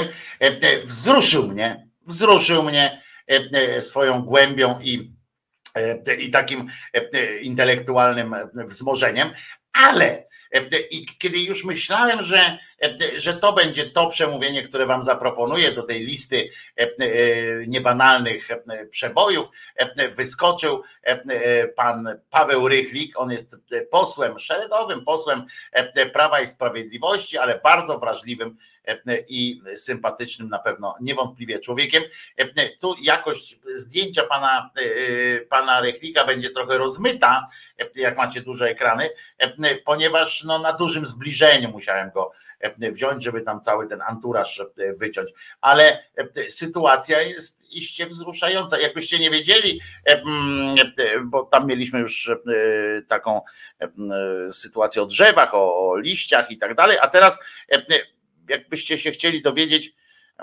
Wzruszył mnie swoją głębią i takim intelektualnym wzmożeniem, ale kiedy już myślałem, że to będzie to przemówienie, które wam zaproponuję do tej listy niebanalnych przebojów, wyskoczył pan Paweł Rychlik. On jest posłem, szeregowym posłem Prawa i Sprawiedliwości, ale bardzo wrażliwym i sympatycznym na pewno, niewątpliwie człowiekiem. Tu jakość zdjęcia pana Rychlika będzie trochę rozmyta, jak macie duże ekrany, ponieważ na dużym zbliżeniu musiałem go wziąć, żeby tam cały ten anturaż wyciąć, ale sytuacja jest iście wzruszająca. Jakbyście nie wiedzieli, bo tam mieliśmy już taką sytuację o drzewach, o liściach i tak dalej, a teraz jakbyście się chcieli dowiedzieć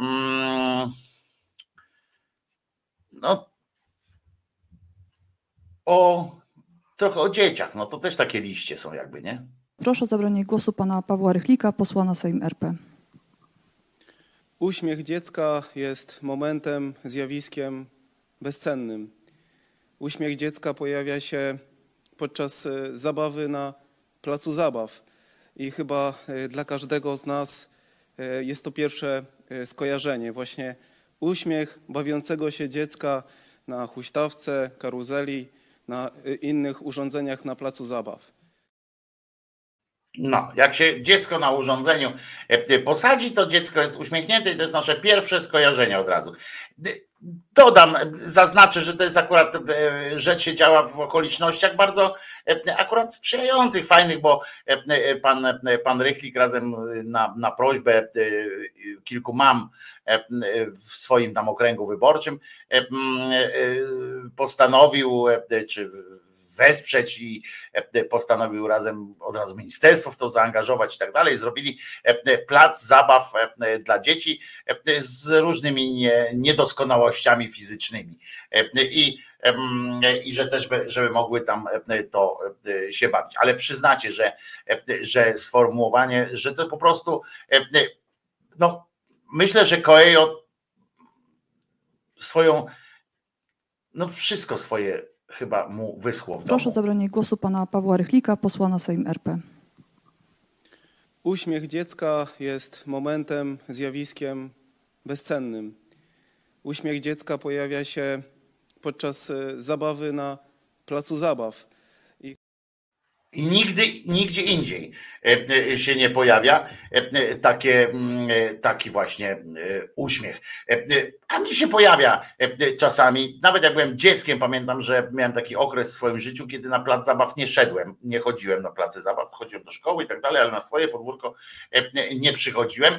trochę o dzieciach, to też takie liście są jakby, nie? Proszę o zabranie głosu pana Pawła Rychlika, posła na Sejm RP. Uśmiech dziecka jest momentem, zjawiskiem bezcennym. Uśmiech dziecka pojawia się podczas zabawy na placu zabaw i chyba dla każdego z nas jest to pierwsze skojarzenie. Właśnie uśmiech bawiącego się dziecka na huśtawce, karuzeli, na innych urządzeniach na placu zabaw. Jak się dziecko na urządzeniu posadzi, to dziecko jest uśmiechnięte i to jest nasze pierwsze skojarzenie od razu. Dodam, zaznaczę, że to jest akurat rzecz się działa w okolicznościach bardzo akurat sprzyjających, fajnych, bo pan Rychlik razem na prośbę kilku mam w swoim tam okręgu wyborczym postanowił, czy wesprzeć i postanowił od razu ministerstwo w to zaangażować i tak dalej. Zrobili plac zabaw dla dzieci z różnymi niedoskonałościami fizycznymi i że też, żeby mogły tam to się bawić. Ale przyznacie, że sformułowanie, że to po prostu, no myślę, że Coelho swoją, no wszystko swoje chyba mu wyschło w domu. Proszę o zabranie głosu pana Pawła Rychlika, posła na Sejm RP. Uśmiech dziecka jest momentem, zjawiskiem bezcennym. Uśmiech dziecka pojawia się podczas zabawy na placu zabaw. I nigdzie indziej się nie pojawia taki właśnie uśmiech. A mi się pojawia czasami, nawet jak byłem dzieckiem, pamiętam, że miałem taki okres w swoim życiu, kiedy na plac zabaw nie szedłem, nie chodziłem na place zabaw, chodziłem do szkoły i tak dalej, ale na swoje podwórko nie przychodziłem,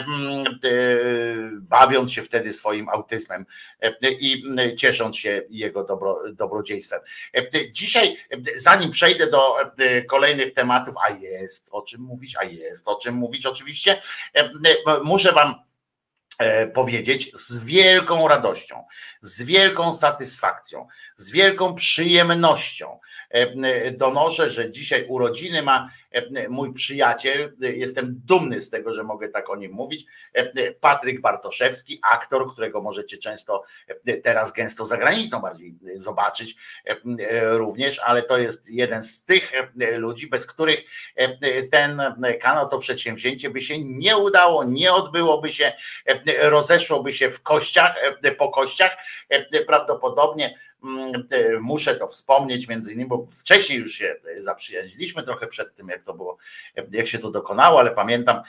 bawiąc się wtedy swoim autyzmem i ciesząc się jego dobrodziejstwem. Dzisiaj, zanim przejdę do kolejnych tematów, a jest o czym mówić oczywiście, muszę wam powiedzieć z wielką radością, z wielką satysfakcją, z wielką przyjemnością donoszę, że dzisiaj urodziny ma mój przyjaciel, jestem dumny z tego, że mogę tak o nim mówić, Patryk Bartoszewski, aktor, którego możecie często teraz gęsto za granicą bardziej zobaczyć również, ale to jest jeden z tych ludzi, bez których ten kanał, to przedsięwzięcie by się nie udało, nie odbyłoby się, rozeszłoby się w kościach, po kościach, prawdopodobnie. Muszę to wspomnieć między innymi, bo wcześniej już się zaprzyjaźniliśmy trochę przed tym, jak to było, jak się to dokonało, ale pamiętam,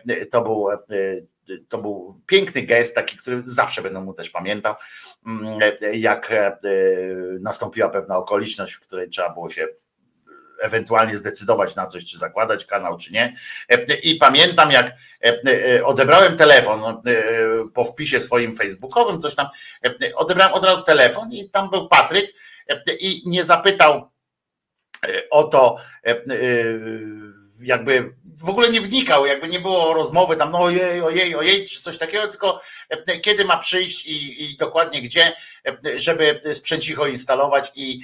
to był piękny gest, taki, który zawsze będę mu też pamiętał, jak nastąpiła pewna okoliczność, w której trzeba było się ewentualnie zdecydować na coś, czy zakładać kanał, czy nie. I pamiętam, jak odebrałem telefon po wpisie swoim facebookowym, coś tam, odebrałem od razu telefon i tam był Patryk i nie zapytał o to, jakby w ogóle nie wnikał, jakby nie było rozmowy tam, no ojej, czy coś takiego, tylko kiedy ma przyjść i dokładnie gdzie, żeby sprzęcicho instalować i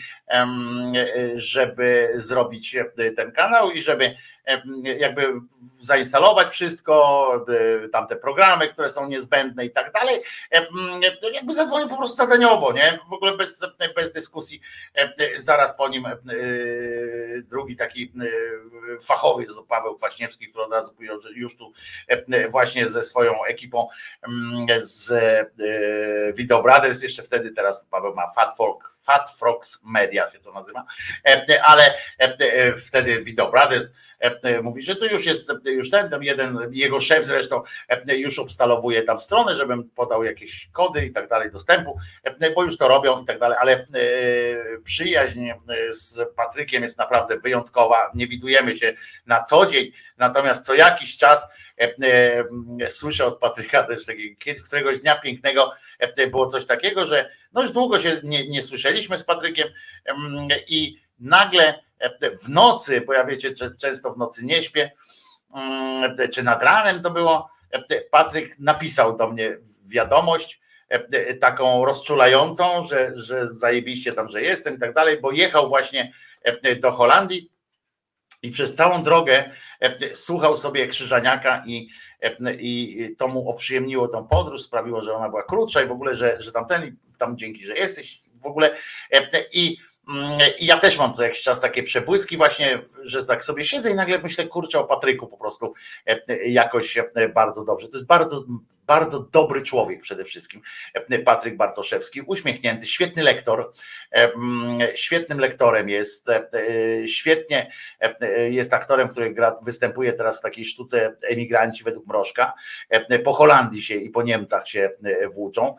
żeby zrobić ten kanał i żeby jakby zainstalować wszystko, tamte programy, które są niezbędne i tak dalej, jakby zadzwonił po prostu zadaniowo, nie? W ogóle bez dyskusji. Zaraz po nim drugi taki fachowy, Paweł Kwaśniewski, który od razu powiedział, że już tu właśnie ze swoją ekipą z Video Brothers, jeszcze wtedy, teraz Paweł ma Fat Frogs Media się to nazywa, ale wtedy Video Brothers mówi, że to już jest, już ten jeden, jego szef zresztą już obstalowuje tam stronę, żebym podał jakieś kody i tak dalej dostępu, bo już to robią i tak dalej, ale przyjaźń z Patrykiem jest naprawdę wyjątkowa, nie widujemy się na co dzień, natomiast co jakiś czas słyszę od Patryka też takiego, któregoś dnia pięknego było coś takiego, że no już długo się nie słyszeliśmy z Patrykiem i nagle w nocy, bo ja wiecie, że często w nocy nie śpię, czy nad ranem to było, Patryk napisał do mnie wiadomość taką rozczulającą, że zajebiście tam, że jestem i tak dalej, bo jechał właśnie do Holandii i przez całą drogę słuchał sobie Krzyżaniaka i to mu oprzyjemniło tą podróż, sprawiło, że ona była krótsza i w ogóle, że tam dzięki, że jesteś w ogóle i ja też mam co jakiś czas takie przebłyski właśnie, że tak sobie siedzę i nagle myślę, kurczę, o Patryku po prostu jakoś bardzo dobrze. To jest bardzo dobry człowiek przede wszystkim, Patryk Bartoszewski, uśmiechnięty, świetny lektor, świetnym lektorem jest, świetnie jest aktorem, który występuje teraz w takiej sztuce Emigranci według Mrożka, po Holandii się i po Niemcach się włóczą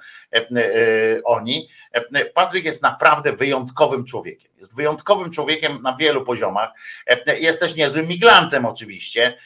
oni. Patryk jest naprawdę wyjątkowym człowiekiem, jest wyjątkowym człowiekiem na wielu poziomach, jest też niezłym miglancem oczywiście,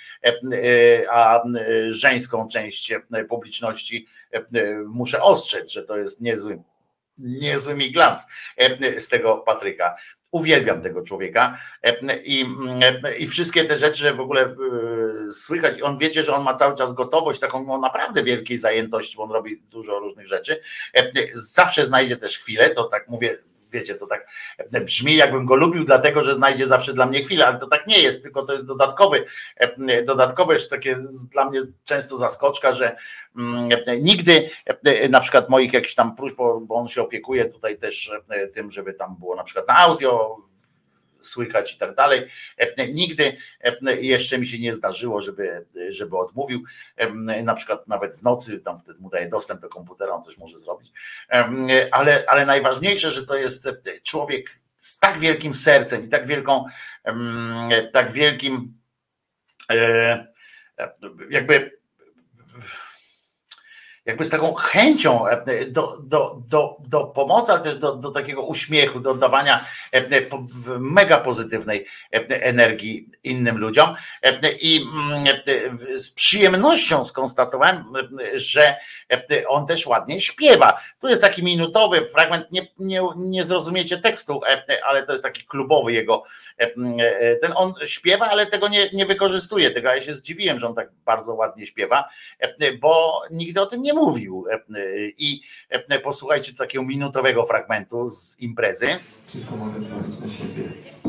a żeńską część publiczności muszę ostrzec, że to jest niezły mi glans z tego Patryka. Uwielbiam tego człowieka i wszystkie te rzeczy, że w ogóle słychać, on wiecie, że on ma cały czas gotowość, taką naprawdę wielkiej zajętości, bo on robi dużo różnych rzeczy. Zawsze znajdzie też chwilę, to tak mówię, wiecie, to tak brzmi, jakbym go lubił, dlatego że znajdzie zawsze dla mnie chwilę, ale to tak nie jest, tylko to jest dodatkowe, że takie dla mnie często zaskoczka, że nigdy na przykład moich jakichś tam próśb, bo on się opiekuje tutaj też tym, żeby tam było na przykład na audio słychać i tak dalej. Nigdy jeszcze mi się nie zdarzyło, żeby odmówił, na przykład nawet w nocy, tam wtedy mu daje dostęp do komputera, on też może zrobić, ale najważniejsze, że to jest człowiek z tak wielkim sercem i tak wielkim jakby z taką chęcią do pomocy, ale też do takiego uśmiechu, do dawania mega pozytywnej energii innym ludziom. I z przyjemnością skonstatowałem, że on też ładnie śpiewa. Tu jest taki minutowy fragment, nie zrozumiecie tekstu, ale to jest taki klubowy jego. On śpiewa, ale tego nie wykorzystuje. Tego ja się zdziwiłem, że on tak bardzo ładnie śpiewa, bo nigdy o tym nie mówił. I posłuchajcie takiego minutowego fragmentu z imprezy. Wszystko mogę zwalić na siebie.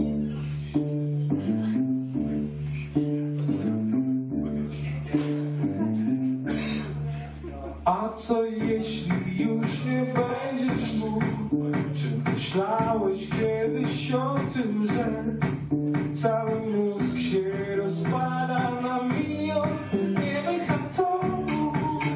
A co jeśli już nie będziesz mógł? Czy myślałeś kiedyś o tym, że cały mózg się rozpada na milion niemych atomów?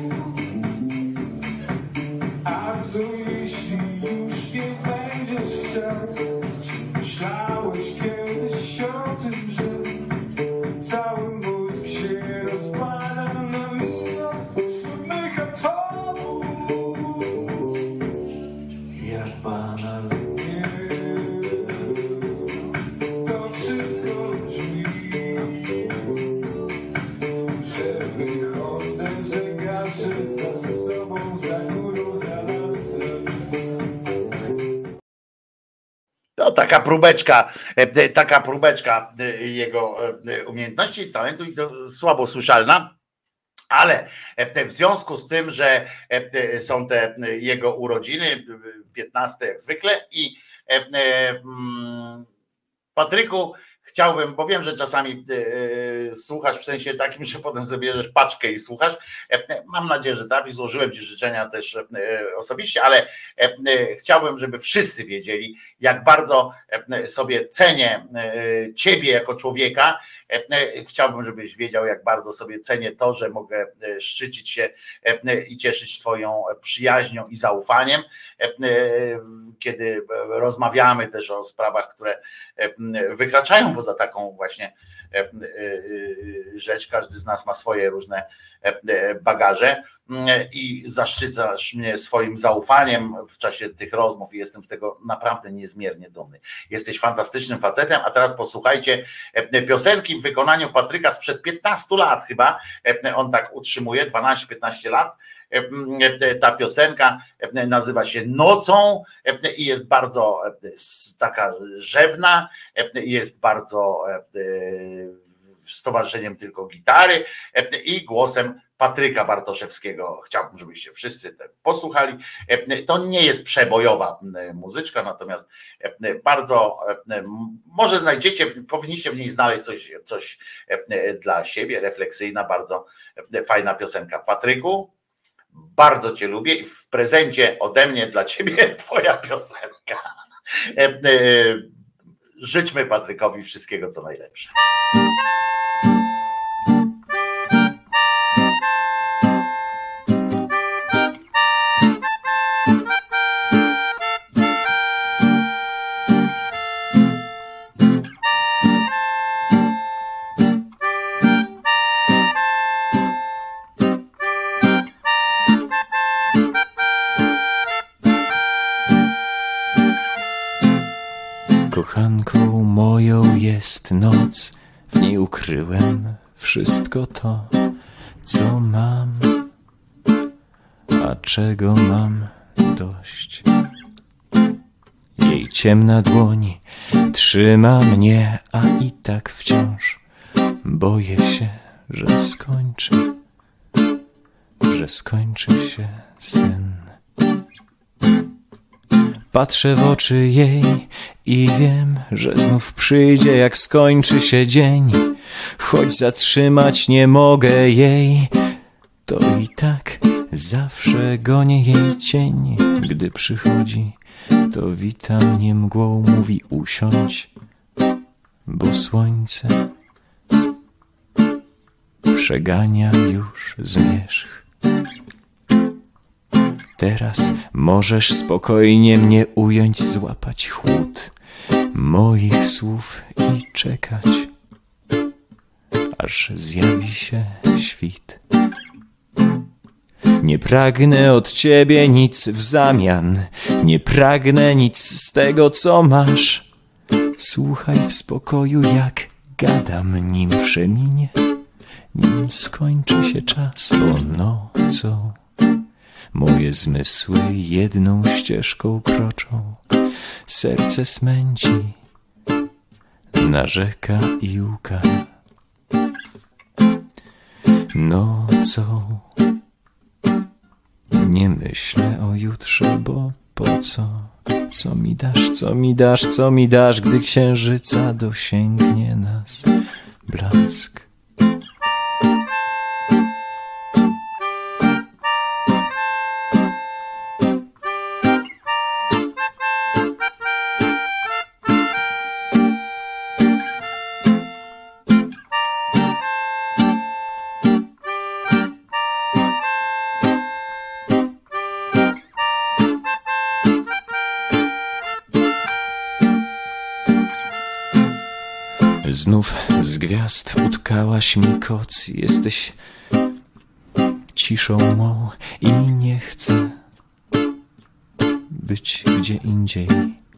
A co jeśli już nie będziesz chciał? Czy myślałeś kiedyś o tym, że cały mózg się rozpada na milion smutnych atomów? Jak banalnie to wszystko brzmi, że wychodzę, że gaszę za sobą, za górą, za lasem. To taka próbeczka jego umiejętności, talentu i to słabo słyszalna. Ale w związku z tym, że są te jego urodziny, 15 jak zwykle, i Patryku, chciałbym, bo wiem, że czasami słuchasz w sensie takim, że potem zabierzesz paczkę i słuchasz. Mam nadzieję, że trafi. Złożyłem ci życzenia też osobiście, ale chciałbym, żeby wszyscy wiedzieli, jak bardzo sobie cenię ciebie jako człowieka. Chciałbym, żebyś wiedział, jak bardzo sobie cenię to, że mogę szczycić się i cieszyć twoją przyjaźnią i zaufaniem, kiedy rozmawiamy też o sprawach, które wykraczają poza taką właśnie rzecz. Każdy z nas ma swoje różne bagaże i zaszczycasz mnie swoim zaufaniem w czasie tych rozmów i jestem z tego naprawdę niezmiernie dumny. Jesteś fantastycznym facetem, a teraz posłuchajcie piosenki w wykonaniu Patryka sprzed 15 lat chyba, on tak utrzymuje, 12-15 lat. Ta piosenka nazywa się Nocą i jest bardzo taka rzewna, jest bardzo z towarzyszeniem tylko gitary i głosem Patryka Bartoszewskiego. Chciałbym, żebyście wszyscy to posłuchali. To nie jest przebojowa muzyczka, natomiast bardzo, może znajdziecie, powinniście w niej znaleźć coś dla siebie, refleksyjna, bardzo fajna piosenka. Patryku, bardzo cię lubię i w prezencie ode mnie dla ciebie twoja piosenka. Życzmy Patrykowi wszystkiego, co najlepsze. Kochanką moją jest noc, w niej ukryłem wszystko to, co mam, a czego mam dość. ciemna dłoń trzyma mnie, a i tak wciąż boję się, że skończy się sen. Patrzę w oczy jej i wiem, że znów przyjdzie, jak skończy się dzień. Choć zatrzymać nie mogę jej, to i tak zawsze gonię jej cień. Gdy przychodzi, to wita mnie mgłą, mówi usiądź, bo słońce przegania już zmierzch. Teraz możesz spokojnie mnie ująć, złapać chłód moich słów i czekać, aż zjawi się świt. Nie pragnę od ciebie nic w zamian, nie pragnę nic z tego, co masz. Słuchaj w spokoju, jak gadam, nim przeminie, nim skończy się czas, bo nocą moje zmysły jedną ścieżką kroczą. Serce smęci, narzeka i łka. Nocą nie myślę o jutrze, bo po co? Co mi dasz, co mi dasz, co mi dasz, gdy księżyca dosięgnie nas blask? Znów z gwiazd utkałaś mi koc, jesteś ciszą mą i nie chcę być gdzie indziej.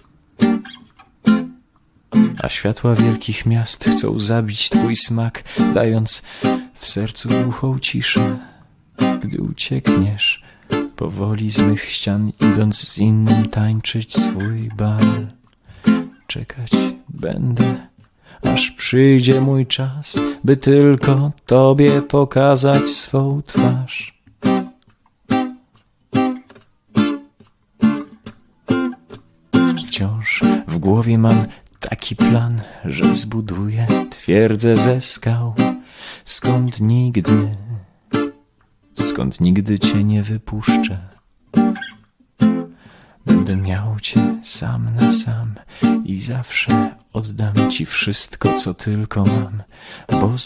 A światła wielkich miast chcą zabić twój smak, dając w sercu głuchą ciszę. Gdy uciekniesz powoli z mych ścian, idąc z innym tańczyć swój bal. Czekać będę, aż przyjdzie mój czas, by tylko tobie pokazać swą twarz. Wciąż w głowie mam taki plan, że zbuduję twierdzę ze skał, skąd nigdy cię nie wypuszczę. Będę miał cię sam na sam i zawsze oddam ci wszystko, co tylko mam, bo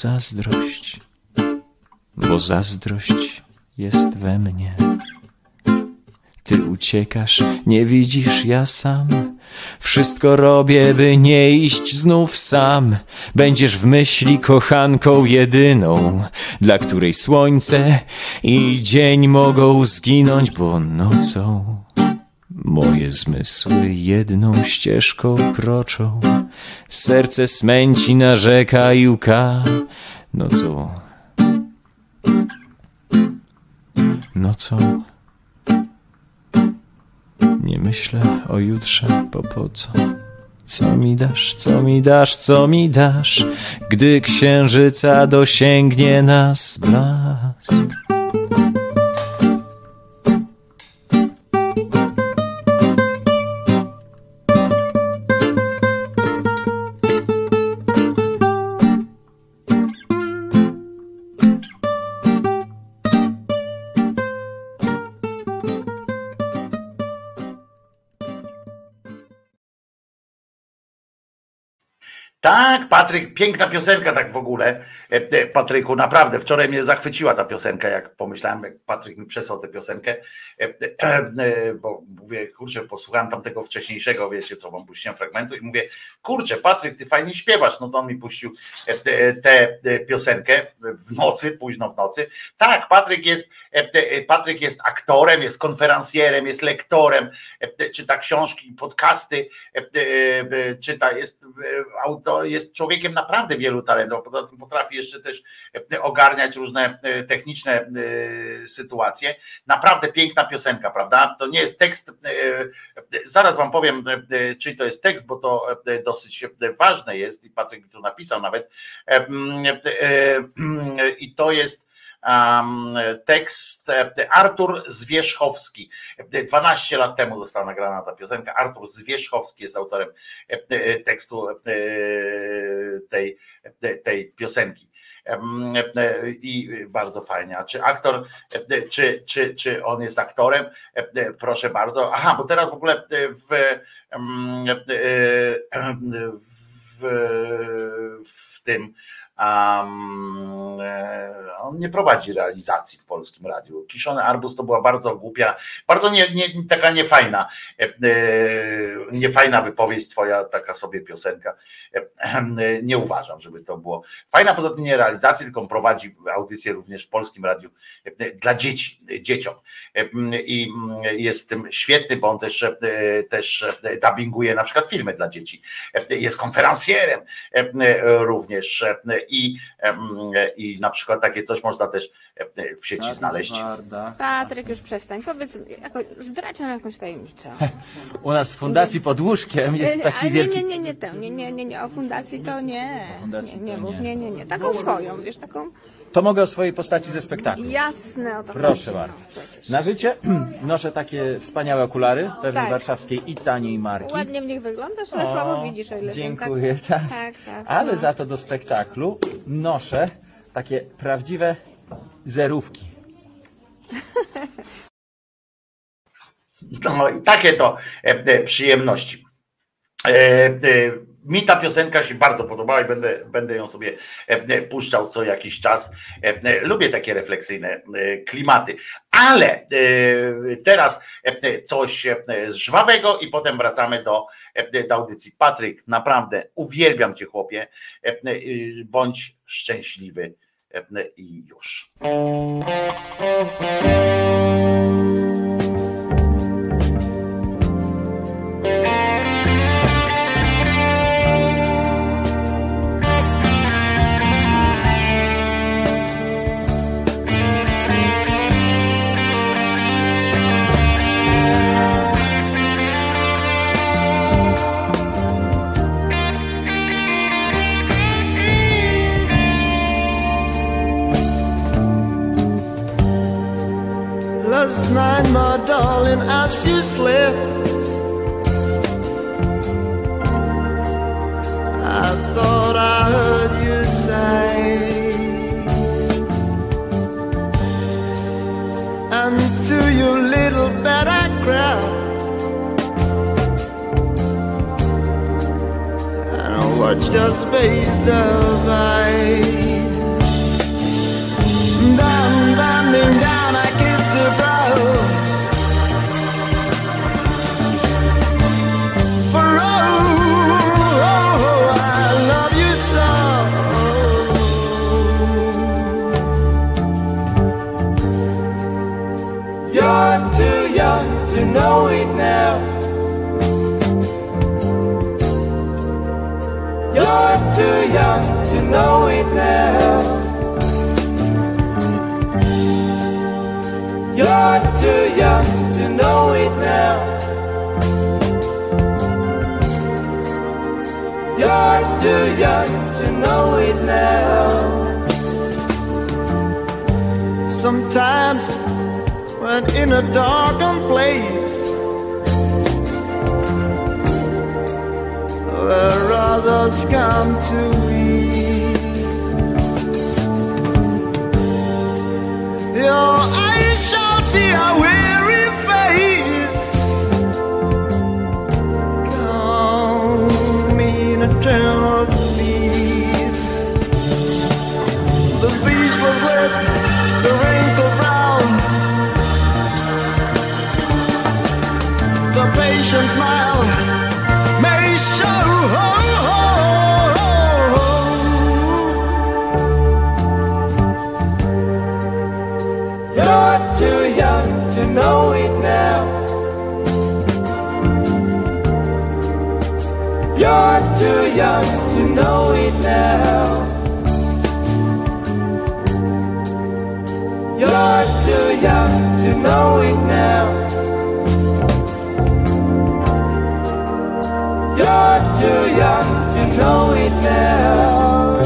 zazdrość jest we mnie. Ty uciekasz, nie widzisz, ja sam wszystko robię, by nie iść znów sam. Będziesz w myśli kochanką jedyną, dla której słońce i dzień mogą zginąć, bo nocą moje zmysły jedną ścieżką kroczą. Serce smęci, narzeka i łka. Nocą nie myślę o jutrze, bo po co? Co mi dasz, co mi dasz, co mi dasz, gdy księżyca dosięgnie nas blask? Tak, Patryk, piękna piosenka tak w ogóle. Patryku, naprawdę, wczoraj mnie zachwyciła ta piosenka, jak pomyślałem, jak Patryk mi przesłał tę piosenkę, bo mówię, kurczę, posłuchałem tamtego wcześniejszego, wiecie co, wam puściłem fragmentu i mówię, kurczę, Patryk, ty fajnie śpiewasz, no to on mi puścił tę piosenkę w nocy, późno w nocy. Tak, Patryk jest aktorem, jest konferencjerem, jest lektorem, czyta książki, podcasty, czyta, jest autorem to jest człowiekiem naprawdę wielu talentów, poza tym potrafi jeszcze też ogarniać różne techniczne sytuacje. Naprawdę piękna piosenka, prawda? To nie jest tekst, zaraz wam powiem, czy to jest tekst, bo to dosyć ważne jest i Patryk mi tu napisał nawet. I to jest tekst Artur Zwierzchowski. 12 lat temu została nagrana ta piosenka. Artur Zwierzchowski jest autorem tekstu tej piosenki. I bardzo fajnie. A czy aktor, czy on jest aktorem? Proszę bardzo. Aha, bo teraz w ogóle w tym on nie prowadzi realizacji w Polskim Radiu. Kiszony Arbuz to była bardzo głupia, bardzo taka niefajna wypowiedź twoja, taka sobie piosenka. Nie uważam, żeby to było fajna, poza tym nie realizacji, tylko prowadzi audycję również w Polskim Radiu dla dzieciom. I jest tym świetny, bo on też dubbinguje na przykład filmy dla dzieci. Jest konferencjerem również i na przykład takie coś można też w sieci znaleźć. Patryk, już przestań. Powiedz, zdradź nam jakąś tajemnicę. U nas w Fundacji pod łóżkiem jest taki wielki... Nie, o fundacji to nie. Nie. Taką swoją, wiesz, taką... To mogę o swojej postaci ze spektaklu. Jasne, o to proszę bardzo. Na życie noszę takie wspaniałe okulary, pewnie warszawskiej i taniej marki. Ładnie w nich wyglądasz, ale słabo widzisz, o ile dziękuję, tak. Ale za to do spektaklu noszę takie prawdziwe zerówki. No i takie to przyjemności. Mi ta piosenka się bardzo podobała i będę ją sobie puszczał co jakiś czas. Lubię takie refleksyjne klimaty. Ale teraz coś żwawego i potem wracamy do audycji. Patryk, naprawdę uwielbiam cię, chłopie. Bądź szczęśliwy i już. Last night, my darling, as you slept, I thought I heard you say, and to your little bed I crept, and I watched us bathe away. Down, bending down, I kissed your brow. For oh, I love you so. You're too young to know it now. You're too young to know it now. You're too young to know it now. You're too young to know it now. Sometimes when in a darkened place where others come to be, your eyes shall see a weary face. Calm me in eternal sleep. The beach was wet, the wrinkled brown, the patient smile may show. You're too young to You're too young to know it now. You're too young to know it now. You're too young to know it now.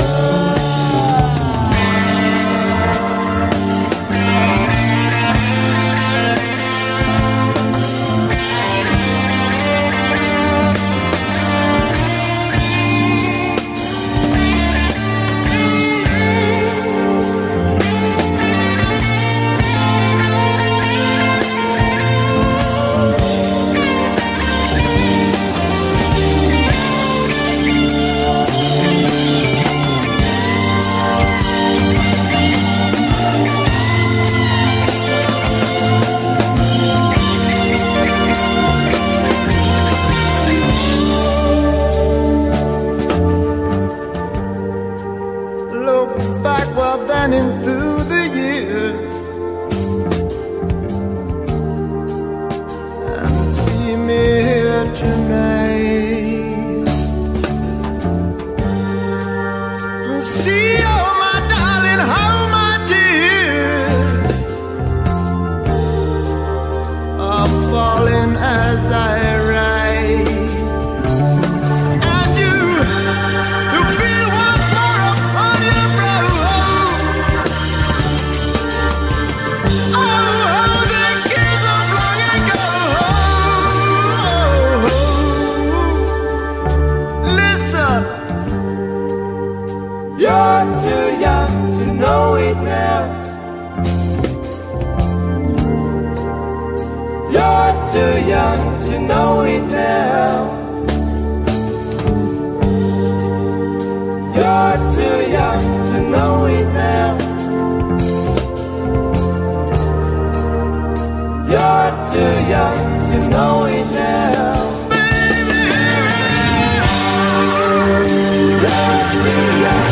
Running through the years and see me here tonight. See, oh my darling, how my tears are falling as I write. And you feel once more upon your brow. You're too young to know it now. You're too young to know it now. You're too young to know it now. You're too young to know it now. Baby, you're too young.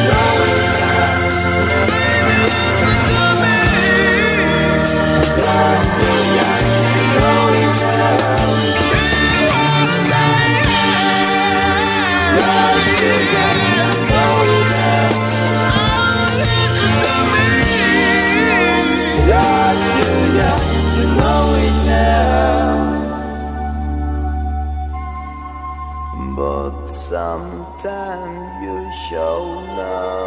But sometime you shall know.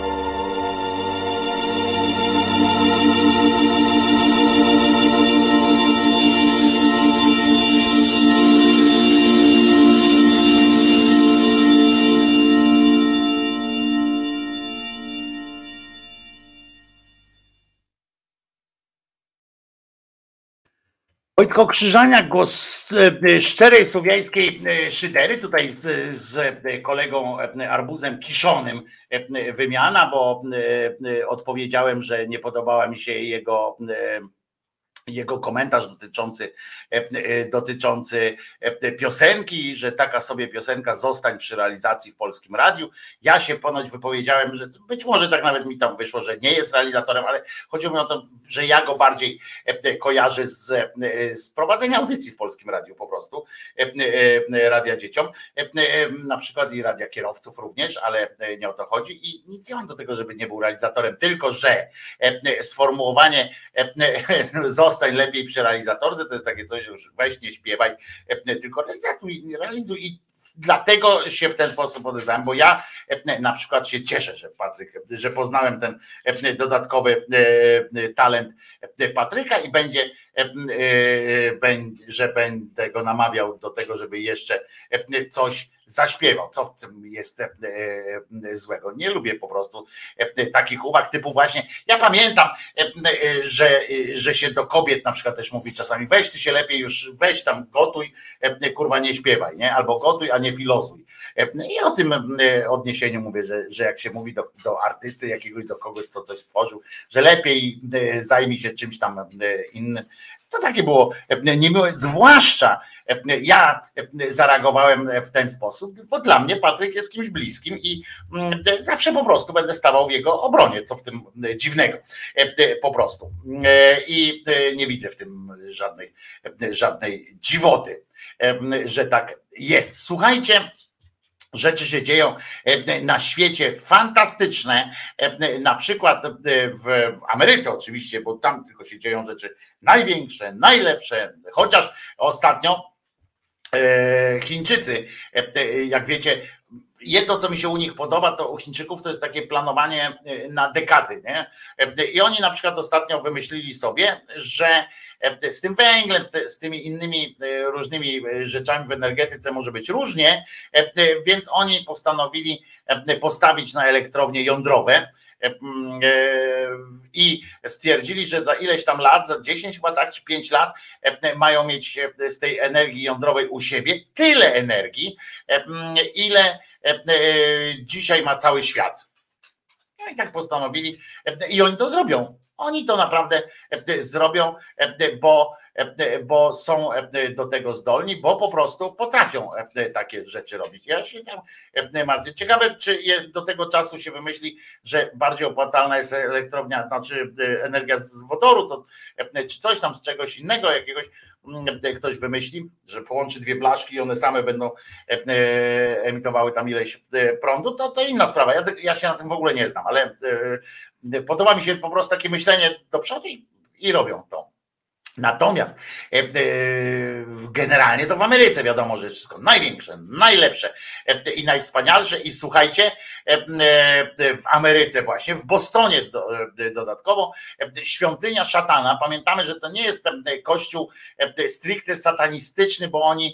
Wojtko Krzyżaniak, głos szczerej słowiańskiej szydery, tutaj z kolegą Arbuzem Kiszonym wymiana, bo odpowiedziałem, że nie podobała mi się jego komentarz dotyczący piosenki, że taka sobie piosenka Zostań przy realizacji w Polskim Radiu. Ja się ponoć wypowiedziałem, że być może tak nawet mi tam wyszło, że nie jest realizatorem, ale chodziło mi o to, że ja go bardziej kojarzę z prowadzenia audycji w Polskim Radiu po prostu, Radia Dzieciom, na przykład i Radia Kierowców również, ale nie o to chodzi i nic nie mam do tego, żeby nie był realizatorem, tylko że sformułowanie zostań lepiej przy realizatorze, to jest takie coś, że już weź nie śpiewaj, tylko realizuj i dlatego się w ten sposób odezwałem, bo ja na przykład się cieszę, że poznałem ten dodatkowy talent Patryka i że będę go namawiał do tego, żeby jeszcze coś zaśpiewał, co w tym jest złego. Nie lubię po prostu takich uwag typu właśnie, ja pamiętam, że się do kobiet na przykład też mówi czasami, weź ty się lepiej już, weź tam gotuj, kurwa nie śpiewaj, nie? Albo gotuj, a nie filozuj. I o tym odniesieniu mówię, że jak się mówi do artysty jakiegoś, do kogoś, kto coś stworzył, że lepiej zajmij się czymś tam innym. To takie było niemiłe, zwłaszcza Ja zareagowałem w ten sposób, bo dla mnie Patryk jest kimś bliskim i zawsze po prostu będę stawał w jego obronie, co w tym dziwnego po prostu. I nie widzę w tym żadnej dziwoty, że tak jest. Słuchajcie, rzeczy się dzieją na świecie fantastyczne, na przykład w Ameryce oczywiście, bo tam tylko się dzieją rzeczy największe, najlepsze, chociaż ostatnio Chińczycy, jak wiecie, jedno, co mi się u nich podoba, to u Chińczyków to jest takie planowanie na dekady, nie? I oni na przykład ostatnio wymyślili sobie, że z tym węglem, z tymi innymi różnymi rzeczami w energetyce może być różnie, więc oni postanowili postawić na elektrownie jądrowe i stwierdzili, że za ileś tam lat, za 10 chyba tak, czy 5 lat mają mieć z tej energii jądrowej u siebie tyle energii, ile dzisiaj ma cały świat. No i tak postanowili i oni to zrobią. Oni to naprawdę zrobią, bo są do tego zdolni, bo po prostu potrafią takie rzeczy robić. Ja się tam martwię. Ciekawe, czy do tego czasu się wymyśli, że bardziej opłacalna jest elektrownia, znaczy energia z wodoru, to, czy coś tam z czegoś innego, jakiegoś ktoś wymyśli, że połączy dwie blaszki i one same będą emitowały tam ileś prądu, to inna sprawa. Ja się na tym w ogóle nie znam, ale podoba mi się po prostu takie myślenie do przodu i robią to. Natomiast generalnie to w Ameryce wiadomo, że wszystko największe, najlepsze i najwspanialsze. I słuchajcie, w Ameryce właśnie, w Bostonie dodatkowo, świątynia szatana. Pamiętamy, że to nie jest kościół stricte satanistyczny, bo oni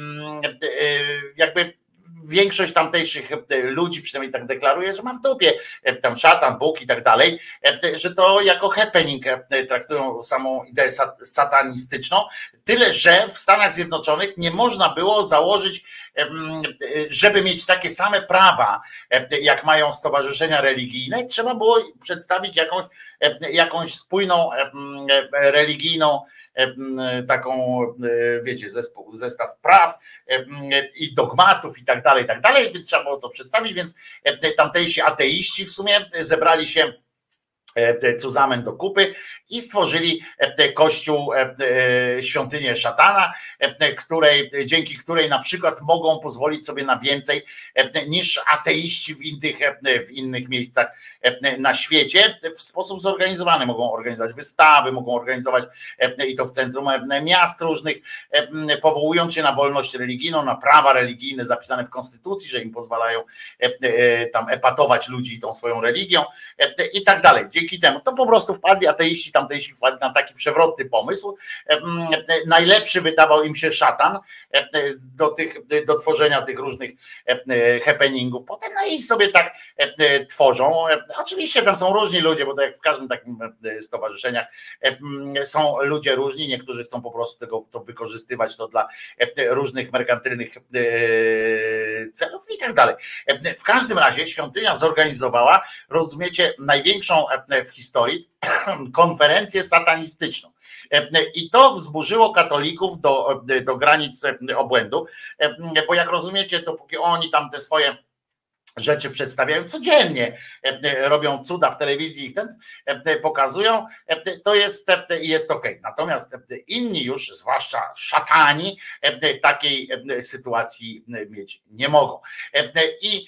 jakby większość tamtejszych ludzi, przynajmniej tak deklaruje, że ma w dupie tam szatan, Bóg i tak dalej, że to jako happening traktują samą ideę satanistyczną, tyle że w Stanach Zjednoczonych nie można było założyć, żeby mieć takie same prawa, jak mają stowarzyszenia religijne, trzeba było przedstawić jakąś spójną religijną taką, wiecie, zestaw praw i dogmatów i tak dalej, więc trzeba było to przedstawić, więc tamtejsi ateiści w sumie zebrali się zusammen do kupy i stworzyli kościół, świątynię szatana, dzięki której na przykład mogą pozwolić sobie na więcej niż ateiści w innych miejscach na świecie. W sposób zorganizowany mogą organizować wystawy, mogą organizować i to w centrum miast różnych, powołując się na wolność religijną, na prawa religijne zapisane w konstytucji, że im pozwalają tam epatować ludzi tą swoją religią i tak dalej. Dzięki temu to po prostu wpadli ateiści, tamtejsi wpadli na taki przewrotny pomysł. Najlepszy wydawał im się szatan do tworzenia tych różnych happeningów. Potem no i sobie tak tworzą. Oczywiście tam są różni ludzie, bo to jak w każdym takim stowarzyszeniach są ludzie różni. Niektórzy chcą po prostu to wykorzystywać to dla różnych merkantylnych celów i tak dalej. W każdym razie świątynia zorganizowała, rozumiecie, największą w historii konferencję satanistyczną. I to wzburzyło katolików do granic obłędu, bo jak rozumiecie, to póki oni tam te swoje rzeczy przedstawiają codziennie, robią cuda w telewizji, ich pokazują, to jest okej. Natomiast inni już, zwłaszcza szatani, takiej sytuacji mieć nie mogą. I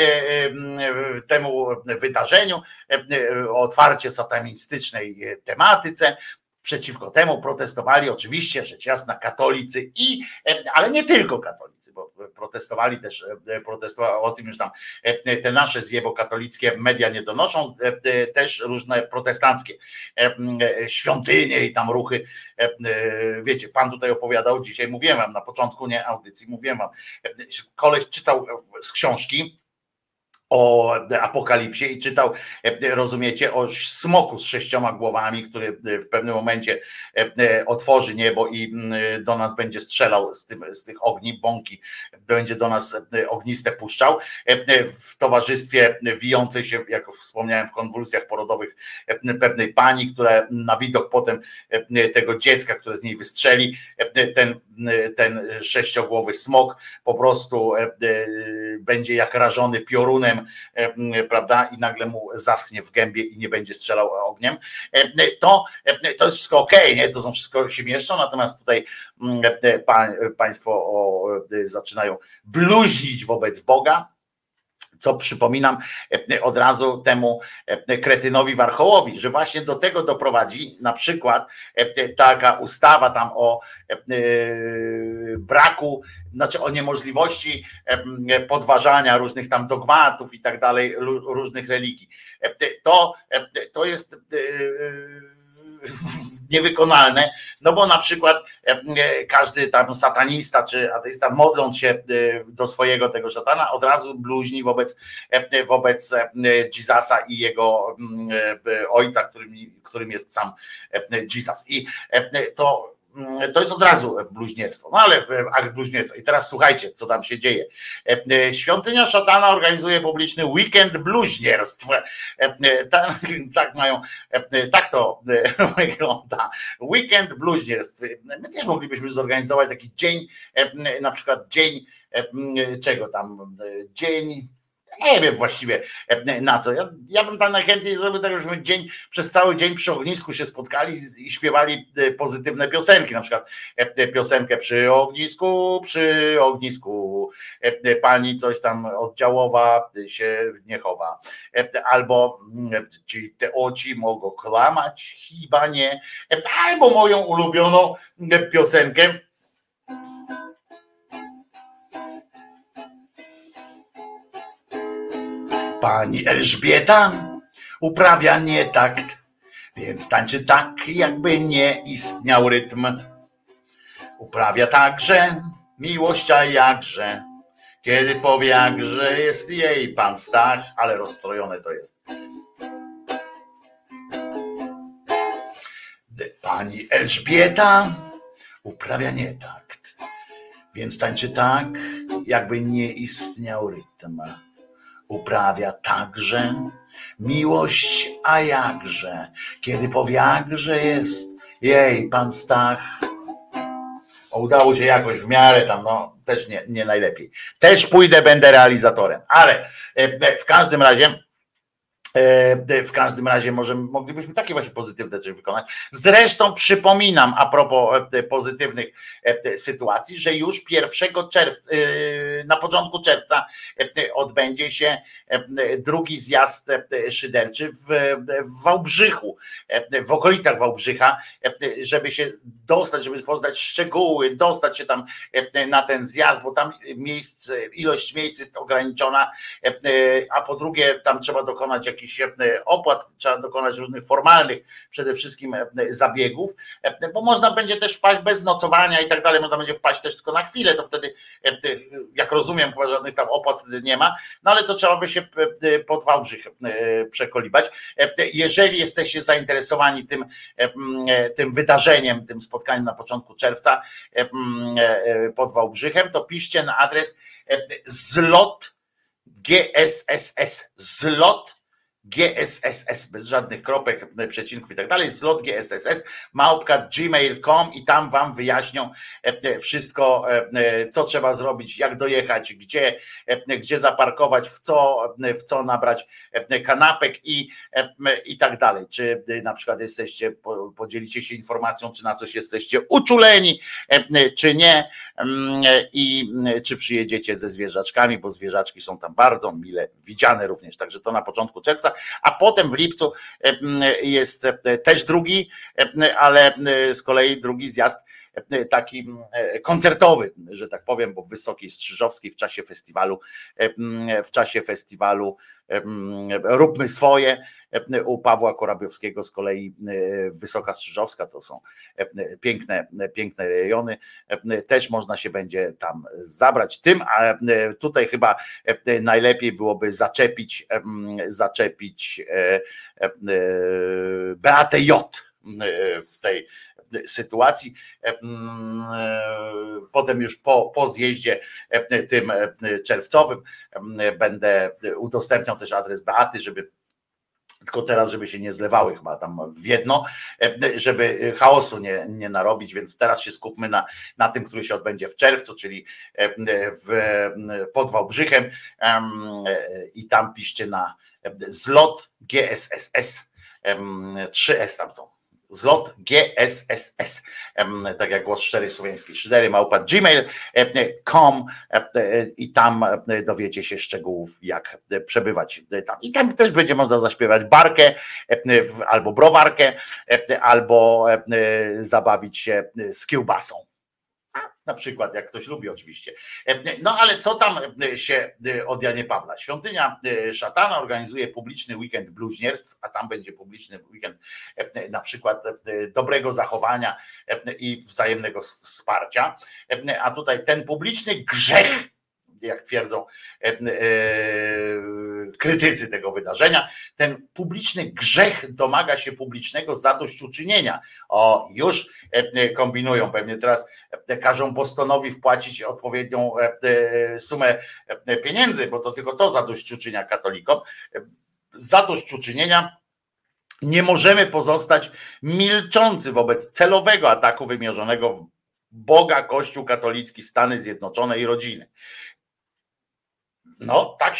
temu wydarzeniu, otwarcie satanistycznej tematyce, przeciwko temu protestowali oczywiście, rzecz jasna, katolicy, ale nie tylko katolicy, bo protestowali też, o tym już tam te nasze zjebokatolickie media nie donoszą, też różne protestanckie świątynie i tam ruchy. Wiecie, pan tutaj opowiadał, dzisiaj mówiłem wam na początku audycji, mówiłem wam, koleś czytał z książki o apokalipsie i czytał, rozumiecie, o smoku z 6 głowami, który w pewnym momencie otworzy niebo i do nas będzie strzelał z tych ogni, bąki, będzie do nas ogniste puszczał, w towarzystwie wijącej się, jak wspomniałem, w konwulsjach porodowych pewnej pani, która na widok potem tego dziecka, które z niej wystrzeli, ten 6-głowy smok po prostu będzie jak rażony piorunem, prawda, i nagle mu zaschnie w gębie i nie będzie strzelał ogniem, to jest wszystko okej, nie? To są wszystko się mieszczą, natomiast tutaj państwo zaczynają bluźnić wobec Boga, co przypominam od razu temu kretynowi Warchołowi, że właśnie do tego doprowadzi na przykład taka ustawa tam o braku, znaczy o niemożliwości podważania różnych tam dogmatów i tak dalej, różnych religii. To jest niewykonalne, no bo na przykład każdy tam satanista czy ateista, modląc się do swojego tego szatana, od razu bluźni wobec Jezusa i jego ojca, którym jest sam Jesus. I to jest od razu bluźnierstwo, no ale akt bluźnierstwa. I teraz słuchajcie, co tam się dzieje. Świątynia szatana organizuje publiczny weekend bluźnierstw. Tak to wygląda. Weekend bluźnierstw. My też moglibyśmy zorganizować taki dzień, na przykład dzień czego tam, dzień, nie wiem właściwie na co. Ja bym tam najchętniej zrobił tak, żebyśmy przez cały dzień przy ognisku się spotkali i śpiewali pozytywne piosenki, na przykład piosenkę przy ognisku pani coś tam oddziałowa się nie chowa, albo ci te oczy mogą kłamać, chyba nie, albo moją ulubioną piosenkę. Pani Elżbieta uprawia nietakt, więc tańczy tak, jakby nie istniał rytm. Uprawia także miłość, a jakże, kiedy powie jakże jest jej pan Stach, ale rozstrojone to jest. Pani Elżbieta uprawia nietakt, więc tańczy tak, jakby nie istniał rytm. Uprawia także miłość, a jakże, kiedy powie jakże jest jej pan Stach. Udało się jakoś w miarę tam, no też nie najlepiej. Też pójdę, będę realizatorem, ale w każdym razie moglibyśmy takie właśnie pozytywne coś wykonać. Zresztą przypominam a propos pozytywnych sytuacji, że już 1 czerwca, na początku czerwca odbędzie się drugi zjazd szyderczy w Wałbrzychu, w okolicach Wałbrzycha, żeby się dostać, żeby poznać szczegóły, dostać się tam na ten zjazd, bo tam ilość miejsc jest ograniczona, a po drugie tam trzeba dokonać jakichś opłat, trzeba dokonać różnych formalnych przede wszystkim zabiegów, bo można będzie też wpaść bez nocowania i tak dalej, można będzie wpaść też tylko na chwilę, to wtedy, jak rozumiem, żadnych tam opłat wtedy nie ma, no ale to trzeba by się pod Wałbrzych przekolibać. Jeżeli jesteście zainteresowani tym wydarzeniem, tym spotkaniem na początku czerwca pod Wałbrzychem, to piszcie na adres zlot GSSS, zlot GSSS, bez żadnych kropek, przecinków i tak dalej, zlot GSSS @gmail.com i tam wam wyjaśnią wszystko, co trzeba zrobić, jak dojechać, gdzie zaparkować, w co nabrać kanapek i tak dalej. Czy na przykład podzielicie się informacją, czy na coś jesteście uczuleni, czy nie, i czy przyjedziecie ze zwierzaczkami, bo zwierzaczki są tam bardzo mile widziane również, także to na początku czerwca. A potem w lipcu jest też drugi, ale z kolei drugi zjazd taki koncertowy, że tak powiem, bo w Wysokiej Strzyżowskiej w czasie festiwalu Róbmy Swoje u Pawła Korabiowskiego z kolei Wysoka Strzyżowska, to są piękne rejony, też można się będzie tam zabrać tym, a tutaj chyba najlepiej byłoby zaczepić Beatę J w tej sytuacji. Potem już po zjeździe tym czerwcowym będę udostępniał też adres Beaty, tylko teraz, żeby się nie zlewały chyba tam w jedno, żeby chaosu nie narobić, więc teraz się skupmy na tym, który się odbędzie w czerwcu, czyli pod Wałbrzychem i tam piszcie na zlot GSSS, 3S tam są. Zlot GSSS, tak jak głos szczery słowiański, szydery@gmail.com i tam dowiecie się szczegółów, jak przebywać tam. I tam też będzie można zaśpiewać barkę albo browarkę, albo zabawić się z kiełbasą. Na przykład, jak ktoś lubi oczywiście. No ale co tam się od Janie Pawła? Świątynia Szatana organizuje publiczny weekend bluźnierstw, a tam będzie publiczny weekend na przykład dobrego zachowania i wzajemnego wsparcia. A tutaj ten publiczny grzech, jak twierdzą krytycy tego wydarzenia, ten publiczny grzech domaga się publicznego zadośćuczynienia. O, już kombinują, pewnie teraz każą Bostonowi wpłacić odpowiednią sumę pieniędzy, bo to tylko to zadośćuczynia katolikom. Zadośćuczynienia. Nie możemy pozostać milczący wobec celowego ataku wymierzonego w Boga, Kościół katolicki, Stany Zjednoczone i rodziny. No, tak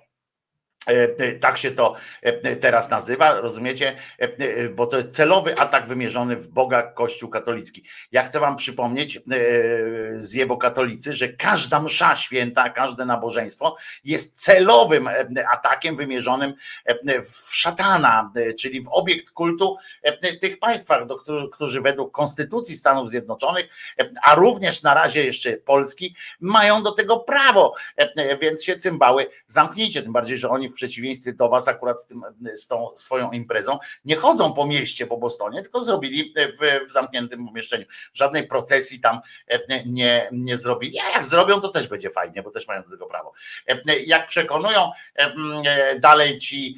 się to teraz nazywa, rozumiecie? Bo to jest celowy atak wymierzony w Boga, Kościół katolicki. Ja chcę wam przypomnieć, zjebokatolicy, że każda msza święta, każde nabożeństwo jest celowym atakiem wymierzonym w szatana, czyli w obiekt kultu tych państwach, którzy według Konstytucji Stanów Zjednoczonych, a również na razie jeszcze Polski, mają do tego prawo, więc się cymbały zamknijcie, tym bardziej, że oni w przeciwieństwie do was akurat z tą swoją imprezą nie chodzą po mieście, po Bostonie, tylko zrobili w zamkniętym pomieszczeniu. Żadnej procesji tam nie zrobili. A jak zrobią, to też będzie fajnie, bo też mają do tego prawo. Jak przekonują dalej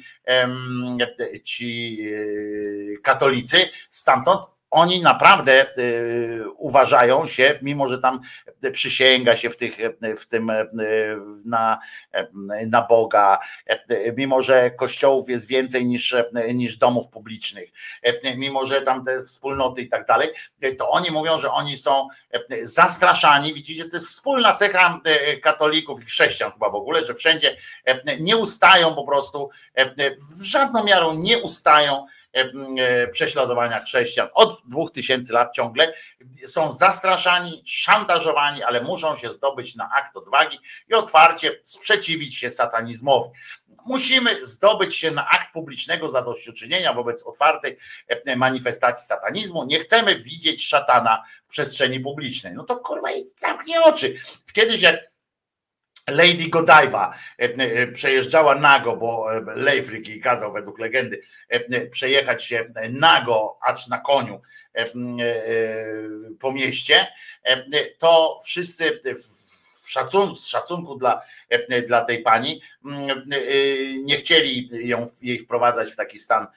ci katolicy stamtąd, oni naprawdę uważają się, mimo że tam przysięga się na Boga, mimo że kościołów jest więcej niż domów publicznych, mimo że tam te wspólnoty i tak dalej, to oni mówią, że oni są zastraszani. Widzicie, to jest wspólna cecha katolików i chrześcijan chyba w ogóle, że wszędzie nie ustają po prostu, w żadną miarą nie ustają prześladowania chrześcijan. Od 2000 lat ciągle są zastraszani, szantażowani, ale muszą się zdobyć na akt odwagi i otwarcie sprzeciwić się satanizmowi. Musimy zdobyć się na akt publicznego zadośćuczynienia wobec otwartej manifestacji satanizmu. Nie chcemy widzieć szatana w przestrzeni publicznej. No to kurwa i zamknij oczy. Kiedyś jak Lady Godiva przejeżdżała nago, bo Leifrik jej kazał według legendy przejechać się nago, acz na koniu po mieście, to wszyscy z szacunku dla tej pani nie chcieli jej wprowadzać w taki stan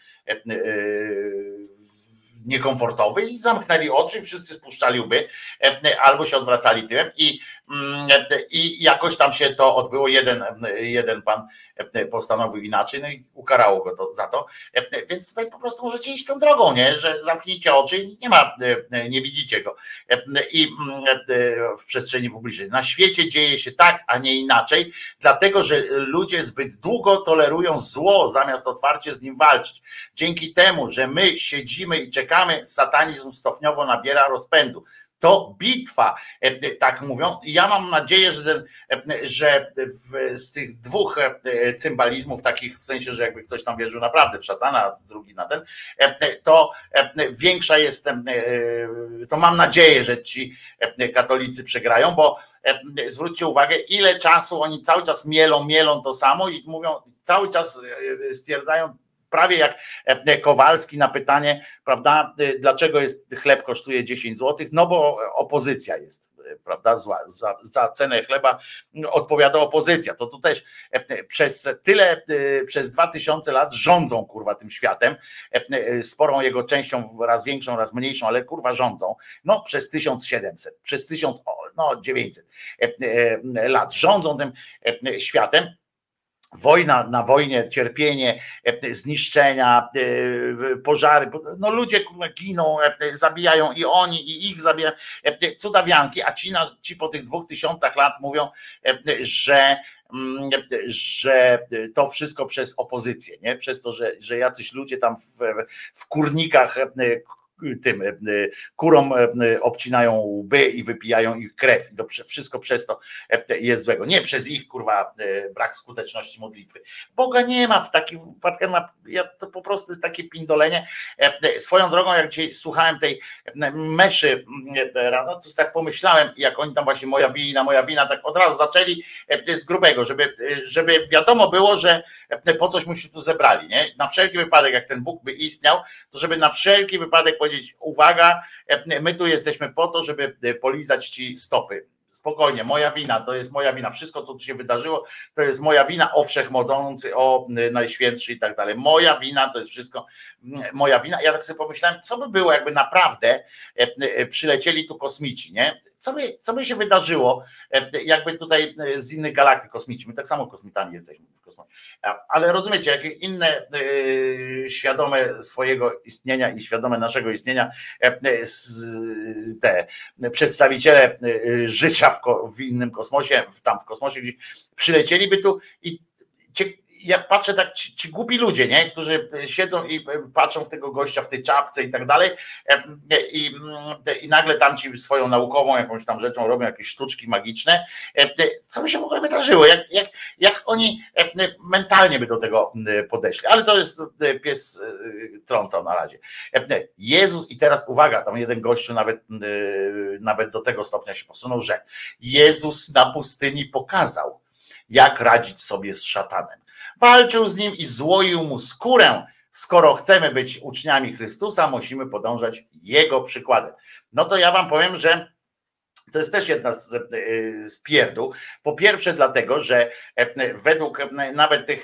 niekomfortowy i zamknęli oczy, wszyscy spuszczali łby albo się odwracali tyłem i jakoś tam się to odbyło. Jeden pan postanowił inaczej, no i ukarało go to za to, więc tutaj po prostu możecie iść tą drogą, nie? Że zamknijcie oczy i nie widzicie go i w przestrzeni publicznej. Na świecie dzieje się tak, a nie inaczej, dlatego, że ludzie zbyt długo tolerują zło, zamiast otwarcie z nim walczyć. Dzięki temu, że my siedzimy i czekamy, satanizm stopniowo nabiera rozpędu. to bitwa, tak mówią. Ja mam nadzieję, że z tych dwóch cymbalizmów, takich w sensie, że jakby ktoś tam wierzył naprawdę w szatana, a drugi na ten, to większa jest, to mam nadzieję, że ci katolicy przegrają, bo zwróćcie uwagę, ile czasu oni cały czas mielą to samo i mówią, cały czas stwierdzają, prawie jak Kowalski na pytanie, prawda, dlaczego chleb kosztuje 10 zł? No bo opozycja jest, prawda, zła. Za cenę chleba odpowiada opozycja. To tu też przez 2000 lat rządzą kurwa tym światem, sporą jego częścią, raz większą, raz mniejszą, ale kurwa rządzą, no przez 1700, przez 1900 lat rządzą tym światem. Wojna na wojnie, cierpienie, zniszczenia, pożary, no ludzie giną, zabijają i oni, i ich zabijają, cudawianki, a ci po tych 2000 lat mówią, że to wszystko przez opozycję, nie? Przez to, że jacyś ludzie tam w kurnikach tym kurom obcinają łby i wypijają ich krew. I to wszystko przez to jest złego. Nie przez ich kurwa brak skuteczności modlitwy. Boga nie ma w takich wypadkach. To po prostu jest takie pindolenie. Swoją drogą, jak dzisiaj słuchałem tej meszy rano, to tak pomyślałem, jak oni tam właśnie moja wina, tak od razu zaczęli z grubego, żeby wiadomo było, że po coś mu się tu zebrali. Nie? Na wszelki wypadek, jak ten Bóg by istniał, to żeby na wszelki wypadek powiedzieć, uwaga, my tu jesteśmy po to, żeby polizać ci stopy. Spokojnie, moja wina, to jest moja wina. Wszystko, co tu się wydarzyło, to jest moja wina, o wszechmogący, o najświętszy i tak dalej. Moja wina, to jest wszystko moja wina. Ja tak sobie pomyślałem, co by było, jakby naprawdę przylecieli tu kosmici, nie? Co by się wydarzyło, jakby tutaj z innych galaktyk kosmici, my tak samo kosmitami jesteśmy w kosmosie, ale rozumiecie, jakie inne świadome swojego istnienia i świadome naszego istnienia te przedstawiciele życia w innym kosmosie, tam w kosmosie gdzieś przylecieliby tu i ja patrzę tak, ci głupi ludzie, nie? Którzy siedzą i patrzą w tego gościa w tej czapce i tak dalej i nagle tam ci swoją naukową jakąś tam rzeczą robią jakieś sztuczki magiczne. Co by się w ogóle wydarzyło? Jak oni mentalnie by do tego podeszli? Ale to jest pies trącał na razie. Jezus, i teraz uwaga, tam jeden gościu nawet do tego stopnia się posunął, że Jezus na pustyni pokazał, jak radzić sobie z szatanem. Walczył z nim i złoił mu skórę. Skoro chcemy być uczniami Chrystusa, musimy podążać Jego przykładem. No to ja wam powiem, że to jest też jedna z pierdół. Po pierwsze dlatego, że według nawet tych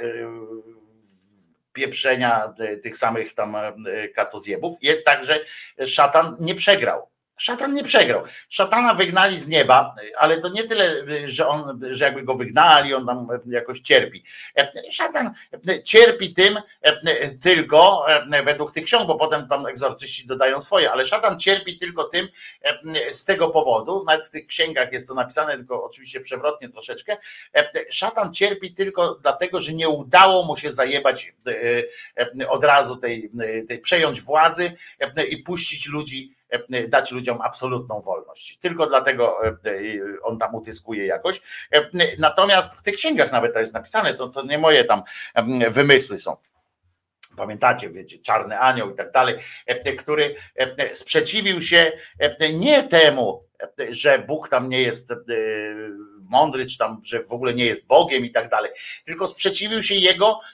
pieprzenia tych samych tam katozjebów jest tak, że szatan nie przegrał. Szatan nie przegrał. Szatana wygnali z nieba, ale to nie tyle, że jakby go wygnali, on tam jakoś cierpi. Szatan cierpi tym tylko według tych ksiąg, bo potem tam egzorcyści dodają swoje, ale szatan cierpi tylko tym z tego powodu, nawet w tych księgach jest to napisane, tylko oczywiście przewrotnie troszeczkę, szatan cierpi tylko dlatego, że nie udało mu się zajebać od razu tej przejąć władzy i puścić ludzi, dać ludziom absolutną wolność. Tylko dlatego on tam utyskuje jakoś. Natomiast w tych księgach nawet to jest napisane, to nie moje tam wymysły są. Pamiętacie, wiecie, Czarny Anioł i tak dalej, który sprzeciwił się nie temu, że Bóg tam nie jest mądry, czy tam, że w ogóle nie jest Bogiem i tak dalej, tylko sprzeciwił się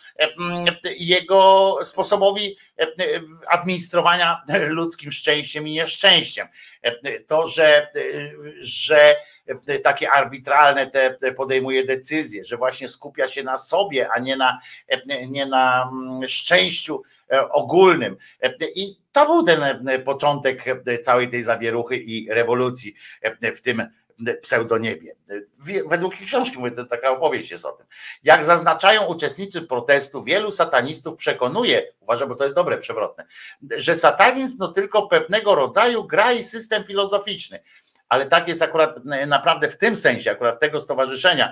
jego sposobowi administrowania ludzkim szczęściem i nieszczęściem. To, że takie arbitralne te podejmuje decyzje, że właśnie skupia się na sobie, a nie na szczęściu ogólnym. I to był ten początek całej tej zawieruchy i rewolucji w tym pseudoniebie. Według książki, mówię, to taka opowieść jest o tym. Jak zaznaczają uczestnicy protestu, wielu satanistów przekonuje, uważam, bo to jest dobre, przewrotne, że satanizm to tylko pewnego rodzaju gra i system filozoficzny. ale tak jest akurat naprawdę w tym sensie, akurat tego stowarzyszenia,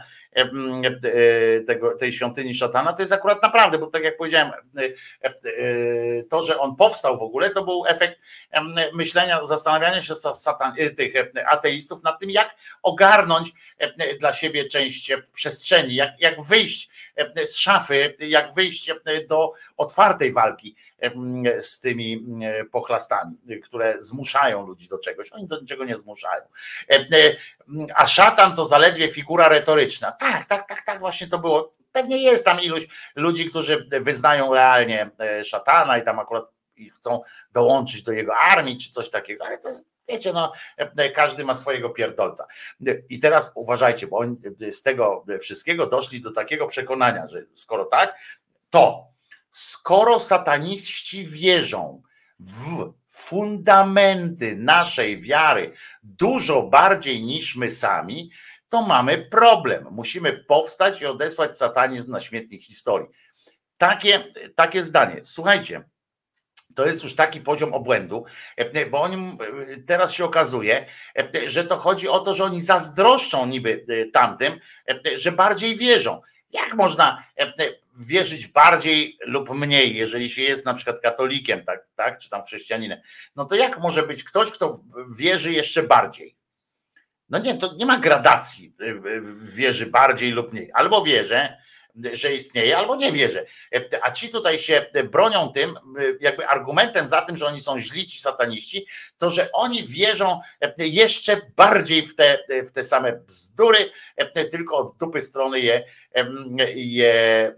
tej świątyni szatana, to jest akurat naprawdę, bo tak jak powiedziałem, to, że on powstał w ogóle, to był efekt myślenia, zastanawiania się tych ateistów nad tym, jak ogarnąć dla siebie część przestrzeni, jak wyjść z szafy, jak wyjść do otwartej walki z tymi pochlastami, które zmuszają ludzi do czegoś. Oni do niczego nie zmuszają. A szatan to zaledwie figura retoryczna. Tak, właśnie to było. Pewnie jest tam iluś ludzi, którzy wyznają realnie szatana i tam akurat chcą dołączyć do jego armii czy coś takiego, ale to jest, wiecie, no, każdy ma swojego pierdolca. I teraz uważajcie, bo oni z tego wszystkiego doszli do takiego przekonania, że skoro tak, to skoro sataniści wierzą w fundamenty naszej wiary dużo bardziej niż my sami, to mamy problem. Musimy powstać i odesłać satanizm na śmietnik historii. Takie zdanie. Słuchajcie, to jest już taki poziom obłędu, bo oni, teraz się okazuje, że to chodzi o to, że oni zazdroszczą niby tamtym, że bardziej wierzą. Jak można wierzyć bardziej lub mniej, jeżeli się jest na przykład katolikiem, tak, czy tam chrześcijaninem? No to jak może być ktoś, kto wierzy jeszcze bardziej? No nie, to nie ma gradacji, wierzy bardziej lub mniej. Albo wierzę, że istnieje, albo nie wierzę. A ci tutaj się bronią tym, jakby argumentem za tym, że oni są źli, ci sataniści, to że oni wierzą jeszcze bardziej w te same bzdury, tylko od dupy strony je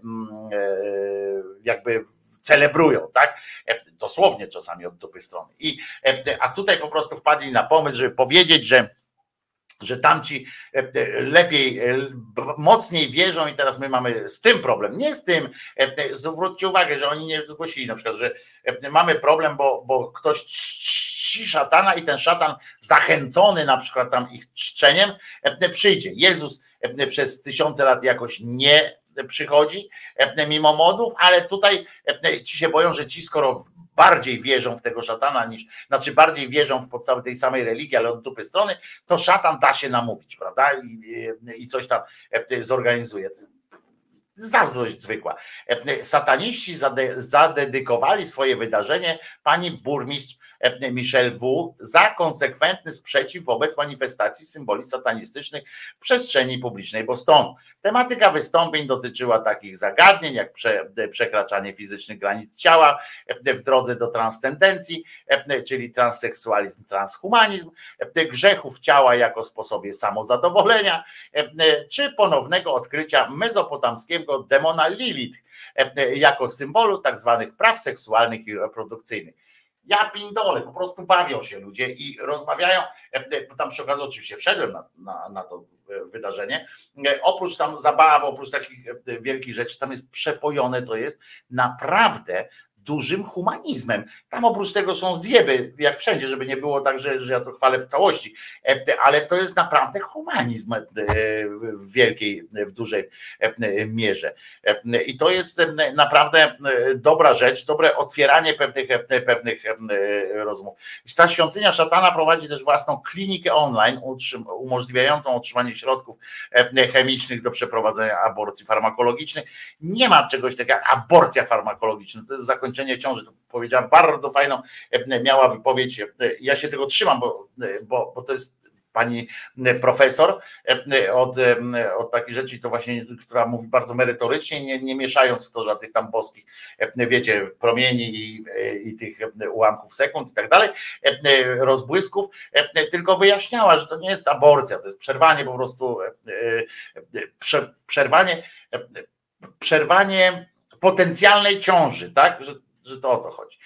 jakby celebrują, tak? Dosłownie czasami od dupy strony. A tutaj po prostu wpadli na pomysł, żeby powiedzieć, że tamci lepiej, mocniej wierzą i teraz my mamy z tym problem. Nie z tym, zwróćcie uwagę, że oni nie zgłosili na przykład, że mamy problem, bo ktoś czci szatana i ten szatan zachęcony na przykład tam ich czczeniem przyjdzie. Jezus przez 1000 lat jakoś nie przychodzi mimo modów, ale tutaj ci się boją, że ci skoro bardziej wierzą w tego szatana znaczy bardziej wierzą w podstawy tej samej religii, ale od dupy strony, to szatan da się namówić, prawda? I coś tam zorganizuje. Zazdrość zwykła. Sataniści zadedykowali swoje wydarzenie pani burmistrz Michelle W. za konsekwentny sprzeciw wobec manifestacji symboli satanistycznych w przestrzeni publicznej Bostonu. Tematyka wystąpień dotyczyła takich zagadnień jak przekraczanie fizycznych granic ciała w drodze do transcendencji, czyli transseksualizm, transhumanizm, grzechów ciała jako sposobie samozadowolenia, czy ponownego odkrycia mezopotamskiego demona Lilith jako symbolu tak zwanych praw seksualnych i reprodukcyjnych. Ja pindolę, po prostu bawią się ludzie i rozmawiają, tam przy okazji oczywiście wszedłem na to wydarzenie, oprócz tam zabaw, oprócz takich wielkich rzeczy, tam jest przepojone, to jest naprawdę dużym humanizmem. Tam oprócz tego są zjeby, jak wszędzie, żeby nie było tak, że ja to chwalę w całości, ale to jest naprawdę humanizm w dużej mierze. I to jest naprawdę dobra rzecz, dobre otwieranie pewnych rozmów. Ta świątynia szatana prowadzi też własną klinikę online, umożliwiającą otrzymanie środków chemicznych do przeprowadzenia aborcji farmakologicznych. Nie ma czegoś takiego jak aborcja farmakologiczna, to jest zakończenie ciąży, to powiedziała bardzo fajną, miała wypowiedź, ja się tego trzymam, bo to jest pani profesor od takich rzeczy, to właśnie, która mówi bardzo merytorycznie, nie mieszając w to żadnych tam boskich, wiecie, promieni i tych ułamków sekund i tak dalej, rozbłysków, tylko wyjaśniała, że to nie jest aborcja, to jest przerwanie po prostu, przerwanie potencjalnej ciąży, tak, że to o to chodzi.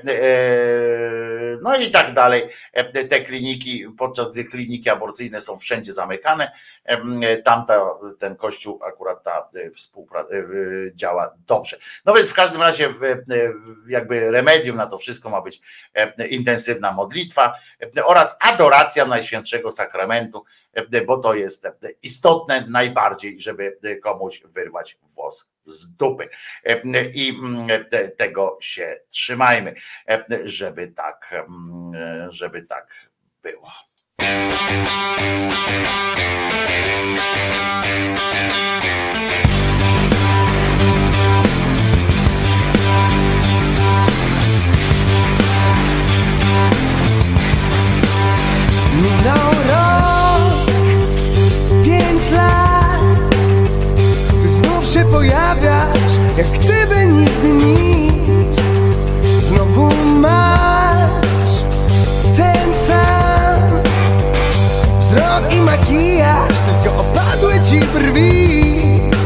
No i tak dalej. Te kliniki, podczas gdy kliniki aborcyjne są wszędzie zamykane, ten kościół akurat działa dobrze. No więc w każdym razie jakby remedium na to wszystko ma być intensywna modlitwa oraz adoracja Najświętszego Sakramentu, bo to jest istotne najbardziej, żeby komuś wyrwać włos z dupy. I tego się trzymajmy, żeby tak było. Minął rok, 5 lat, ty znów się pojawiasz, jak gdyby nigdy nic. Znowu masz ten sam wzrok i makijaż, tylko opadły ci brwi.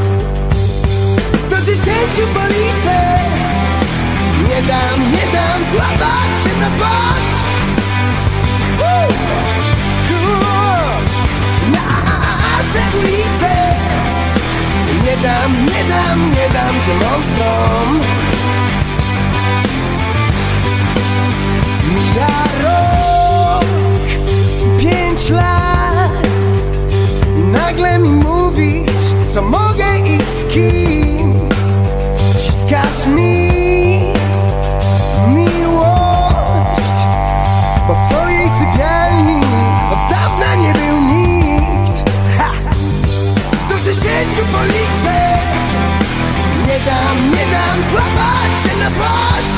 Do 10 policzę, nie dam złapać się na złość. Nasze ulice, nie dam cię monstrom. Mija rok, 5 lat i nagle mi mówisz, co mogę i z kim. Wciskasz mi miłość, bo w twojej sypialni od dawna nie był nikt. Ha! Do 10 policzę, nie dam złapać się na złość.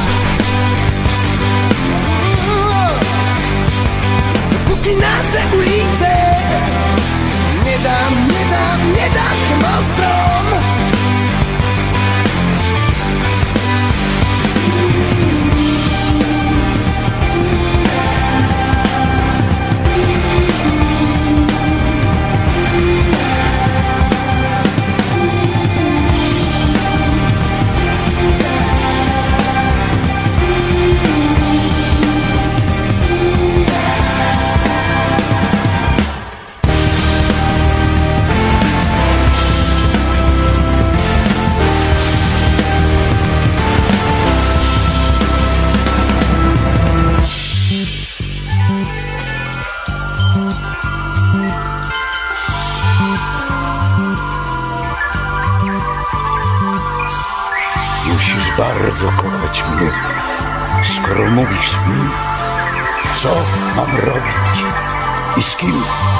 Dopóki nasze ulice, nie dam cię monstrom. Musisz bardzo kochać mnie, skoro mówisz mi, co mam robić i z kim.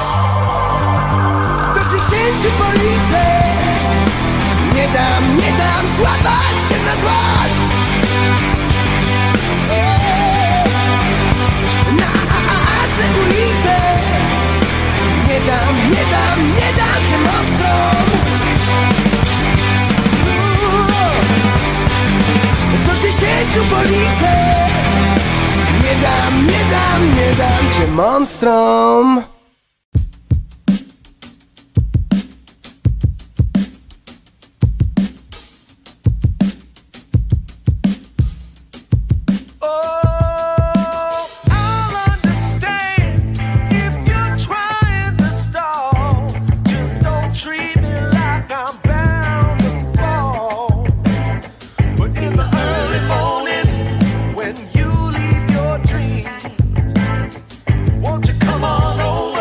Do 10 policzę, nie dam złapać się na złość. Nasze ulice, nie dam cię monstrom. Do 10 policzę, nie dam cię monstrom. Won't you come on over?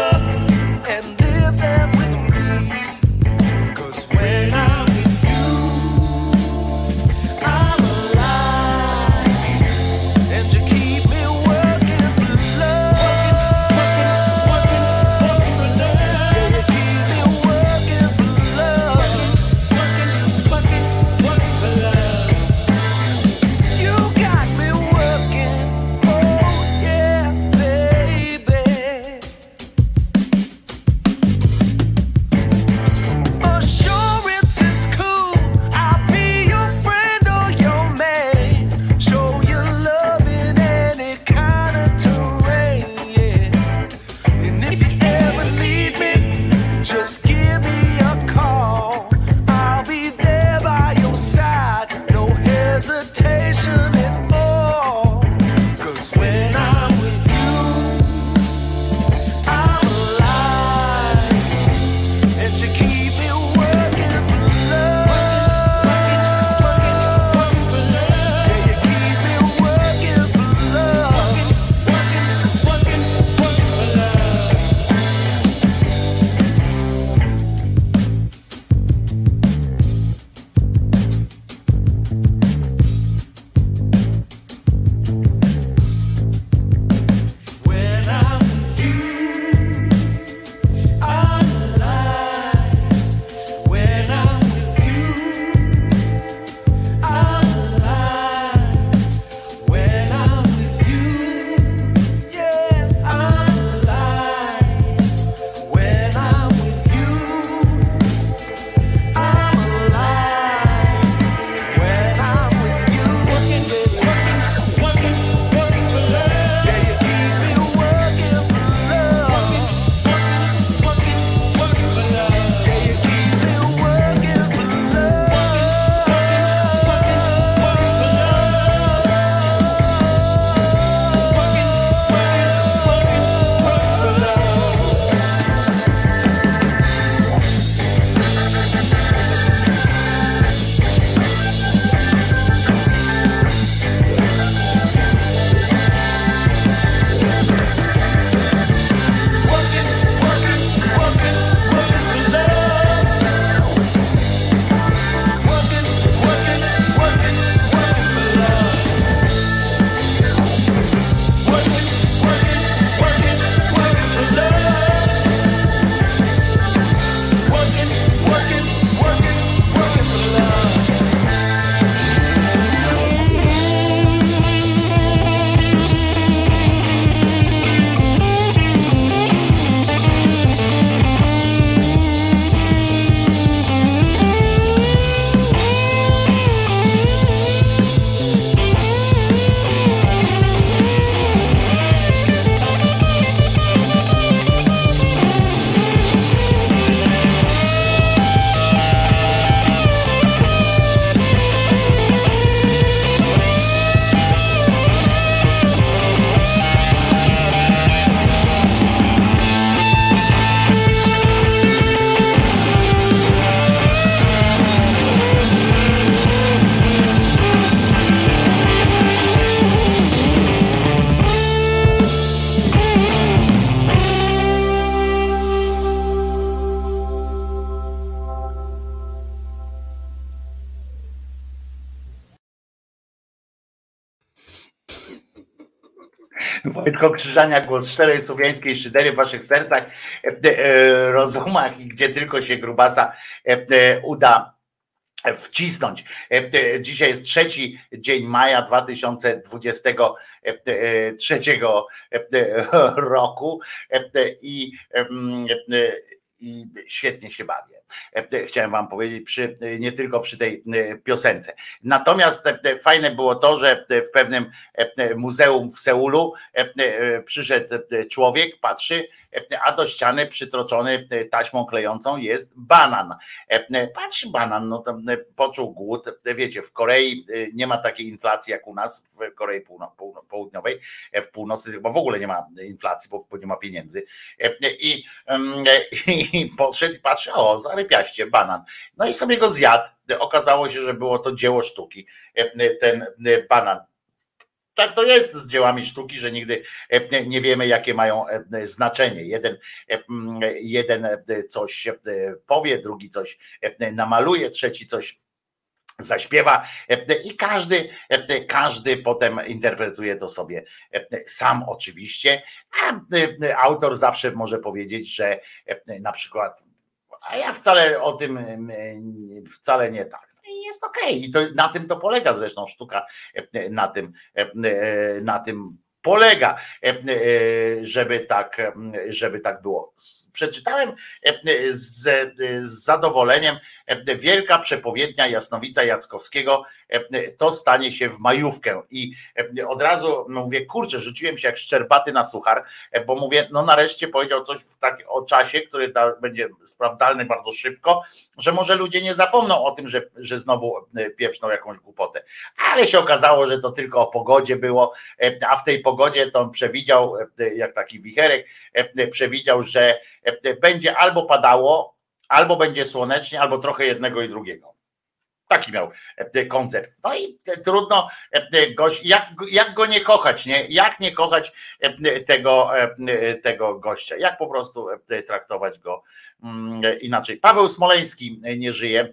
Wojtko Krzyżania, głos szczerej słowiańskiej szydery w waszych sercach, rozumach i gdzie tylko się grubasa uda wcisnąć. Dzisiaj jest 3 dzień maja 2023 roku i świetnie się bawię. Chciałem wam powiedzieć, nie tylko przy tej piosence. Natomiast fajne było to, że w pewnym muzeum w Seulu przyszedł człowiek, patrzy, a do ściany przytroczony taśmą klejącą jest banan. Patrzy banan, no to poczuł głód. Wiecie, w Korei nie ma takiej inflacji jak u nas, w Korei Południowej, w północy chyba w ogóle nie ma inflacji, bo nie ma pieniędzy. I podszedł i patrzy, o, zarypiaście banan. No i sobie go zjadł. Okazało się, że było to dzieło sztuki, ten banan. Tak to jest z dziełami sztuki, że nigdy nie wiemy, jakie mają znaczenie. Jeden coś powie, drugi coś namaluje, trzeci coś zaśpiewa i każdy potem interpretuje to sobie sam oczywiście, a autor zawsze może powiedzieć, że na przykład a ja wcale o tym wcale nie tak. I jest okej. I to, na tym to polega zresztą sztuka, na tym polega, żeby tak było. Przeczytałem z zadowoleniem wielka przepowiednia Jasnowica Jackowskiego, to stanie się w majówkę i od razu mówię, kurczę, rzuciłem się jak szczerbaty na suchar, bo mówię, no nareszcie powiedział coś o czasie, który będzie sprawdzalny bardzo szybko, że może ludzie nie zapomną o tym, że znowu pieprzną jakąś głupotę, ale się okazało, że to tylko o pogodzie było, a w tej pogodzie to on przewidział, jak taki wicherek, przewidział, że będzie albo padało, albo będzie słonecznie, albo trochę jednego i drugiego. Taki miał koncept. No i trudno gość, jak go nie kochać, nie? Jak nie kochać tego gościa? Jak po prostu traktować go inaczej? Paweł Smoleński nie żyje.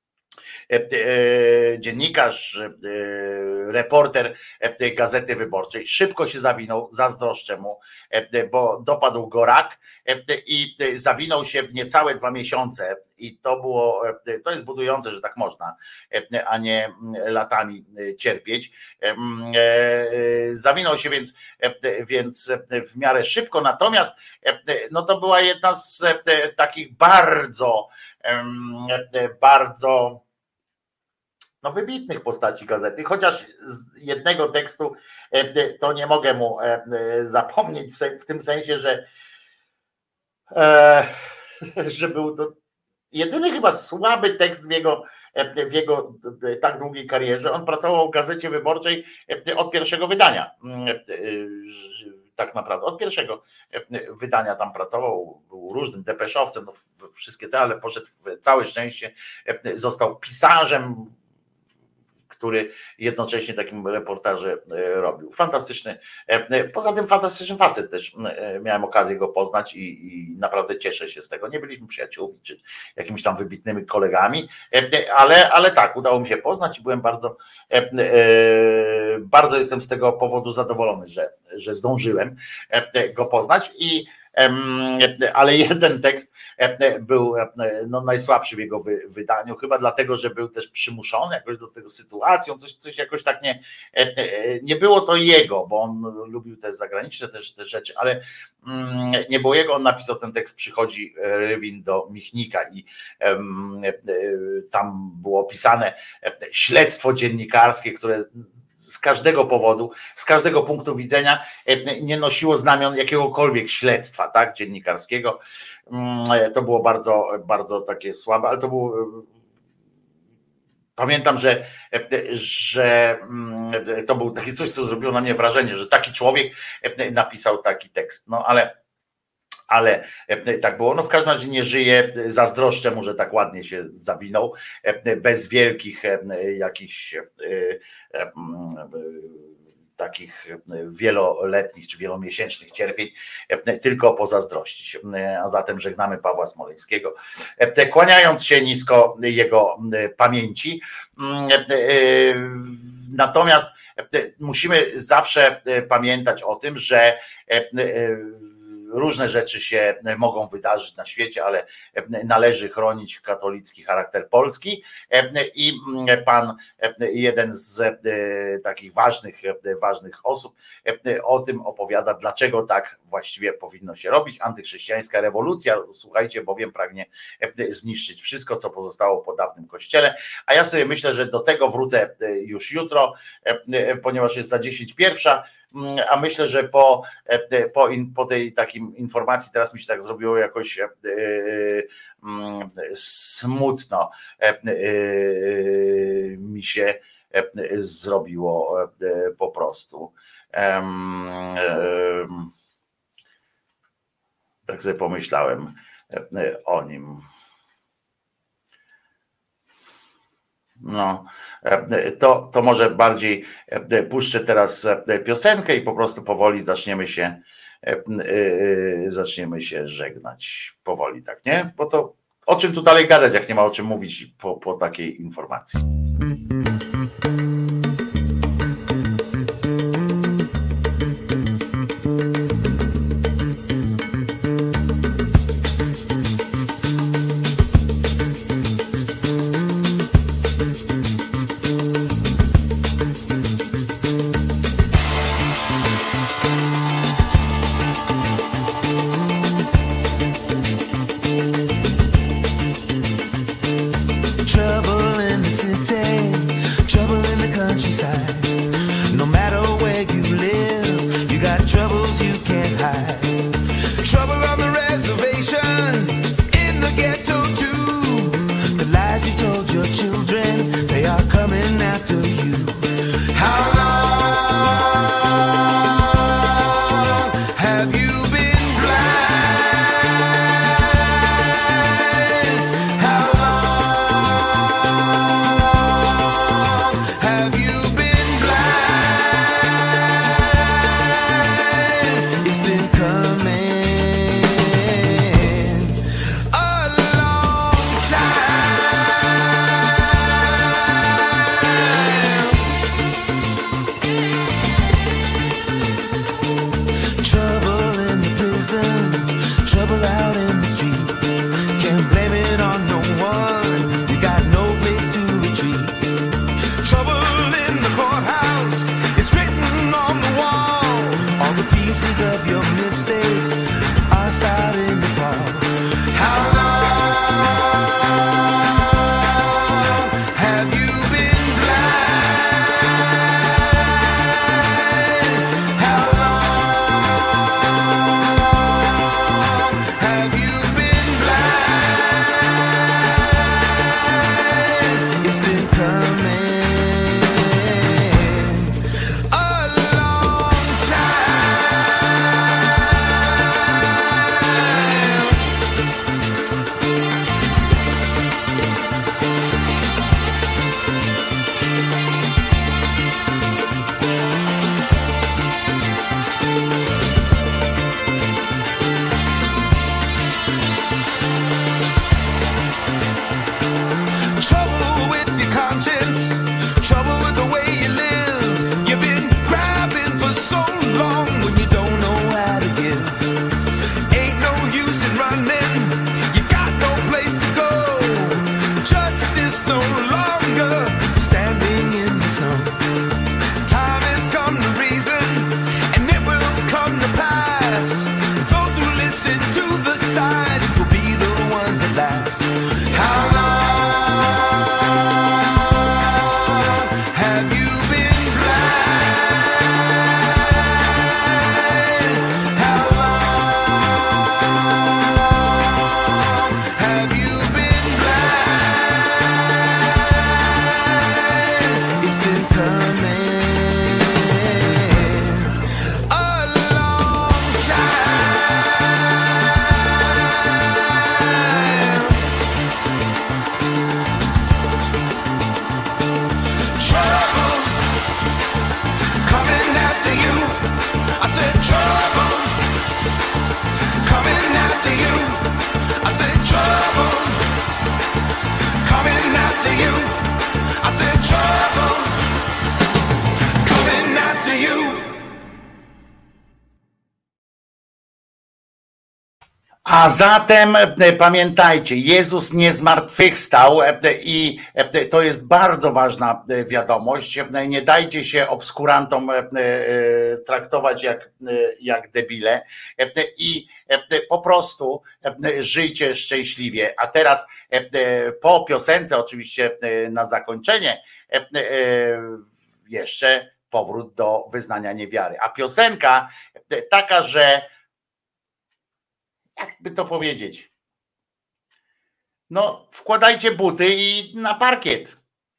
Dziennikarz, reporter Gazety Wyborczej szybko się zawinął, zazdroszczę mu, bo dopadł go rak i zawinął się w niecałe 2 miesiące i to jest budujące, że tak można, a nie latami cierpieć. Zawinął się więc w miarę szybko, natomiast no to była jedna z takich bardzo wybitnych postaci gazety, chociaż z jednego tekstu to nie mogę mu zapomnieć, w tym sensie, że był to jedyny chyba słaby tekst w jego tak długiej karierze. On pracował w Gazecie Wyborczej od pierwszego wydania. Tak naprawdę od pierwszego wydania tam pracował, był różnym depeszowcem, no wszystkie te, ale poszedł w całe szczęście, został pisarzem, który jednocześnie takim reportaże robił. Fantastyczny, poza tym fantastyczny facet też, miałem okazję go poznać i naprawdę cieszę się z tego. Nie byliśmy przyjaciółmi czy jakimiś tam wybitnymi kolegami, ale tak, udało mi się poznać i byłem bardzo jestem z tego powodu zadowolony, że zdążyłem go poznać ale jeden tekst był najsłabszy w jego wydaniu, chyba dlatego, że był też przymuszony jakoś do tego sytuacją, coś jakoś tak nie było to jego, bo on lubił te zagraniczne też te rzeczy, ale nie było jego, on napisał ten tekst, przychodzi Rywin do Michnika i tam było opisane śledztwo dziennikarskie, które z każdego powodu, z każdego punktu widzenia nie nosiło znamion jakiegokolwiek śledztwa, tak, dziennikarskiego. To było bardzo, bardzo takie słabe, ale to było. Pamiętam, że to było takie coś, co zrobiło na mnie wrażenie, że taki człowiek napisał taki tekst. No ale tak było. No w każdym razie nie żyje, zazdroszczę mu, że tak ładnie się zawinął, bez wielkich jakichś takich wieloletnich czy wielomiesięcznych cierpień, tylko pozazdrościć. A zatem żegnamy Pawła Smoleńskiego, kłaniając się nisko jego pamięci. Natomiast musimy zawsze pamiętać o tym, że różne rzeczy się mogą wydarzyć na świecie, ale należy chronić katolicki charakter Polski i pan, jeden z takich ważnych osób o tym opowiada, dlaczego tak właściwie powinno się robić. Antychrześcijańska rewolucja, słuchajcie, bowiem pragnie zniszczyć wszystko, co pozostało po dawnym kościele, a ja sobie myślę, że do tego wrócę już jutro, ponieważ jest za 10:01, a myślę, że po tej takim informacji teraz mi się tak zrobiło jakoś smutno mi się zrobiło po prostu. Tak sobie pomyślałem o nim. No, to może bardziej puszczę teraz piosenkę i po prostu powoli zaczniemy się żegnać. Powoli, tak, nie? Bo to o czym tu dalej gadać, jak nie ma o czym mówić po takiej informacji. Trouble in the city, A zatem pamiętajcie, Jezus nie zmartwychwstał i to jest bardzo ważna wiadomość. Nie dajcie się obskurantom traktować jak debile i po prostu żyjcie szczęśliwie. A teraz po piosence oczywiście na zakończenie jeszcze powrót do wyznania niewiary. A piosenka taka, że jakby to powiedzieć, no wkładajcie buty i na parkiet.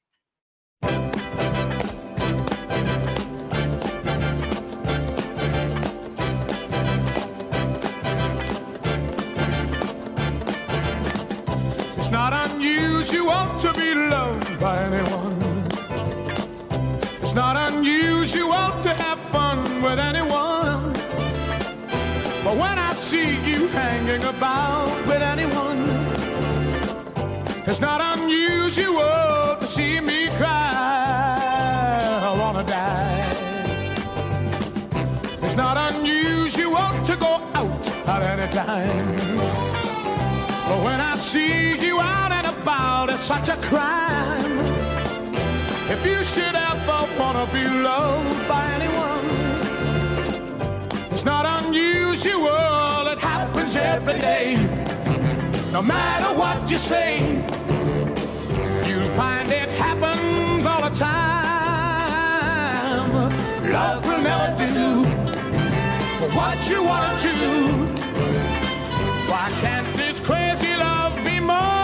It's not unusual to be loved by anyone. It's not unusual to have fun with anyone. But when I see you hanging about with anyone, it's not unusual to see me cry. I wanna die. It's not unusual to go out at any time. But when I see you out and about, it's such a crime. If you should ever wanna be loved by anyone, it's not unusual, it happens every day. No matter what you say, you'll find it happens all the time. Love will never do what you want to. Why can't this crazy love be more?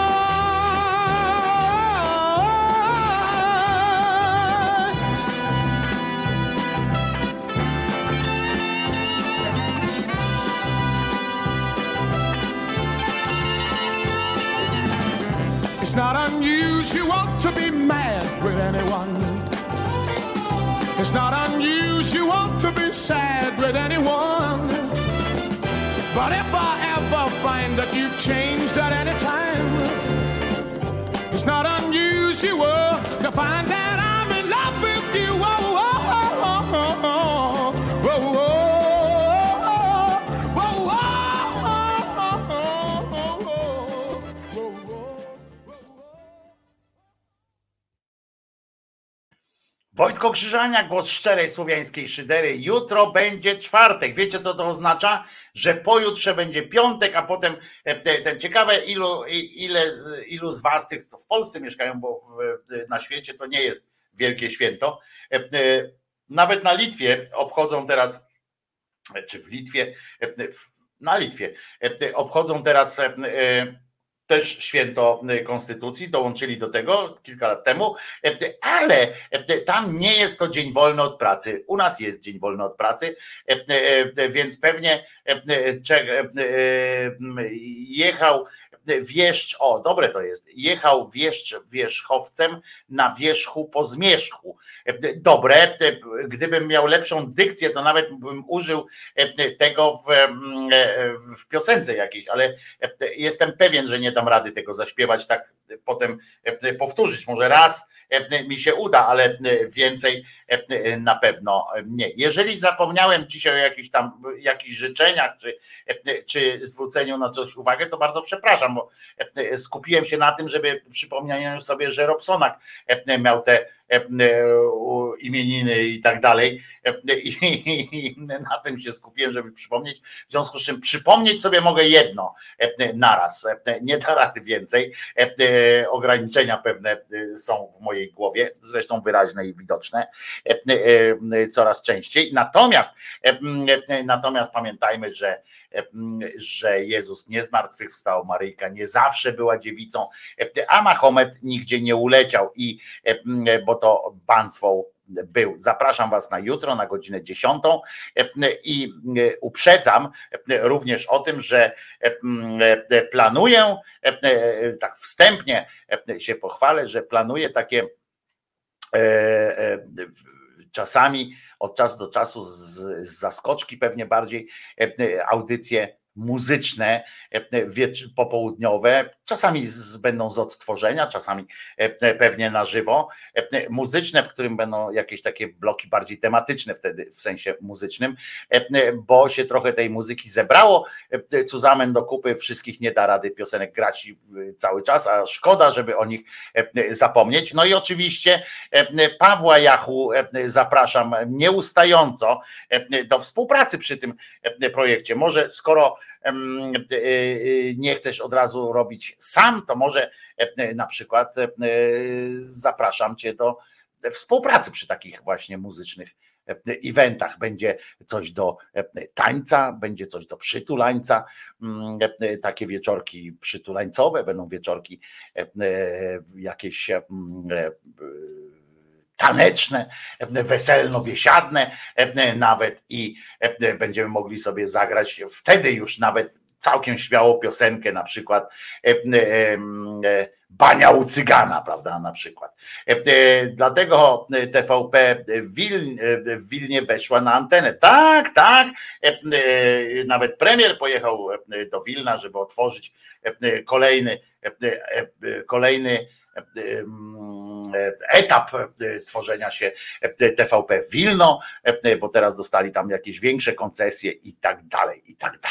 It's not unusual to be mad with anyone. It's not unusual to be sad with anyone. But if I ever find that you've changed at any time, it's not unusual to find that I'm in love with you. Oh, oh, oh, oh, oh, oh, oh. Wojtko Krzyżania, głos szczerej słowiańskiej szydery. Jutro będzie czwartek. Wiecie, co to oznacza? Że pojutrze będzie piątek, a potem ten ciekawe, ilu z was, tych, co w Polsce mieszkają, bo na świecie to nie jest wielkie święto. Nawet na Litwie obchodzą teraz, czy w Litwie, na Litwie obchodzą teraz też święto Konstytucji, dołączyli do tego kilka lat temu, ale tam nie jest to dzień wolny od pracy. U nas jest dzień wolny od pracy, więc pewnie jechał wieszcz, o dobre to jest, jechał wieszcz wierzchowcem na wierzchu po zmierzchu. Dobre, gdybym miał lepszą dykcję, to nawet bym użył tego w piosence jakiejś, ale jestem pewien, że nie dam rady tego zaśpiewać, tak potem powtórzyć. Może raz mi się uda, ale więcej na pewno nie. Jeżeli zapomniałem dzisiaj o jakichś życzeniach, czy zwróceniu na coś uwagę, to bardzo przepraszam, bo skupiłem się na tym, żeby przypomnieć sobie, że Robsonak miał te imieniny i tak dalej i na tym się skupiłem, żeby przypomnieć, w związku z czym przypomnieć sobie mogę jedno naraz, nie da rady więcej, ograniczenia pewne są w mojej głowie, zresztą wyraźne i widoczne coraz częściej, natomiast pamiętajmy, że Jezus nie zmartwychwstał, Maryjka nie zawsze była dziewicą, a Mahomet nigdzie nie uleciał, bo to Banswoł był. Zapraszam was na jutro na godzinę 10 i uprzedzam również o tym, że planuję, tak wstępnie się pochwalę, że planuję takie czasami od czasu do czasu z zaskoczki pewnie bardziej audycje muzyczne popołudniowe, czasami będą z odtworzenia, czasami pewnie na żywo, muzyczne, w którym będą jakieś takie bloki bardziej tematyczne wtedy w sensie muzycznym, bo się trochę tej muzyki zebrało, Cuzamen do kupy, wszystkich nie da rady piosenek grać cały czas, a szkoda, żeby o nich zapomnieć. No i oczywiście Pawła Jachu zapraszam nieustająco do współpracy przy tym projekcie. Może skoro nie chcesz od razu robić sam, to może na przykład zapraszam cię do współpracy przy takich właśnie muzycznych eventach. Będzie coś do tańca, będzie coś do przytulańca, takie wieczorki przytulańcowe, będą wieczorki jakieś taneczne, weselno-biesiadne nawet i będziemy mogli sobie zagrać wtedy już nawet całkiem śmiało piosenkę, na przykład Bania u Cygana, prawda, na przykład. Dlatego TVP w Wilnie weszła na antenę. Tak, nawet premier pojechał do Wilna, żeby otworzyć kolejny etap tworzenia się TVP Wilno, bo teraz dostali tam jakieś większe koncesje i tak dalej.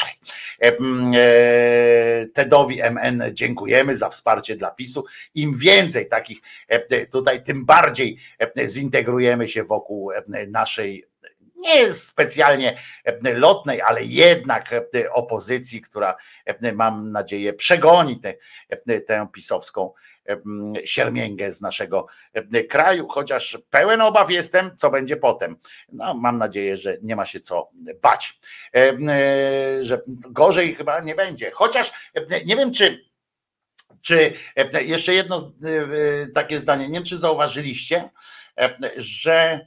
Tedowi MN dziękujemy za wsparcie dla PiS-u. Im więcej takich tutaj, tym bardziej zintegrujemy się wokół naszej nie specjalnie lotnej, ale jednak opozycji, która mam nadzieję przegoni tę pisowską siermięgę z naszego kraju, chociaż pełen obaw jestem, co będzie potem. No, mam nadzieję, że nie ma się co bać, że gorzej chyba nie będzie. Chociaż nie wiem, czy jeszcze jedno takie zdanie, nie wiem, czy zauważyliście, że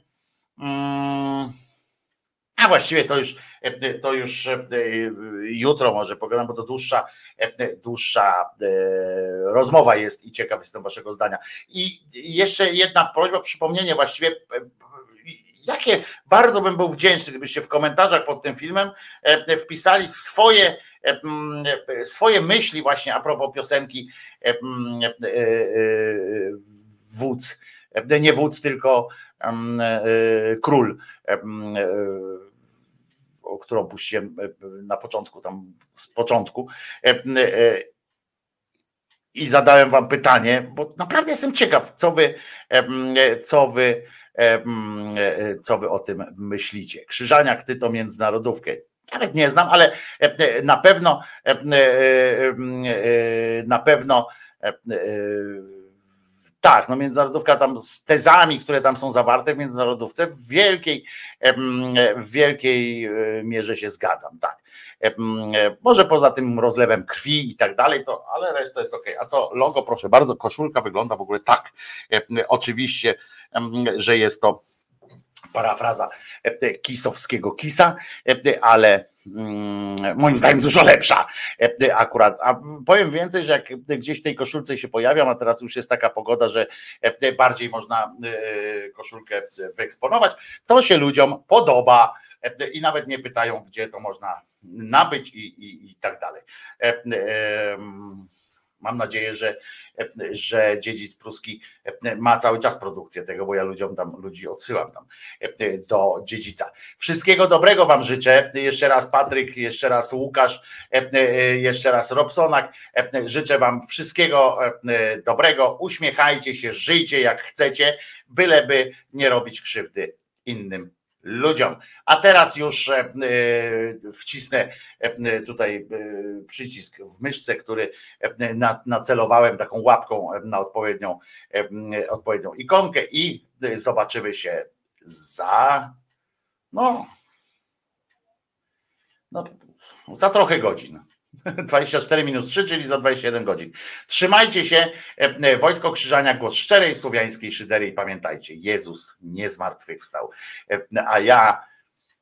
a właściwie to już jutro może pogadam, bo to dłuższa rozmowa jest i ciekaw jestem waszego zdania. I jeszcze jedna prośba, przypomnienie właściwie, jakie bardzo bym był wdzięczny, gdybyście w komentarzach pod tym filmem wpisali swoje myśli właśnie a propos piosenki Wódz, nie Wódz, tylko Król, o którą puściłem na początku, tam z początku, i zadałem wam pytanie, bo naprawdę jestem ciekaw, co wy o tym myślicie. Krzyżaniak, ty to międzynarodówkę nawet nie znam, ale na pewno tak, no międzynarodówka tam z tezami, które tam są zawarte w międzynarodówce, w wielkiej mierze się zgadzam, tak. Może poza tym rozlewem krwi i tak dalej, ale reszta jest okej. A to logo, proszę bardzo, koszulka wygląda w ogóle tak. Oczywiście, że jest to parafraza kisowskiego Kisa, ale moim zdaniem dużo lepsza akurat. A powiem więcej, że jak gdzieś w tej koszulce się pojawiam, a teraz już jest taka pogoda, że bardziej można koszulkę wyeksponować, to się ludziom podoba i nawet nie pytają, gdzie to można nabyć i tak dalej. Mam nadzieję, że dziedzic pruski ma cały czas produkcję tego, bo ja ludzi odsyłam tam do dziedzica. Wszystkiego dobrego wam życzę. Jeszcze raz Patryk, jeszcze raz Łukasz, jeszcze raz Robsonak. Życzę wam wszystkiego dobrego. Uśmiechajcie się, żyjcie jak chcecie, byleby nie robić krzywdy innym ludziom. A teraz już wcisnę tutaj przycisk w myszce, który nacelowałem taką łapką na odpowiednią ikonkę i zobaczymy się za trochę godzin. 24 minus 3, czyli za 21 godzin. Trzymajcie się. Wojtko Krzyżaniak, głos szczerej słowiańskiej szydery i pamiętajcie, Jezus nie zmartwychwstał. A ja,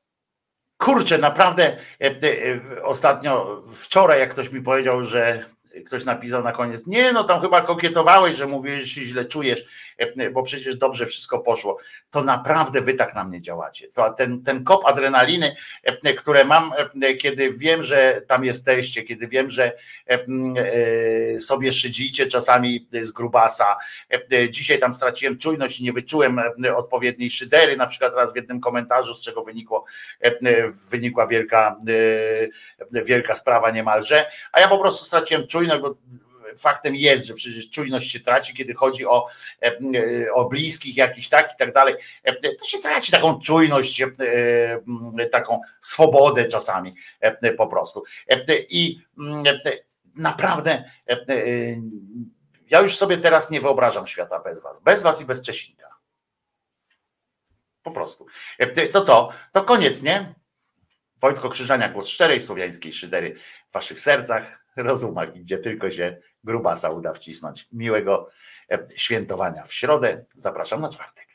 kurczę, naprawdę ostatnio, wczoraj jak ktoś mi powiedział, ktoś napisał na koniec, nie no tam chyba kokietowałeś, że mówiłeś, że się źle czujesz, bo przecież dobrze wszystko poszło. To naprawdę wy tak na mnie działacie. To ten kop adrenaliny, które mam, kiedy wiem, że tam jesteście, kiedy wiem, że sobie szydzicie czasami z grubasa. Dzisiaj tam straciłem czujność i nie wyczułem odpowiedniej szydery, na przykład raz w jednym komentarzu, z czego wynikła wielka sprawa niemalże, a ja po prostu straciłem czujność, bo faktem jest, że przecież czujność się traci, kiedy chodzi o bliskich jakichś tak i tak dalej, to się traci taką czujność, taką swobodę czasami po prostu. I naprawdę ja już sobie teraz nie wyobrażam świata bez was i bez Czesinka. Po prostu. To co? To koniec, nie? Wojtko Krzyżaniak, głos szczerej słowiańskiej szydery w waszych sercach, rozumach, gdzie tylko się grubasa uda wcisnąć. Miłego świętowania w środę. Zapraszam na czwartek.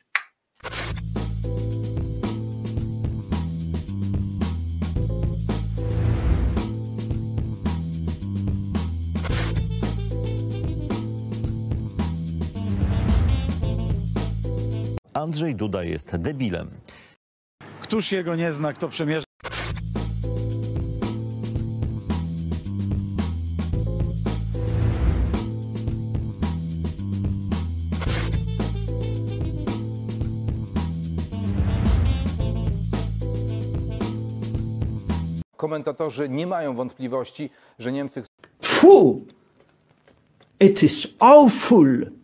Andrzej Duda jest debilem. Któż jego nie zna, kto przemierza? Komentatorzy nie mają wątpliwości, że Niemcy... Fu! It is awful!